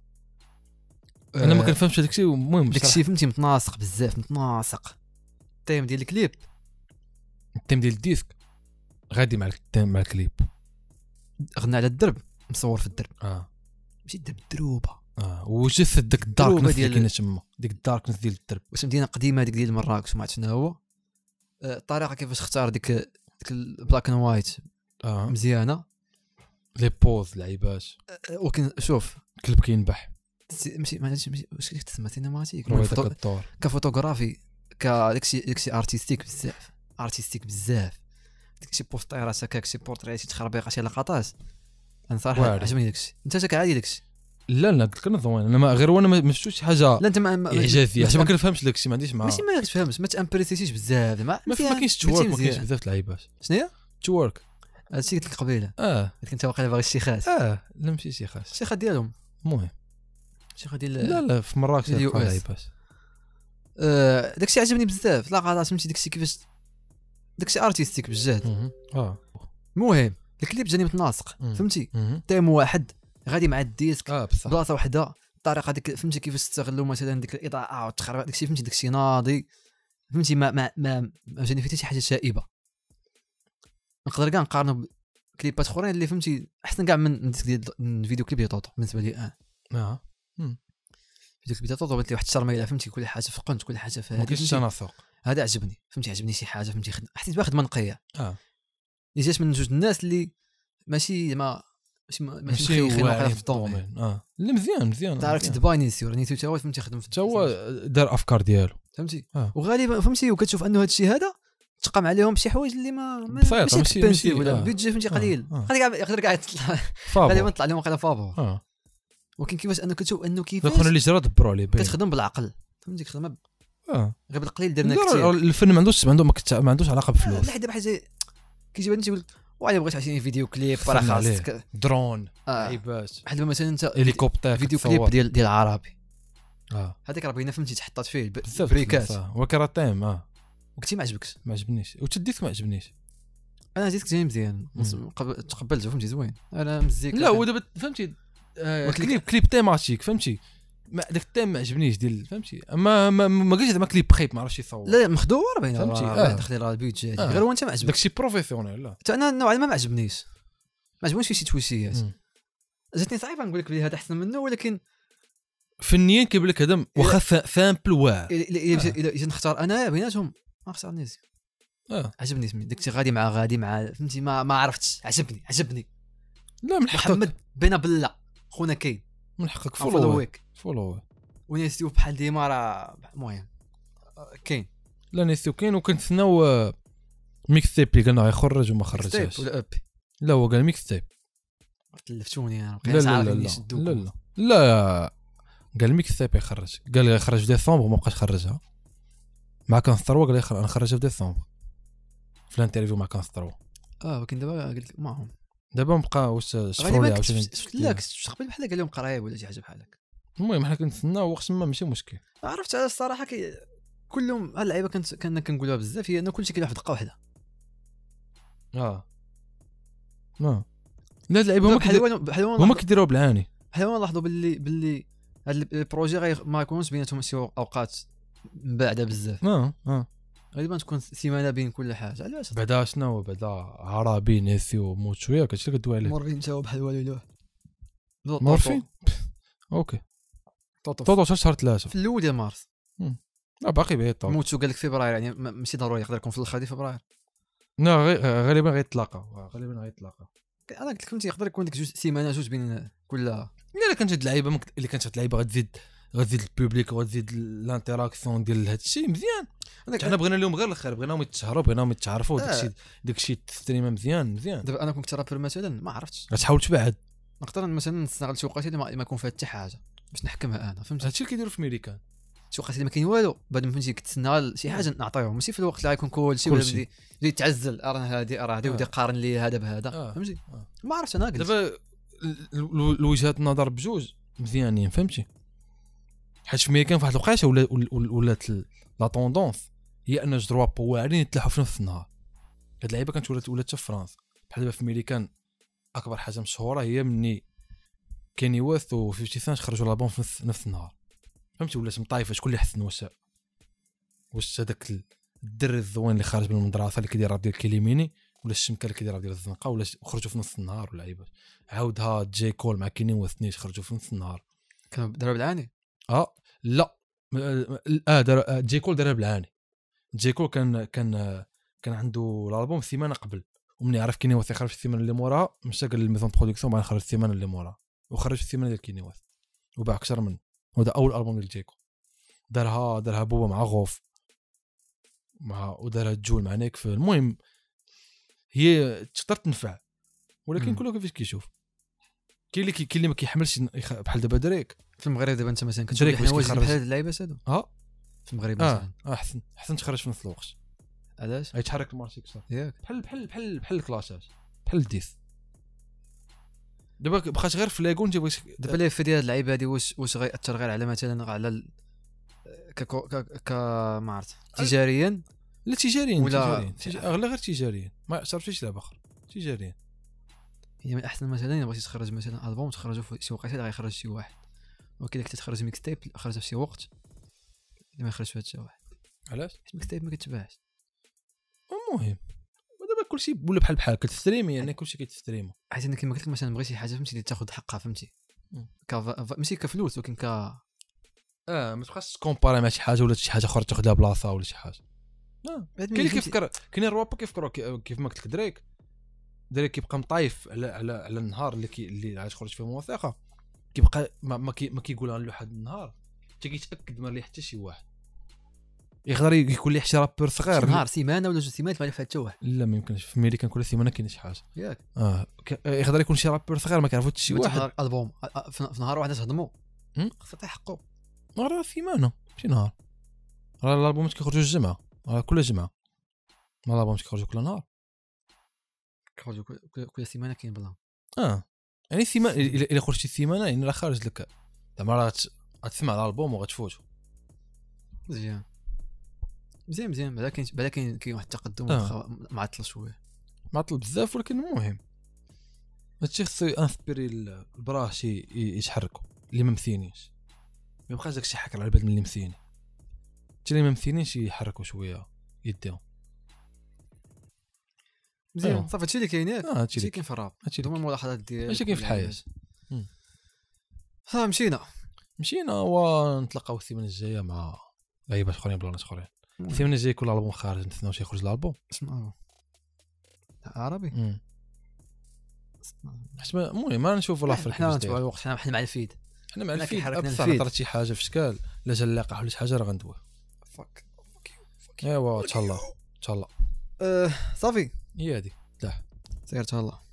انا ما كنفهمش داكشي المهم داكشي فهمتي متناسق بزاف متناسق التيم ديال الكليب التيم ديال الديسك غادي مع التيم مع الكليب غنى على الدرب مصور في الدرب اه ماشي الدرب الدروبه اه وجث داك الداركنس اللي كاينه تما ديك الداركنس ديال الدرب واش مدينه قديمه هذيك ديال مراكش وما عرفت شنو هو الطريقه كيفاش اختار ديك ديك البلاك اند وايت اه مزيانه لي بوز لعيبات ولكن شوف كلب كينبح ماشي ماشي واش تسمى سينماتيك كفوتوغرافي كداكشي داكشي ارتستيك بزاف ارتستيك بزاف داكشي بوستيرات هكاك شي بورتريات شي تخربيقه شي لقطات انا صراحه عجبني داكشي انت جاك عادي داكشي لا لا قلت لك زوين انا ما غير وانا ما شفتش شي حاجه لا انت ما اعجازيه حيت ما كنفهمش داكشي ما عنديش معاه ماشي ما كتفهمش ما تامبريسيش بزاف ما ما كاينش تورك ما كاينش بزاف اللعيبات شنو هي تورك هادشي قلت لك قبيله اه قلت انت واقيلا باغي الشيخات اه لا ماشي شيخات الشيخات ديالهم المهم الشيخات ديال لا لا في مراكش اللعيبات آه داكشي عجبني بزاف لا غلط فهمتي داكشي كيفاش داكشي ارتستيك بجد اه المهم الكليب جاني متناسق فهمتي تيم واحد غادي مع الديسك اه بصح بلاصه وحده الطريقه ديك فهمتي كيفاش تستغلوا مثلا ديك الاضاءه والتخربيق داكشي فهمتي داكشي ناضي فهمتي ما ما ما, ما جاني حتى شي حاجه شائبه نقدر كاع نقارنوا بكليبات اخرين اللي فهمتي احسن كاع من ديك ديال الفيديو كليب ديال طوطو بالنسبه لي اه اه فيديو كليب ديال طوطو بانت لي واحد الشرميله فهمتي كل حاجه في قنت كل حاجه في هذه كاينش تناسق هذا عجبني فهمتي عجبني شي حاجه فهمتي حسيت باخد منقيه اه اللي جات من جوج الناس اللي ماشي ما ماشي ماشي واعرين في الدومين اه لا مزيان مزيان تعرف تبايني سيور نيتو تا هو فهمتي خدم حتى هو دار افكار ديالو فهمتي آه. وغالبا فهمتي وكتشوف انه هذا الشيء هذا تقام عليهم بشي حوايج اللي ما ماشي ماشي ماشي ولا بيدجي فهمتي قليل غادي كاع يقدر كاع يطلع غالبا يطلع لهم واقيلا فابور اه ولكن كيفاش انه كتشوف انه كيفاش الاخرين اللي جرا دبروا عليه كتخدم بالعقل فهمتي كتخدم اه غير بالقليل درنا كثير الفن ما عندوش ما عندوش ما عندوش علاقه بالفلوس لا حد بحال كيجي انت يقول واحد بغيت عشان فيديو كليب راه خاصك درون عيبات بحال دابا مثلا انت هليكوبتر فيديو كليب ديال ديال عربي اه هذيك راه باينه فهمتي تحطات فيه بريكات وكرا تايم اه وقتي ما عجبكش ما عجبنيش وتديت ما عجبنيش انا جيتك جاي مزيان تقبلته فهمتي زوين انا مزيك لا ودابا فهمتي آه كليب كليب تيماتيك فهمتي ما داك التيم ما عجبنيش ديال فهمتي اما ما, ما قلتش زعما كليب خايب ما عرفتش يصور لا مخدور باين فهمتي آه. داخل راه البيدجيت آه. غير هو انت ما عجبك داكشي بروفيسيونيل لا حتى انا نوعا ما ما عجبنيش ما عجبونيش شي تويشيات جاتني صعيبه نقول لك بلي هذا احسن منه ولكن فنيا كيبان لك هذا واخا سامبل واعر الا الا نختار انا بيناتهم ما اختار نيزي اه عجبني سمي داكشي غادي مع غادي مع فهمتي ما ما عرفتش عجبني عجبني لا من حقك محمد بين بالله خونا كاين من حقك فولويك فولوي ونيسيو بحال ديما راه المهم كاين لا نيسيو كاين وكنتسناو ميكس تيب اللي قالنا غيخرج وما خرجش ولا اب لا هو قال ميكس تيب تلفتوني انا لا لا لا لا لا لا قال ميكس تيب يخرج قال يخرج في ديسمبر وما بقاش خرجها مع كانستروا قال انا نخرجها في ديسمبر في الانترفيو مع كانستروا اه ولكن دابا قلت معهم دابا نبقى واش شفروا لي عاوتاني لا كنت قبل بحال قال لهم قرايب ولا شي حاجه بحال هكا المهم حنا كنتسناو وقت ما ماشي مشكل عرفت على الصراحه كي كلهم اللعيبه كنت كنا كنقولوها بزاف هي ان كلشي كيلعب في دقه واحده اه لا لا اللعيبه هما بحال هما كيديروها بالعاني بحال هما لاحظوا باللي باللي هذا البروجي غي ما يكونش بيناتهم شي اوقات بعدا بزاف اه اه غالبا تكون سيمانه بين كل حاجه علاش بعدا شنو بعدا عربي نيسيو موت شويه كتشي اللي كدوي عليه مورفين تا بحال والو لا مورفين اوكي طوطو شهر ثلاثة في الاول ديال مارس لا باقي بعيد طول موتو قال لك فبراير يعني ماشي ضروري يقدر يكون في الاخر ديال فبراير لا غالبا غيتلاقاو غالبا غيتلاقاو انا قلت لكم يقدر يكون ديك جوج سيمانه جوج بين كل الا كانت هاد اللعيبه مك... اللي كانت هاد اللعيبه غتزيد غتزيد البوبليك وغتزيد الانتراكسيون ديال هاد الشيء مزيان حنا بغينا لهم غير الخير بغيناهم يتشهروا بغيناهم يتعرفوا داكشي داكشي الستريم مزيان مزيان دابا انا كنت رابر مثلا ما عرفتش غتحاول تبعد نقدر مثلا نستغل شي وقت اللي ما يكون فيها حتى حاجه باش نحكمها انا فهمت هادشي اللي كيديروا في ميريكان شي وقت اللي ما كاين والو بعد ما فهمتي كتسنى شي حاجه نعطيهم ماشي في الوقت اللي غيكون كلشي ولا بدي بدي تعزل راه هادي راه هادي ودي قارن لي هذا بهذا فهمتي ما عرفتش انا قلت دابا الوجهات النظر بجوج مزيانين فهمتي حيت في ميريكان فواحد الوقيته ولا ولات لا طوندونس هي ان جوج رواب واعرين يتلاحوا في نفس النهار هاد اللعيبه كانت ولات ولات في فرنسا بحال دابا في ميريكان اكبر حاجه مشهوره هي مني كيني ويست و خمسين سنت خرجوا لابون في نفس, نفس النهار فهمتي ولات مطايفه شكون اللي حسن واش واش هذاك الدري الزوين اللي خارج من المدرسه اللي كيدير راب ديال كيليميني ولا الشمكه اللي كيدير راب ديال الزنقه ولا خرجوا في نص النهار ولا عيبات عاودها جي كول مع كيني ويست نيش خرجوا في نص النهار كانوا ضرب العاني اه لا اه دار جي كول ضرب العاني جي كول كان كان كان عنده الالبوم السيمانه قبل ومن يعرف كيني ويست يخرج في السيمانه اللي موراها مشى قال للميزون برودكسيون بعد خرج السيمانه اللي موراها وخرج في السيمانه ديال كيني ويست وباع اكثر من وهذا اول البوم ديال جيكو دارها دارها بوبا مع غوف مع ودارها جول مع نيك. المهم هي تقدر تنفع ولكن كله كيفاش كيشوف كاين اللي كاين اللي ما كيحملش بحال دابا دريك في المغرب دابا انت مثلا كتشوف حنا واجد بحال هاد اللعيبه هادو اه في المغرب مثلا اه احسن احسن تخرج في نفس الوقت علاش غيتحرك المارشي اكثر ياك بحال بحال بحال بحال الكلاشات بحال الديس دابا بقات غير في لاغون جا دابا لي في ديال هاد اللعيبه هادي واش واش غيأثر غير على مثلا على ال... ك ك ما عرفت تجاريا لا تجاريا ولا تجاريا اغلى غير تجاريا ما يأثر فيش لعبه اخرى تجاريا هي من الاحسن مثلا الا بغيتي تخرج مثلا البوم تخرجوا في شي وقيته غيخرج شي واحد ولكن كنت تخرج ميكس تيب خرجها في شي وقت اللي ما يخرجش فيها حتى واحد علاش حيت ميكس تيب ما كتباعش المهم دابا كلشي ولا بحال بحال كتستريمي يعني كلشي كيتستريمو حيت انا كيما قلت لك مثلا بغيتي حاجه فهمتي تاخذ حقها فهمتي كا ماشي كفلوس ولكن ك اه ما تبقاش تكومباري مع شي حاجه ولا شي حاجه اخرى تاخذها بلاصه ولا شي حاجه اه كاين اللي كيفكر كاين الروابا كيفكروا كيف ما قلت لك دريك دريك كيبقى مطايف على على على النهار اللي كي اللي غادي تخرج فيه موثقه كيبقى ما ما, كي ما كيقولها لواحد النهار حتى كيتاكد ما ليه حتى شي واحد يقدر يكون ليه شي رابور صغير نهار سيمانه ولا جوج سيمانات ما ليه حتى واحد لا ما يمكنش في امريكا كل سيمانه كاين شي حاجه ياك اه يقدر يكون شي رابور صغير ما كيعرفو حتى شي واحد البوم في نهار واحد تهضموا خصها تعطي حقه راه سيمانه ماشي نهار راه الالبوم كيخرجوا الجمعه راه كل جمعه ما الالبوم كيخرجوا كل نهار كيخرجوا كل سيمانه كاين بلان اه يعني سيمانه الا خرجتي السيمانه يعني راه خارج لك زعما راه غتسمع الالبوم وغتفوتو مزيان مزيان مزيان بعدا كاين بعدا كاين كاين واحد التقدم واخا معطل شويه معطل بزاف ولكن المهم هادشي خصو انسبيري البراه شي يتحركوا اللي ما مثينيش ما يبقاش داكشي حكر على بالك من اللي مثيني حتى اللي ما مثينيش يحركوا شويه يديهم مزيان صافي هادشي اللي كاين ياك اه هادشي كاين في الراب هما الملاحظات ديالك هادشي كاين في الحياه ها مشينا مشينا ونتلاقاو السيمانه الجايه مع لعيبات اخرين بلانات اخرين السيمانه الجايه كل البوم خارج نتسناو شي يخرج الالبوم اسمعوا عربي حيت المهم ما نشوفوا لافريك حنا نتبعوا الوقت حنا مع الفيد حنا مع الفيد اكثر طرات شي حاجه في شكال لا جا اللقاح ولا شي حاجه راه غندوي فك ايوا ان شاء الله ان شاء الله اه صافي هي هذه لا سير ان شاء الله